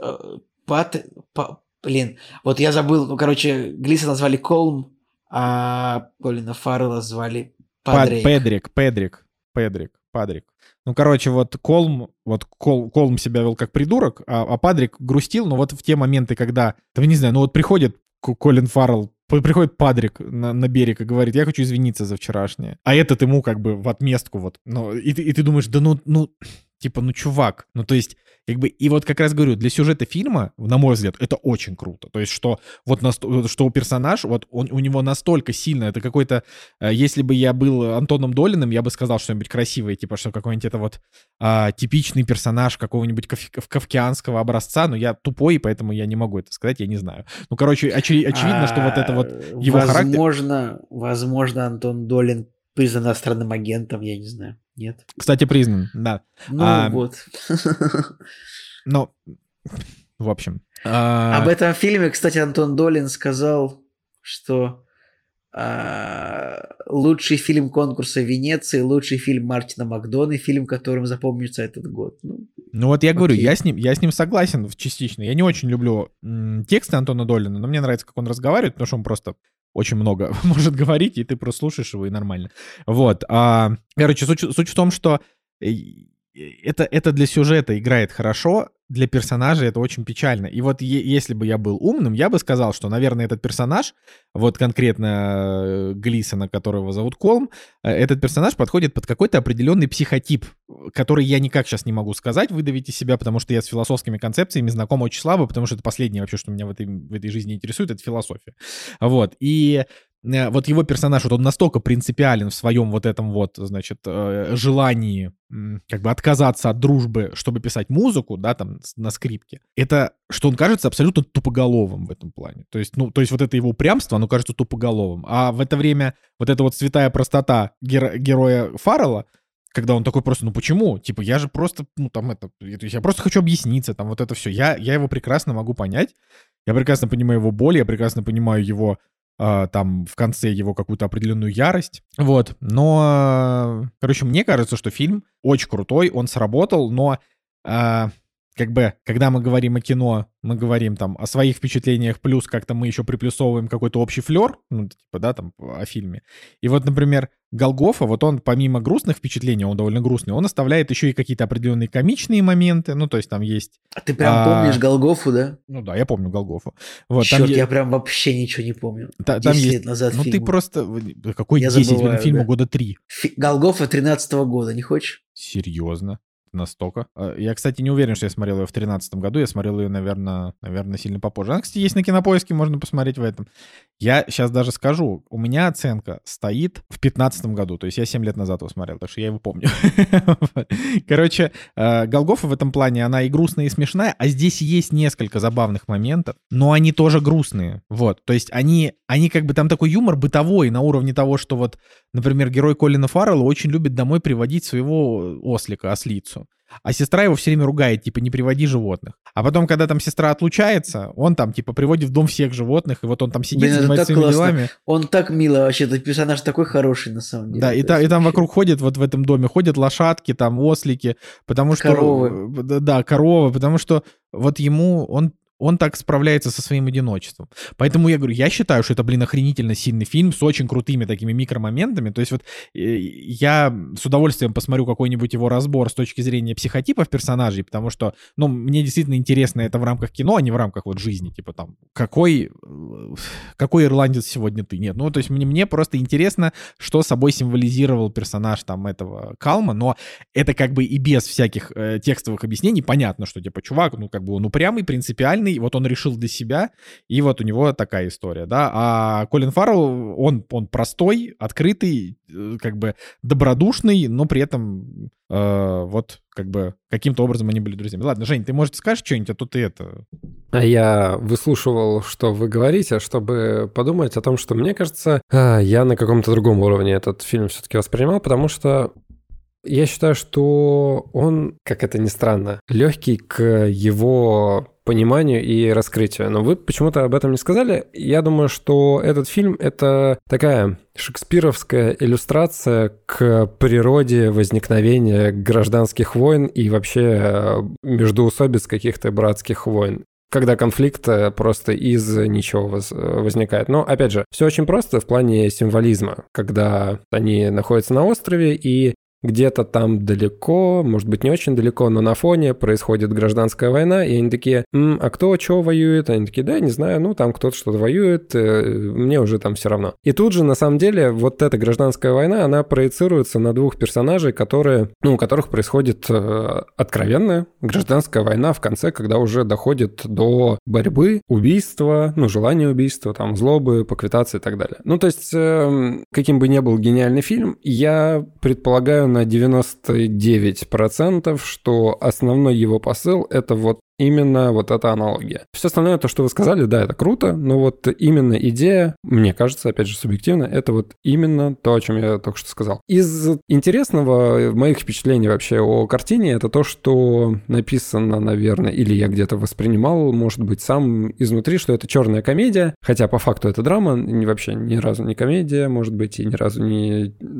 вот я забыл, ну, короче, Глисона звали Колм, а Колина Фаррелла звали Педрик. Ну, короче, вот Колм себя вел как придурок, а Падрик грустил, но вот в те моменты, когда, да, не знаю, ну вот приходит Колин Фаррелл, приходит Падрик на берег и говорит, я хочу извиниться за вчерашнее. А этот ему как бы в отместку вот. Ну, и ты думаешь, да типа, чувак. Ну, то есть, как бы, и вот как раз говорю, для сюжета фильма, на мой взгляд, это очень круто. То есть, что вот что персонаж, вот у него настолько сильно, это какой-то, если бы я был Антоном Долиным, я бы сказал что-нибудь красивое, типа, что какой-нибудь это вот типичный персонаж какого-нибудь кавказского образца, но я тупой, поэтому я не могу это сказать, я не знаю. Ну, короче, очевидно, что вот это вот его характер... Возможно, Антон Долин признан иностранным агентом, я не знаю. Нет? Кстати, признан, да. Ну, вот. Ну, в общем. Об этом фильме, кстати, Антон Долин сказал, что лучший фильм конкурса Венеции, лучший фильм Мартина Макдона, фильм, которым запомнится этот год. Ну, Ну вот я говорю, Окей. я с ним согласен частично. Я не очень люблю тексты Антона Долина, но мне нравится, как он разговаривает, потому что он просто очень много может говорить, и ты просто слушаешь его, и нормально. Вот. Короче, суть в том, что это для сюжета играет хорошо, для персонажа это очень печально. И вот если бы я был умным, я бы сказал, что, наверное, этот персонаж, вот конкретно Глисона, которого зовут Колм, этот персонаж подходит под какой-то определенный психотип, который я никак сейчас не могу сказать, выдавить из себя, потому что я с философскими концепциями знаком очень слабо, потому что это последнее вообще, что меня в этой жизни интересует, это философия. Вот. И вот его персонаж, вот он настолько принципиален в своем вот этом вот, значит, желании как бы отказаться от дружбы, чтобы писать музыку, да, там, на скрипке, это, что он кажется абсолютно тупоголовым в этом плане. То есть вот это его упрямство, оно кажется тупоголовым. А в это время вот эта вот святая простота героя Фаррелла, когда он такой просто, ну почему? Типа, я же просто, я просто хочу объясниться, там, вот это все. Я его прекрасно могу понять, я прекрасно понимаю его боль, я прекрасно понимаю его там в конце его какую-то определенную ярость. Вот. Но, короче, мне кажется, что фильм очень крутой, он сработал, но как бы, когда мы говорим о кино, мы говорим там о своих впечатлениях, плюс как-то мы еще приплюсовываем какой-то общий флер, ну, типа, да, там, о фильме. И вот, например, Голгофа, вот он помимо грустных впечатлений, он довольно грустный, он оставляет еще и какие-то определенные комичные моменты, ну, то есть там есть... А ты прям помнишь Голгофу, да? Ну да, я помню Голгофу. Вот, Черт, там я прям вообще ничего не помню. там 10 есть... лет назад Ну фильму. ты просто... Какой Я 10? забываю, Фильму да. года 3. Голгофа 13-го года, не хочешь? Серьезно? Настолько. Я, кстати, не уверен, что я смотрел ее в 2013 году. Я смотрел ее, наверное, сильно попозже. Она, кстати, есть на Кинопоиске, можно посмотреть в этом. Я сейчас даже скажу, у меня оценка стоит в 2015 году. То есть я 7 лет назад его смотрел, так что я его помню. Короче, Голгофа в этом плане, она и грустная, и смешная, а здесь есть несколько забавных моментов, но они тоже грустные. Вот. То есть они как бы там такой юмор бытовой на уровне того, что вот, например, герой Колина Фаррелла очень любит домой приводить своего ослика, ослицу. А сестра его все время ругает, типа, не приводи животных. А потом, когда там сестра отлучается, он там, типа, приводит в дом всех животных, и вот он там сидит, Блин, это занимается так своими классно. делами. Он так мило вообще, этот персонаж такой хороший на самом деле. Да, и там вокруг ходят, вот в этом доме ходят лошадки, там, ослики, потому что... Коровы. Да, коровы, потому что вот ему, он так справляется со своим одиночеством. Поэтому я говорю, я считаю, что это, охренительно сильный фильм с очень крутыми такими микромоментами. То есть вот я с удовольствием посмотрю какой-нибудь его разбор с точки зрения психотипов персонажей, потому что, ну, мне действительно интересно это в рамках кино, а не в рамках вот жизни. Типа там, какой ирландец сегодня ты? Нет, ну, то есть мне просто интересно, что собой символизировал персонаж там этого Калма, но это как бы и без всяких текстовых объяснений понятно, что типа чувак, ну, как бы он упрямый, принципиальный, вот он решил для себя, и вот у него такая история, да. А Колин Фаррелл, он простой, открытый, как бы добродушный, но при этом вот как бы каким-то образом они были друзьями. Ладно, Жень, ты, может, скажешь что-нибудь, а то ты это... А я выслушивал, что вы говорите, чтобы подумать о том, что, мне кажется, я на каком-то другом уровне этот фильм все-таки воспринимал, потому что я считаю, что он, как это ни странно, легкий к его пониманию и раскрытию. Но вы почему-то об этом не сказали. Я думаю, что этот фильм — это такая шекспировская иллюстрация к природе возникновения гражданских войн и вообще междоусобиц каких-то братских войн, когда конфликт просто из ничего возникает. Но, опять же, все очень просто в плане символизма, когда они находятся на острове, и где-то там далеко, может быть, не очень далеко, но на фоне происходит гражданская война, и они такие, а кто что воюет? Они такие, да, не знаю, ну, там кто-то что-то воюет, мне уже там все равно. И тут же, на самом деле, вот эта гражданская война, она проецируется на двух персонажей, у которых происходит откровенная гражданская война в конце, когда уже доходит до борьбы, убийства, желания убийства, там, злобы, поквитации и так далее. Ну, то есть, каким бы ни был гениальный фильм, я предполагаю на 99%, что основной его посыл — это вот именно вот эта аналогия. Все остальное, то, что вы сказали, да, это круто, но вот именно идея, мне кажется, опять же, субъективно, это вот именно то, о чем я только что сказал. Из интересного моих впечатлений вообще о картине, это то, что написано, наверное, или я где-то воспринимал, может быть, сам изнутри, что это черная комедия, хотя по факту это драма, вообще ни разу не комедия, может быть, и ни разу не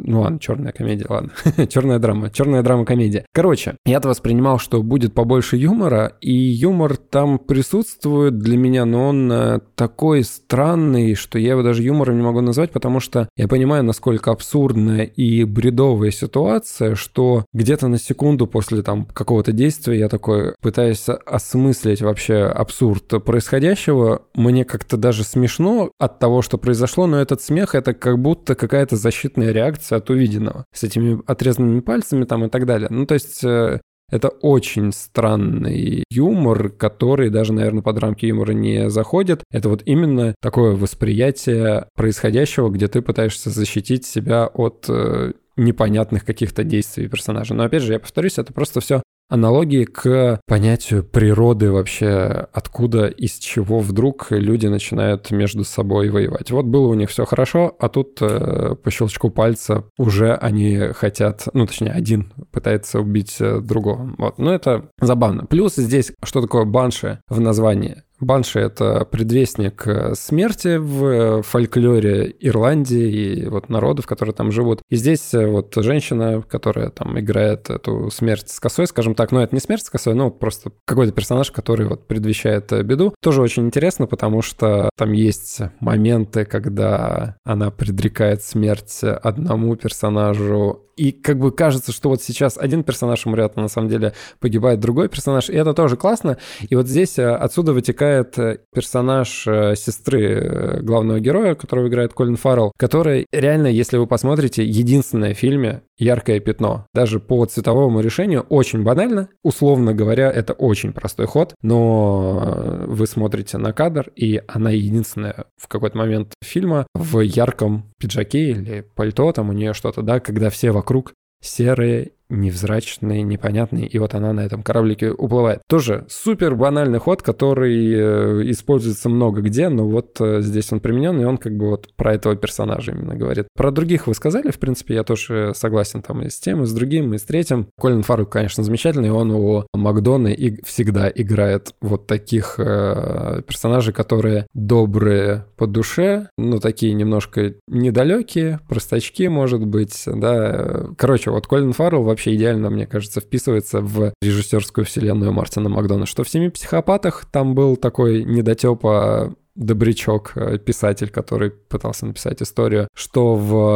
Ну ладно, черная комедия, ладно. Черная драма-комедия. Короче, я-то воспринимал, что будет побольше юмора, и юмор там присутствует для меня, но он такой странный, что я его даже юмором не могу назвать, потому что я понимаю, насколько абсурдная и бредовая ситуация, что где-то на секунду после там какого-то действия я такой пытаюсь осмыслить вообще абсурд происходящего. Мне как-то даже смешно от того, что произошло, но этот смех — это как будто какая-то защитная реакция от увиденного. С этими отрезанными пальцами там и так далее. Ну, то есть... Это очень странный юмор, который даже, наверное, под рамки юмора не заходит. Это вот именно такое восприятие происходящего, где ты пытаешься защитить себя от непонятных каких-то действий персонажа. Но опять же, я повторюсь, это просто все аналогии к понятию природы вообще, откуда, из чего вдруг люди начинают между собой воевать. Вот было у них все хорошо, а тут по щелчку пальца уже они хотят, ну, точнее, один пытается убить другого. Вот. Но это забавно. Плюс здесь, что такое банши в названии? Банши — это предвестник смерти в фольклоре Ирландии и вот народов, которые там живут. И здесь вот женщина, которая там играет эту смерть с косой, скажем так, но это не смерть с косой, ну просто какой-то персонаж, который вот предвещает беду. Тоже очень интересно, потому что там есть моменты, когда она предрекает смерть одному персонажу, и как бы кажется, что вот сейчас один персонаж умрет, а на самом деле погибает другой персонаж, и это тоже классно. И вот здесь отсюда вытекает персонаж сестры главного героя, которого играет Колин Фаррелл, который реально, если вы посмотрите, единственное в фильме яркое пятно. Даже по цветовому решению очень банально. Условно говоря, это очень простой ход, но вы смотрите на кадр, и она единственная в какой-то момент фильма в ярком пиджаке или пальто, там у нее что-то, да, когда все вокруг серые, невзрачные, непонятные, и вот она на этом кораблике уплывает. Тоже супер банальный ход, который используется много где, но вот здесь он применен, и он как бы вот про этого персонажа именно говорит. Про других вы сказали, в принципе, я тоже согласен там и с тем, и с другим, и с третьим. Колин Фаррелл, конечно, замечательный, он у Макдона и всегда играет вот таких персонажей, которые добрые по душе, но такие немножко недалекие, простачки, может быть, да. Короче, вот Колин Фаррелл вообще идеально, мне кажется, вписывается в режиссерскую вселенную Мартина Макдона. Что в «Семи психопатах» там был такой недотёпа добрячок, писатель, который пытался написать историю, что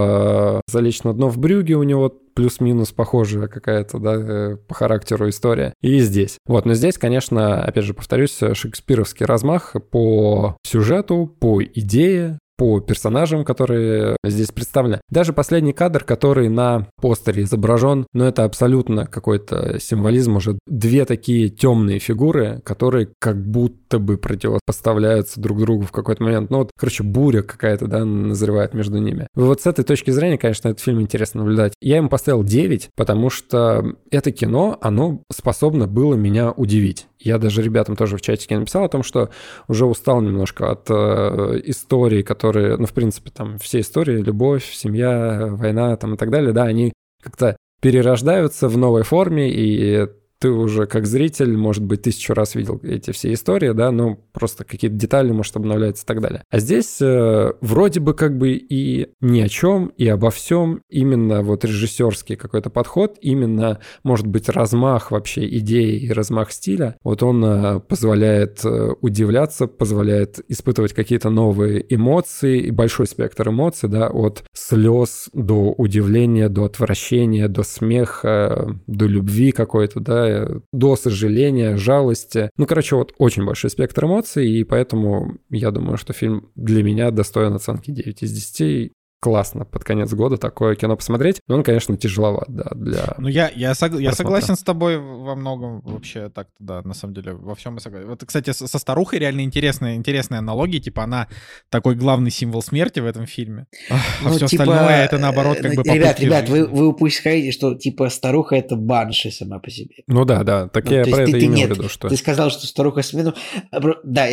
в «Залечь на дно в Брюгге» у него плюс-минус похожая какая-то, да, по характеру история. И здесь. Вот, но здесь, конечно, опять же, повторюсь, шекспировский размах по сюжету, по идее, по персонажам, которые здесь представлены. Даже последний кадр, который на постере изображен, но это абсолютно какой-то символизм, уже две такие темные фигуры, которые как будто бы противопоставляются друг другу в какой-то момент. Ну вот, короче, буря какая-то, да, назревает между ними. И вот с этой точки зрения, конечно, этот фильм интересно наблюдать. Я ему поставил 9, потому что это кино, оно способно было меня удивить. Я даже ребятам тоже в чатике написал о том, что уже устал немножко от историй, которые, ну, в принципе, там все истории, любовь, семья, война там и так далее, да, они как-то перерождаются в новой форме, и ты уже как зритель, может быть, 1000 раз видел эти все истории, да, но просто какие-то детали, может, обновляются и так далее. А здесь вроде бы как бы и ни о чем, и обо всем, именно вот режиссерский какой-то подход, именно, может быть, размах вообще идеи и размах стиля, вот он позволяет удивляться, позволяет испытывать какие-то новые эмоции, и большой спектр эмоций, да, от слез до удивления, до отвращения, до смеха, до любви какой-то, да, до сожаления, жалости. Ну, короче, вот очень большой спектр эмоций, и поэтому я думаю, что фильм для меня достоин оценки 9 из 10. Классно под конец года такое кино посмотреть, но он, конечно, тяжеловат, да, для... Ну, я согласен с тобой во многом вообще, так-то, да, на самом деле, во всем я согласен. Вот, кстати, со старухой реально интересная аналогия, типа она такой главный символ смерти в этом фильме, а все типа, остальное это наоборот как бы попытки Ребят, жизни. вы упускаете, что типа старуха — это банши сама по себе. Ну да, так я про это имел в виду, что... Ты сказал, что старуха смена... Да,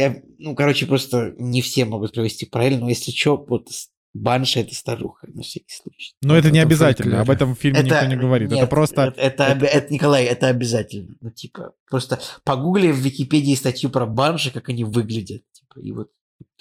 просто не все могут привести правильно, но если что, вот банша — это старуха, на всякий случай. Но это не обязательно, об этом в фильме никто не говорит. Нет, это просто... Николай, это обязательно. Ну, типа, просто погугли в Википедии статью про банши, как они выглядят. Типа, и вот...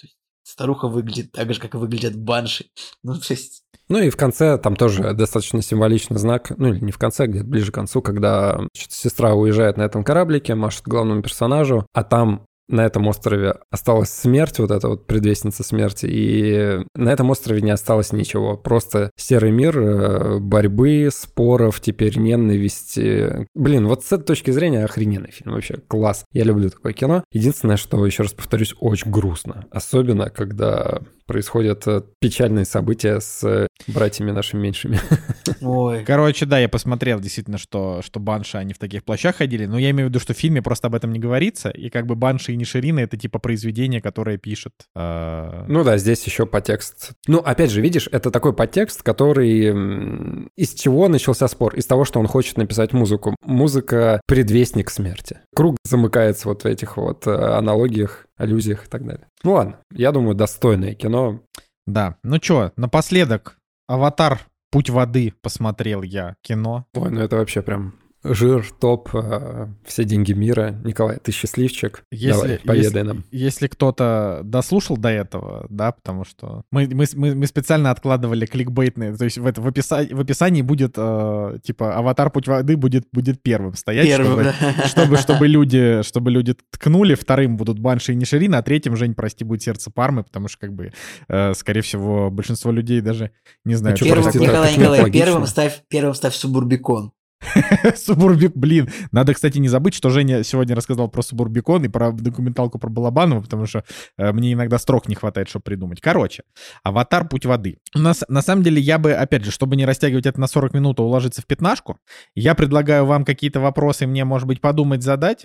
старуха выглядит так же, как выглядят банши. Ну, то есть... Ну и в конце там тоже достаточно символичный знак, ну или не в конце, где-то ближе к концу, когда сестра уезжает на этом кораблике, машет главному персонажу, а там на этом острове осталась смерть, вот эта вот предвестница смерти, и на этом острове не осталось ничего. Просто серый мир, борьбы, споров, теперь ненависти. Блин, вот с этой точки зрения охрененный фильм, вообще класс. Я люблю такое кино. Единственное, что, еще раз повторюсь, очень грустно. Особенно, когда происходят печальные события с братьями нашими меньшими. Ой. Короче, да, я посмотрел действительно, что банши, они в таких плащах ходили, но я имею в виду, что в фильме просто об этом не говорится, и как бы банши и ниширины — это типа произведение, которое пишет. Ну да, здесь еще подтекст. Ну, опять же, видишь, это такой подтекст, который... Из чего начался спор? Из того, что он хочет написать музыку. Музыка — предвестник смерти. Круг замыкается вот в этих вот аналогиях, аллюзиях и так далее. Ну ладно, я думаю, достойное кино. Да, ну чё, напоследок, «Аватар. Путь воды» посмотрел я, кино. Ой, ну это вообще прям... Жир, топ, все деньги мира. Николай, ты счастливчик. Давай, поведай нам. Если кто-то дослушал до этого, да, потому что мы специально откладывали кликбейтные, то есть в описании будет, типа, «Аватар. Путь воды» будет первым стоять, чтобы люди ткнули, вторым будут банши и ниширины, а третьим, Жень, прости, будет «Сердце Пармы», потому что, как бы, скорее всего, большинство людей даже не знают. Николай, первым ставь «Субурбикон». Субурбик, блин. Надо, кстати, не забыть, что Женя сегодня рассказал про Субурбикон и про документалку про Балабанова, потому что мне иногда строк не хватает, чтобы придумать. Короче, «Аватар. Путь воды». На самом деле, я бы, опять же, чтобы не растягивать это на 40 минут, а уложиться в 15, я предлагаю вам какие-то вопросы мне, может быть, подумать, задать.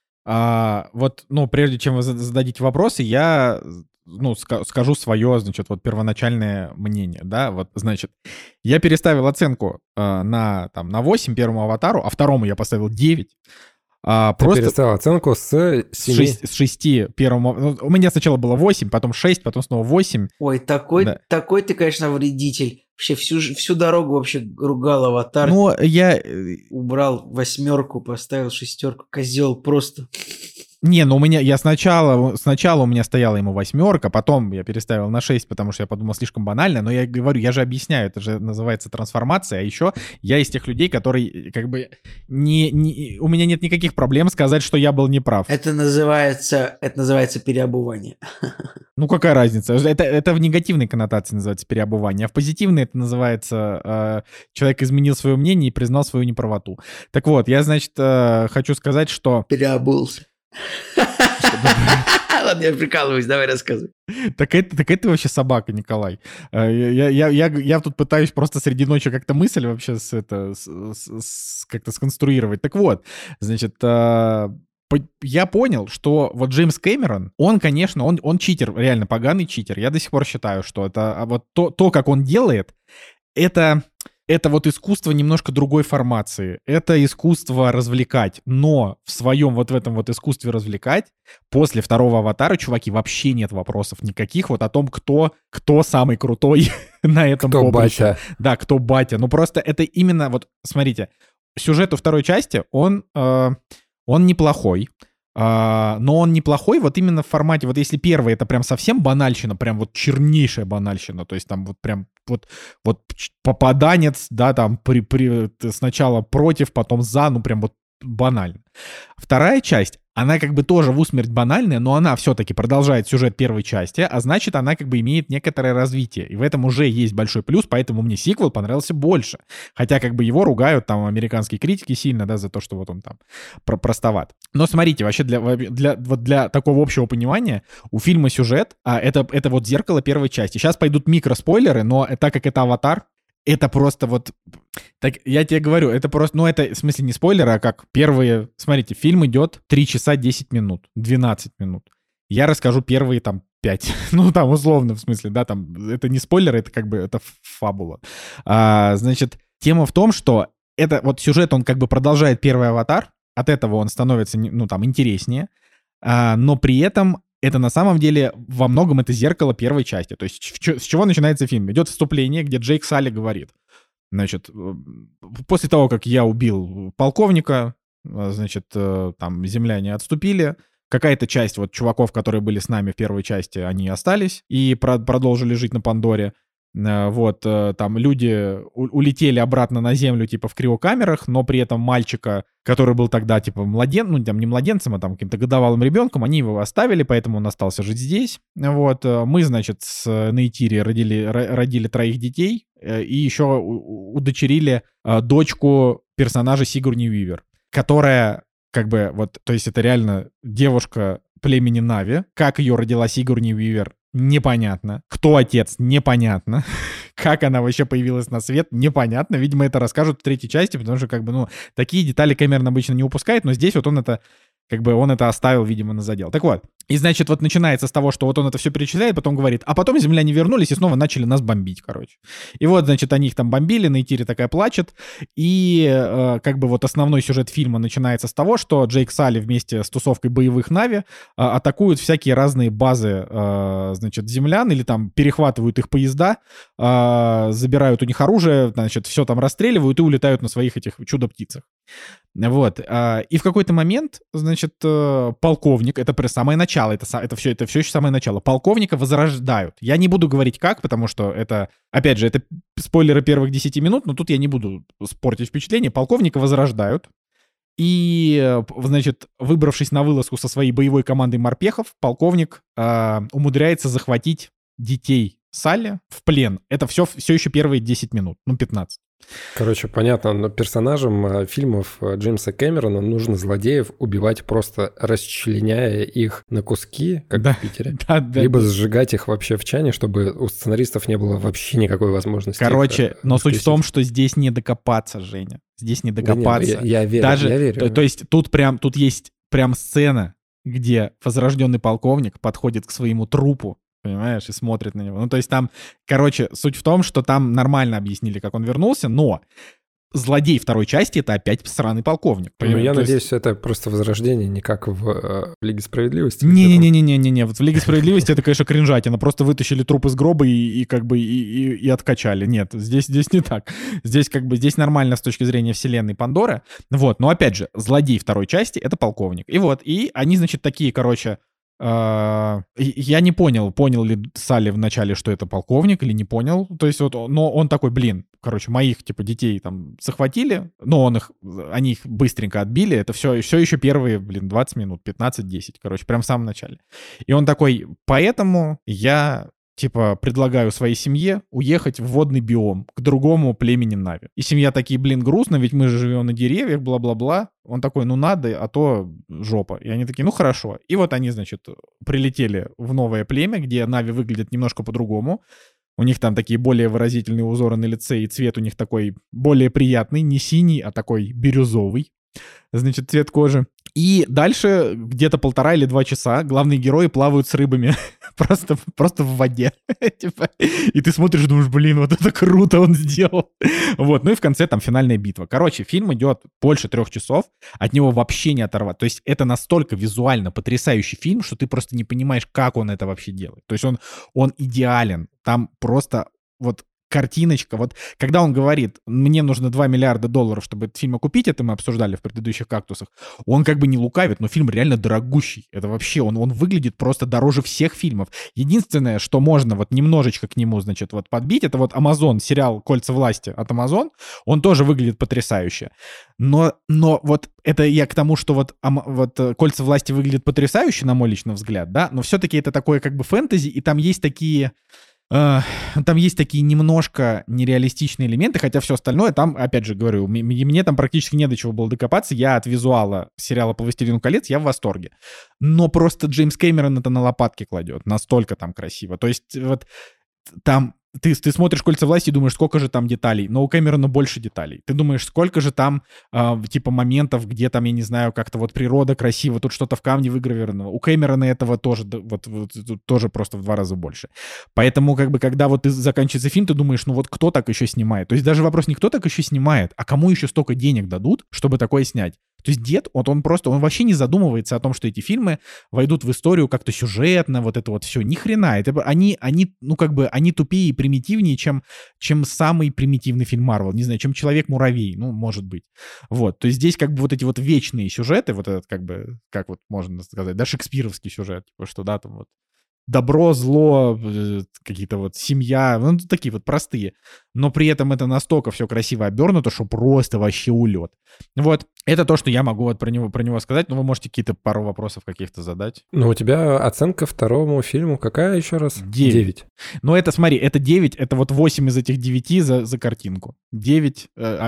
Вот, ну, прежде чем вы зададите вопросы, я... ну, скажу свое, значит, вот первоначальное мнение, да, вот, значит, я переставил оценку на 8 первому «Аватару», а второму я поставил 9. Ты просто переставил оценку с 7. С 6 первому... Ну, у меня сначала было 8, потом 6, потом снова 8. Ой, такой ты, конечно, вредитель. Вообще всю дорогу вообще ругал «Аватар». Ну, я... Убрал 8, поставил 6. Козел просто... Не, ну сначала у меня стояла ему 8, потом я переставил на 6, потому что я подумал, слишком банально, но я говорю, я же объясняю, это же называется трансформация, а еще я из тех людей, которые как бы у меня нет никаких проблем сказать, что я был неправ. Это называется переобувание. Ну какая разница? Это в негативной коннотации называется переобувание, а в позитивной это называется человек изменил свое мнение и признал свою неправоту. Так вот, я, значит, хочу сказать, что... Переобулся. Ладно, я прикалываюсь, давай рассказывай. Так это вообще собака, Николай. Я тут пытаюсь просто среди ночи как-то мысль вообще как-то сконструировать. Так вот, значит, я понял, что вот Джеймс Кэмерон, он, конечно, он читер, реально поганый читер. Я до сих пор считаю, что это вот то, как он делает, это вот искусство немножко другой формации. Это искусство развлекать. Но в своем вот в этом вот искусстве развлекать после второго «Аватара», чуваки, вообще нет вопросов никаких вот о том, кто самый крутой на этом поприще. Батя. Да, кто батя. Ну просто это именно вот, смотрите, сюжет у второй части, он неплохой. Но он неплохой вот именно в формате, вот если первый это прям совсем банальщина, прям вот чернейшая банальщина, то есть там вот прям вот попаданец, да, там сначала против, потом за, ну прям вот банально. Вторая часть, она как бы тоже в усмерть банальная, но она все-таки продолжает сюжет первой части, а значит, она как бы имеет некоторое развитие. И в этом уже есть большой плюс, поэтому мне сиквел понравился больше. Хотя как бы его ругают там американские критики сильно, да, за то, что вот он там простоват. Но смотрите, вообще для такого общего понимания у фильма сюжет, это вот зеркало первой части. Сейчас пойдут микроспойлеры, но так как это «Аватар», это просто вот... Так я тебе говорю, это просто... Ну, это в смысле не спойлеры, а как первые... Смотрите, фильм идет 3 часа 10 минут, 12 минут. Я расскажу первые там 5. Ну, там условно, в смысле, да, там... Это не спойлеры, это как бы... Это фабула. Значит, тема в том, что это вот сюжет, он как бы продолжает первый «Аватар». От этого он становится, ну, там, интереснее. Но при этом... Это на самом деле во многом это зеркало первой части. То есть с чего начинается фильм? Идет вступление, где Джейк Салли говорит, значит, после того, как я убил полковника, значит, там земляне отступили, Какая-то часть вот чуваков, которые были с нами в первой части, они остались и продолжили жить на Пандоре. Вот, там люди улетели обратно на Землю, типа, в криокамерах, но при этом мальчика, который был тогда, типа, ну, там, не младенцем, а там каким-то годовалым ребенком, они его оставили, поэтому он остался жить здесь. Вот, мы, значит, с Нейтири родили 3 детей и еще удочерили дочку персонажа Сигурни Уивер, которая, как бы, вот, то есть это реально девушка племени Нави. Как ее родила Сигурни Уивер, непонятно. Кто отец, непонятно. Как она вообще появилась на свет, непонятно. Видимо, это расскажут в 3-й части, потому что, как бы, ну, такие детали Кэмерон обычно не упускает, но здесь вот он это, как бы, он это оставил, видимо, на задел. Так вот, и, значит, вот начинается с того, что вот он это все перечисляет, потом говорит, а потом земляне вернулись и снова начали нас бомбить, короче. И вот, значит, они их там бомбили, Нейтири такая плачет, и, как бы, вот основной сюжет фильма начинается с того, что Джейк Салли вместе с тусовкой боевых Нави атакуют всякие разные базы, значит, землян, или там перехватывают их поезда, забирают у них оружие, значит, все там расстреливают и улетают на своих этих чудо-птицах. Вот. И в какой-то момент, значит, полковник, это самое начало, это все еще самое начало, полковника возрождают. Я не буду говорить как, потому что это, опять же, это спойлеры первых 10 минут, но тут я не буду спортить впечатление. Полковника возрождают. И, значит, выбравшись на вылазку со своей боевой командой морпехов, полковник умудряется захватить детей Салли в плен. Это все еще первые 10 минут, ну, 15. Короче, понятно, но персонажам фильмов Джеймса Кэмерона нужно злодеев убивать, просто расчленяя их на куски, как в Питере. Либо сжигать их вообще в чане, чтобы у сценаристов не было вообще никакой возможности. Короче, но суть в том, что здесь не докопаться, Женя. Здесь не докопаться. Да, я верю, я верю. То есть тут есть прям сцена, где возрожденный полковник подходит к своему трупу, понимаешь, и смотрит на него. Ну, то есть там, короче, суть в том, что там нормально объяснили, как он вернулся, но злодей второй части — это опять сраный полковник. Ну, я надеюсь, это просто возрождение, не как в Лиге Справедливости. Не-не-не-не-не. Вот в Лиге Справедливости это, конечно, кринжатина. Просто вытащили труп из гроба и как бы и откачали. Нет, здесь не так. Здесь как бы здесь нормально с точки зрения вселенной Пандоры. Вот, но опять же, злодей второй части — это полковник. И вот, и они, значит, такие, короче... Я не понял ли Салли вначале, что это полковник, или не понял. То есть вот, но он такой, блин, короче, моих, типа, детей там захватили, но они их быстренько отбили. Это все еще первые, 20 минут, 15-10, короче, прям в самом начале. И он такой, поэтому я... типа, предлагаю своей семье уехать в водный биом к другому племени Нави. И семья такие, грустно, ведь мы же живем на деревьях, бла-бла-бла. Он такой, ну надо, а то жопа. И они такие, ну хорошо. И вот они, значит, прилетели в новое племя, где Нави выглядят немножко по-другому. У них там такие более выразительные узоры на лице, и цвет у них такой более приятный, не синий, а такой бирюзовый. Значит, цвет кожи. И дальше где-то 1,5 или 2 часа главные герои плавают с рыбами просто в воде. И ты смотришь, думаешь, вот это круто он сделал. Вот, ну и в конце там финальная битва. Короче, фильм идет больше 3 часов, от него вообще не оторвать. То есть это настолько визуально потрясающий фильм, что ты просто не понимаешь, как он это вообще делает. То есть он идеален. Там просто вот картиночка. Вот когда он говорит, мне нужно $2 миллиарда, чтобы этот фильм окупить, это мы обсуждали в предыдущих «Кактусах», он как бы не лукавит, но фильм реально дорогущий. Это вообще, он выглядит просто дороже всех фильмов. Единственное, что можно вот немножечко к нему, значит, вот подбить, это вот Amazon, сериал «Кольца власти» от Amazon, он тоже выглядит потрясающе. Но вот это я к тому, что вот «Кольца власти» выглядит потрясающе, на мой личный взгляд, да, но все-таки это такое как бы фэнтези, и там есть такие немножко нереалистичные элементы, хотя все остальное там, опять же говорю, мне там практически не до чего было докопаться. Я от визуала сериала по «Властелину колец» я в восторге. Но просто Джеймс Кэмерон это на лопатки кладет. Настолько там красиво. То есть вот там ты смотришь «Кольца власти» и думаешь, сколько же там деталей, но у Кэмерона больше деталей. Ты думаешь, сколько же там, типа, моментов, где там, я не знаю, как-то вот природа красиво, тут что-то в камне выгравировано. У Кэмерона этого тоже, тоже просто в 2 раза больше. Поэтому, как бы, когда вот заканчивается фильм, ты думаешь, ну вот кто так еще снимает? То есть даже вопрос не кто так еще снимает, а кому еще столько денег дадут, чтобы такое снять? То есть дед, вот он вообще не задумывается о том, что эти фильмы войдут в историю как-то сюжетно, вот это вот все. Ни хрена. Они тупее и примитивнее, чем самый примитивный фильм Марвел. Не знаю, чем Человек-муравей, может быть. Вот. То есть здесь как бы вот эти вот вечные сюжеты, вот этот как бы, как вот можно сказать, да, шекспировский сюжет, типа, что, да, там вот добро, зло, какие-то вот семья, такие вот простые. Но при этом это настолько все красиво обернуто, что просто вообще улет. Вот, это то, что я могу вот про него сказать, но вы можете какие-то пару вопросов каких-то задать. Ну, у тебя оценка второму фильму какая еще раз? 9. Ну, это, смотри, это 9, это вот 8 из этих 9 за картинку. 9,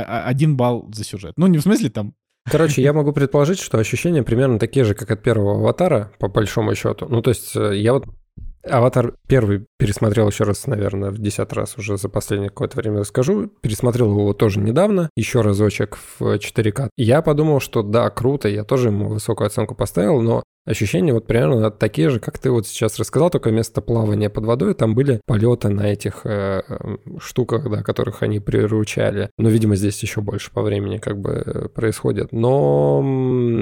1 балл за сюжет. Ну, не в смысле там... Короче, я могу предположить, что ощущения примерно такие же, как от первого «Аватара», по большому счету. Ну, то есть я вот «Аватар» первый пересмотрел еще раз, наверное, в 10 раз уже за последнее какое-то время расскажу. Пересмотрел его тоже недавно, еще разочек в 4К. Я подумал, что да, круто, я тоже ему высокую оценку поставил, но ощущения вот примерно такие же, как ты вот сейчас рассказал, только вместо плавания под водой там были полеты на этих штуках, да, которых они приручали. Но, видимо, здесь еще больше по времени как бы происходит. Но у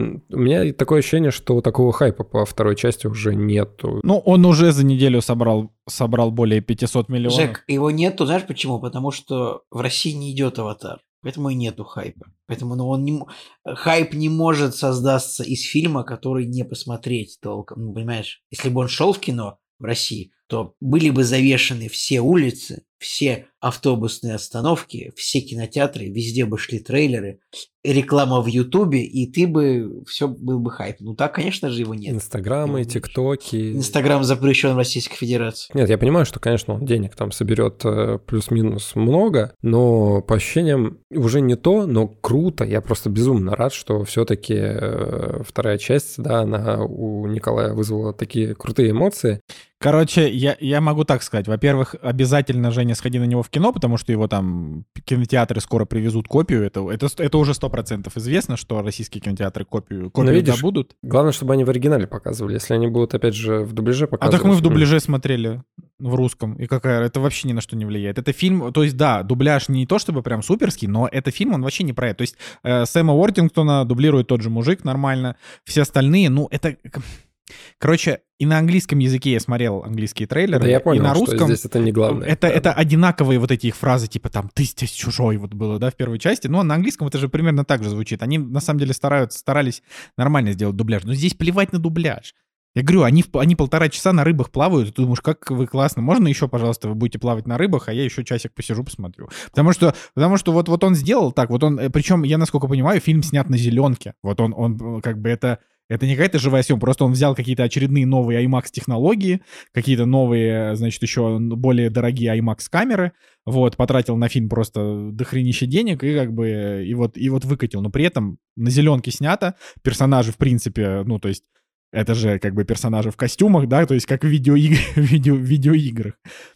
меня такое ощущение, что такого хайпа по второй части уже нету. Ну, он уже за неделю собрал более 500 миллионов. Жек, его нету, знаешь почему? Потому что в России не идет «Аватар». Поэтому и нету хайпа. Поэтому хайп не может создаться из фильма, который не посмотреть толком. Ну, понимаешь, если бы он шел в кино в России, то были бы завешены все улицы, все автобусные остановки, все кинотеатры, везде бы шли трейлеры, реклама в Ютубе, и ты бы все был бы хайп. Ну так, конечно же, его нет. Инстаграмы, ТикТоки. Инстаграм запрещен в Российской Федерации. Нет, я понимаю, что, конечно, он денег там соберет плюс-минус много, но по ощущениям уже не то, но круто. Я просто безумно рад, что все-таки вторая часть, да, она у Николая вызвала такие крутые эмоции. Короче, я могу так сказать. Во-первых, обязательно, Женя, сходи на него в кино, потому что его там кинотеатры скоро привезут копию. Это уже 100% известно, что российские кинотеатры копию забудут. Главное, чтобы они в оригинале показывали. Если они будут, опять же, в дубляже показывать... А так мы в дубляже смотрели в русском. И это вообще ни на что не влияет. Это фильм, то есть, да, дубляж не то чтобы прям суперский, но это фильм, он вообще не про это. То есть Сэма Уортингтона дублирует тот же мужик нормально. Все остальные, это... Короче, и на английском языке я смотрел английские трейлеры, да, я понял, и на русском... что здесь это не главное. Это одинаковые вот эти их фразы, типа там «ты здесь чужой» вот было, да, в первой части. Но на английском это же примерно так же звучит. Они, на самом деле, старались нормально сделать дубляж. Но здесь плевать на дубляж. Я говорю, они 1,5 часа на рыбах плавают, и ты думаешь, как вы классно. Можно еще, пожалуйста, вы будете плавать на рыбах, а я еще часик посижу, посмотрю. Потому что вот он сделал так, причем, я насколько понимаю, фильм снят на зеленке. Вот он как бы это не какая-то живая съемка, просто он взял какие-то очередные новые IMAX-технологии, какие-то новые, значит, еще более дорогие IMAX-камеры, потратил на фильм просто дохренище денег и как бы, и вот выкатил. Но при этом на зеленке снято, персонажи, в принципе, то есть это же как бы персонажи в костюмах, да, то есть как в видеоиграх.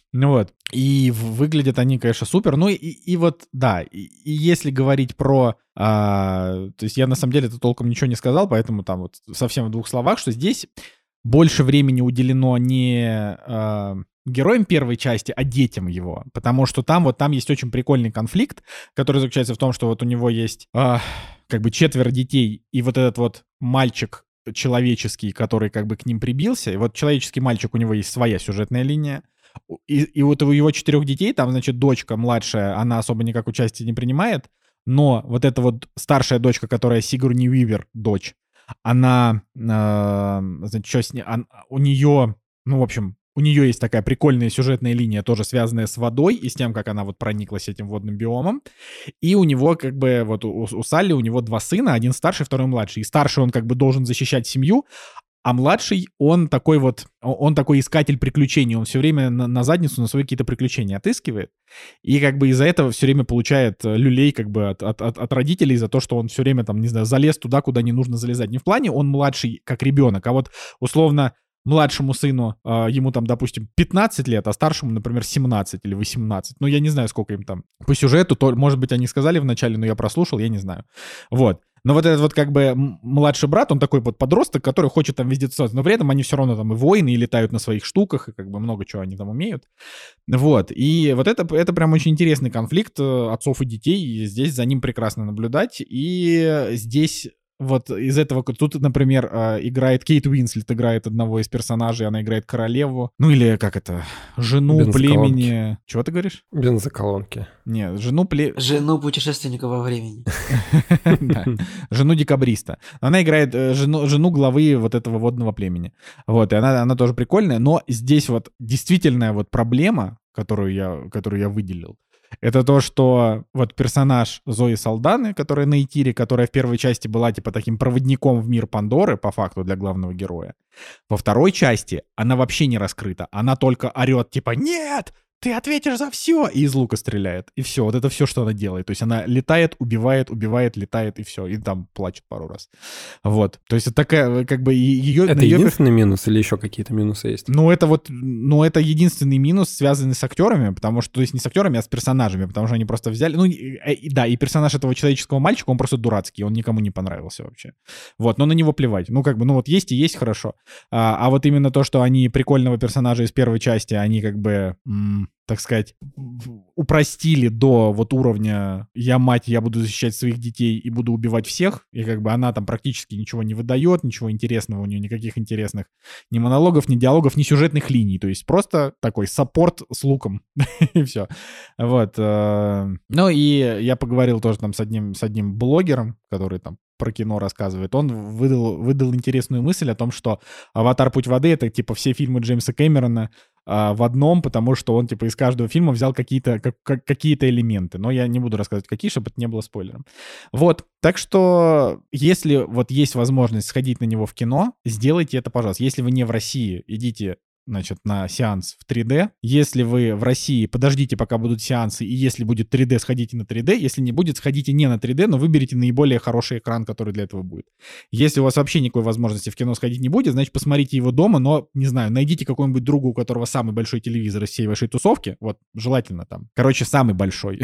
И выглядят они, конечно, супер. Ну и вот, да, и если говорить про... то есть я на самом деле толком ничего не сказал, поэтому там вот совсем в 2 словах, что здесь больше времени уделено не героям первой части, а детям его. Потому что там есть очень прикольный конфликт, который заключается в том, что вот у него есть как бы 4 детей, и вот этот вот мальчик человеческий, который как бы к ним прибился, и вот человеческий мальчик, у него есть своя сюжетная линия, и вот у его 4 детей, там, значит, дочка младшая, она особо никак участия не принимает, но вот эта вот старшая дочка, которая Сигурни Уивер, дочь, она, значит, что с ней, у нее, в общем, у нее есть такая прикольная сюжетная линия, тоже связанная с водой и с тем, как она вот прониклась этим водным биомом. И у него как бы вот у Салли, у него 2 сына, один старший, второй младший. И старший он как бы должен защищать семью, а младший, он такой искатель приключений. Он все время на задницу на свои какие-то приключения отыскивает. И как бы из-за этого все время получает люлей как бы от родителей за то, что он все время там, не знаю, залез туда, куда не нужно залезать. Не в плане он младший как ребенок, а вот условно младшему сыну, ему там, допустим, 15 лет, а старшему, например, 17 или 18. Ну, я не знаю, сколько им там по сюжету, может быть, они сказали вначале, но я прослушал, я не знаю. Но вот этот вот как бы младший брат, он такой вот подросток, который хочет там везде тусоваться, но при этом они все равно там и воины, и летают на своих штуках, и как бы много чего они там умеют. И вот это прям очень интересный конфликт отцов и детей, и здесь за ним прекрасно наблюдать, и здесь вот из этого... Тут, например, играет Кейт Уинслет, играет одного из персонажей, она играет королеву. Ну или как это? Жену племени... Чего ты говоришь? Бензоколонки. Нет, Жену путешественника во времени. Жену декабриста. Она играет жену главы вот этого водного племени. Вот, и она тоже прикольная, но здесь вот действительная вот проблема, которую я выделил, это то, что вот персонаж Зои Салданы, которая на Итире, которая в первой части была типа таким проводником в мир Пандоры, по факту, для главного героя. Во второй части она вообще не раскрыта. Она только орет типа «Нет! Ты ответишь за все!» И из лука стреляет. И все. Вот это все, что она делает. То есть она летает, убивает, летает, и все. И там плачет пару раз. Вот. То есть это такая, как бы, ее... Это единственный минус или еще какие-то минусы есть? Ну, это вот... Ну, это единственный минус, связанный с актерами, потому что... То есть не с актерами, а с персонажами, потому что они просто взяли... Ну, да, и персонаж этого человеческого мальчика, он просто дурацкий, он никому не понравился вообще. Вот, но на него плевать. Ну, как бы, ну вот есть и есть, хорошо. А вот именно то, что они прикольного персонажа из первой части, они как бы... так сказать, упростили до вот уровня «я мать, я буду защищать своих детей и буду убивать всех», и как бы она там практически ничего не выдает, ничего интересного у нее, никаких интересных ни монологов, ни диалогов, ни сюжетных линий, то есть просто такой саппорт с луком, и все. Вот. Ну и я поговорил тоже там с одним блогером, который там про кино рассказывает, он выдал интересную мысль о том, что «Аватар. Путь воды» — это типа все фильмы Джеймса Кэмерона в одном, потому что он типа из каждого фильма взял какие-то элементы. Но я не буду рассказывать, какие, чтобы это не было спойлером. Вот. Так что, если вот есть возможность сходить на него в кино, сделайте это, пожалуйста. Если вы не в России, идите, значит, на сеанс в 3D. Если вы в России, подождите, пока будут сеансы, и если будет 3D, сходите на 3D. Если не будет, сходите не на 3D, но выберите наиболее хороший экран, который для этого будет. Если у вас вообще никакой возможности в кино сходить не будет, значит, посмотрите его дома, но, не знаю, найдите какого-нибудь друга, у которого самый большой телевизор из всей вашей тусовки, вот, желательно там, короче, самый большой,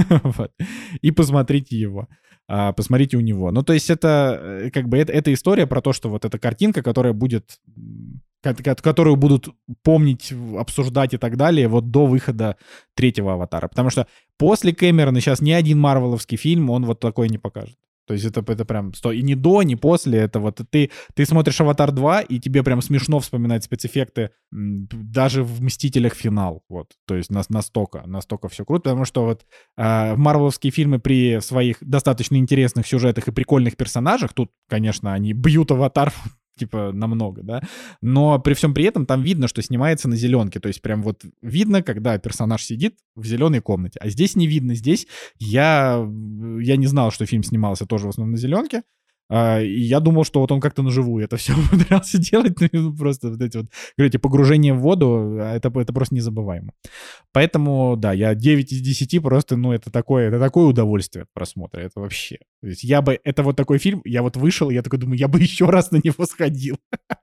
и посмотрите его. Посмотрите у него. Ну, то есть это, как бы, это история про то, что вот эта картинка, которая будет... которую будут помнить, обсуждать и так далее вот до выхода третьего «Аватара». Потому что после Кэмерона сейчас ни один марвеловский фильм, он вот такой не покажет. То есть это прям... И ни до, ни после. Это вот ты смотришь «Аватар 2», и тебе прям смешно вспоминать спецэффекты даже в «Мстителях. Финал». Вот. То есть настолько все круто. Потому что вот марвеловские фильмы при своих достаточно интересных сюжетах и прикольных персонажах, тут, конечно, они бьют «Аватар» типа намного, да, но при всем при этом там видно, что снимается на зеленке, то есть прям вот видно, когда персонаж сидит в зеленой комнате, а здесь не видно, здесь я не знал, что фильм снимался тоже в основном на зеленке, и я думал, что вот он как-то наживую это все умудрялся делать, ну, просто вот эти вот, говорите, погружение в воду, это просто незабываемо. Поэтому, да, я 9 из 10 просто, ну, это такое удовольствие от просмотра, это вообще. То есть это вот такой фильм, я вот вышел, я такой думаю, я бы еще раз на него сходил.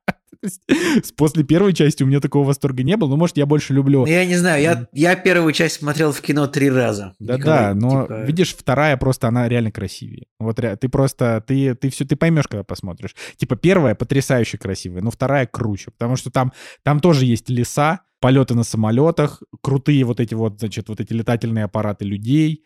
После первой части у меня такого восторга не было, но, может, я больше люблю... Я не знаю, я первую часть смотрел в кино 3 раза. Да-да, но, типа... видишь, вторая просто, она реально красивее. Вот ты просто, ты поймешь, когда посмотришь. Типа, первая потрясающе красивая, но вторая круче, потому что там тоже есть леса, полеты на самолетах, крутые вот эти вот, значит, вот эти летательные аппараты людей,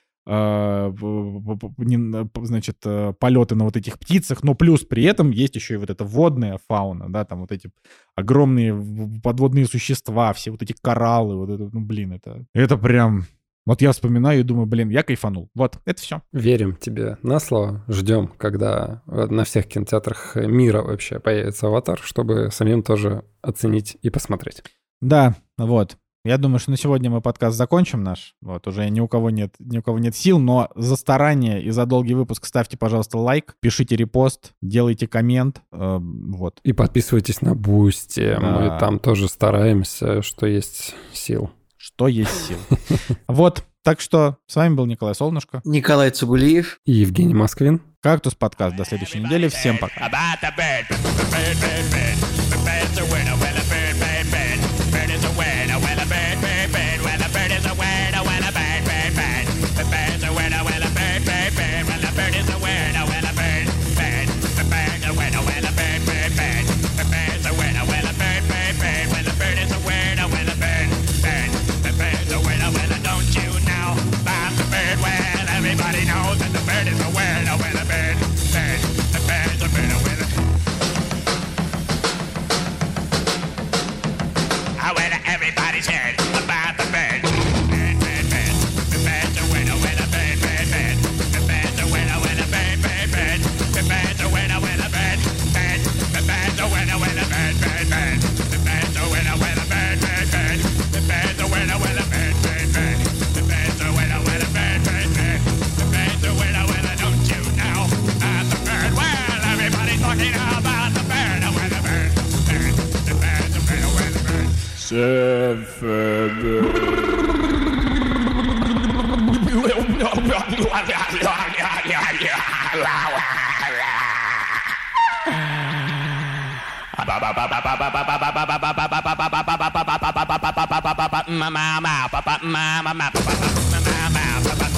значит, полеты на вот этих птицах, но плюс при этом есть еще и вот эта водная фауна, да, там вот эти огромные подводные существа, все вот эти кораллы, вот это, ну, блин, это прям... Вот я вспоминаю и думаю, блин, я кайфанул. Вот, это все. Верим тебе на слово. Ждем, когда на всех кинотеатрах мира вообще появится «Аватар», чтобы самим тоже оценить и посмотреть. Да, вот. Я думаю, что на сегодня мы подкаст закончим наш. Вот, уже ни у кого нет сил, но за старание и за долгий выпуск ставьте, пожалуйста, лайк, пишите репост, делайте коммент. Вот. И подписывайтесь на Boosty. Да. Мы там тоже стараемся, что есть сил. Что есть сил. Вот, так что с вами был Николай Солнышко. Николай Цугулиев. И Евгений Москвин. «Кактус» подкаст. До следующей недели. Всем пока. Everybody knows that the bird is a winner when the bird Mama,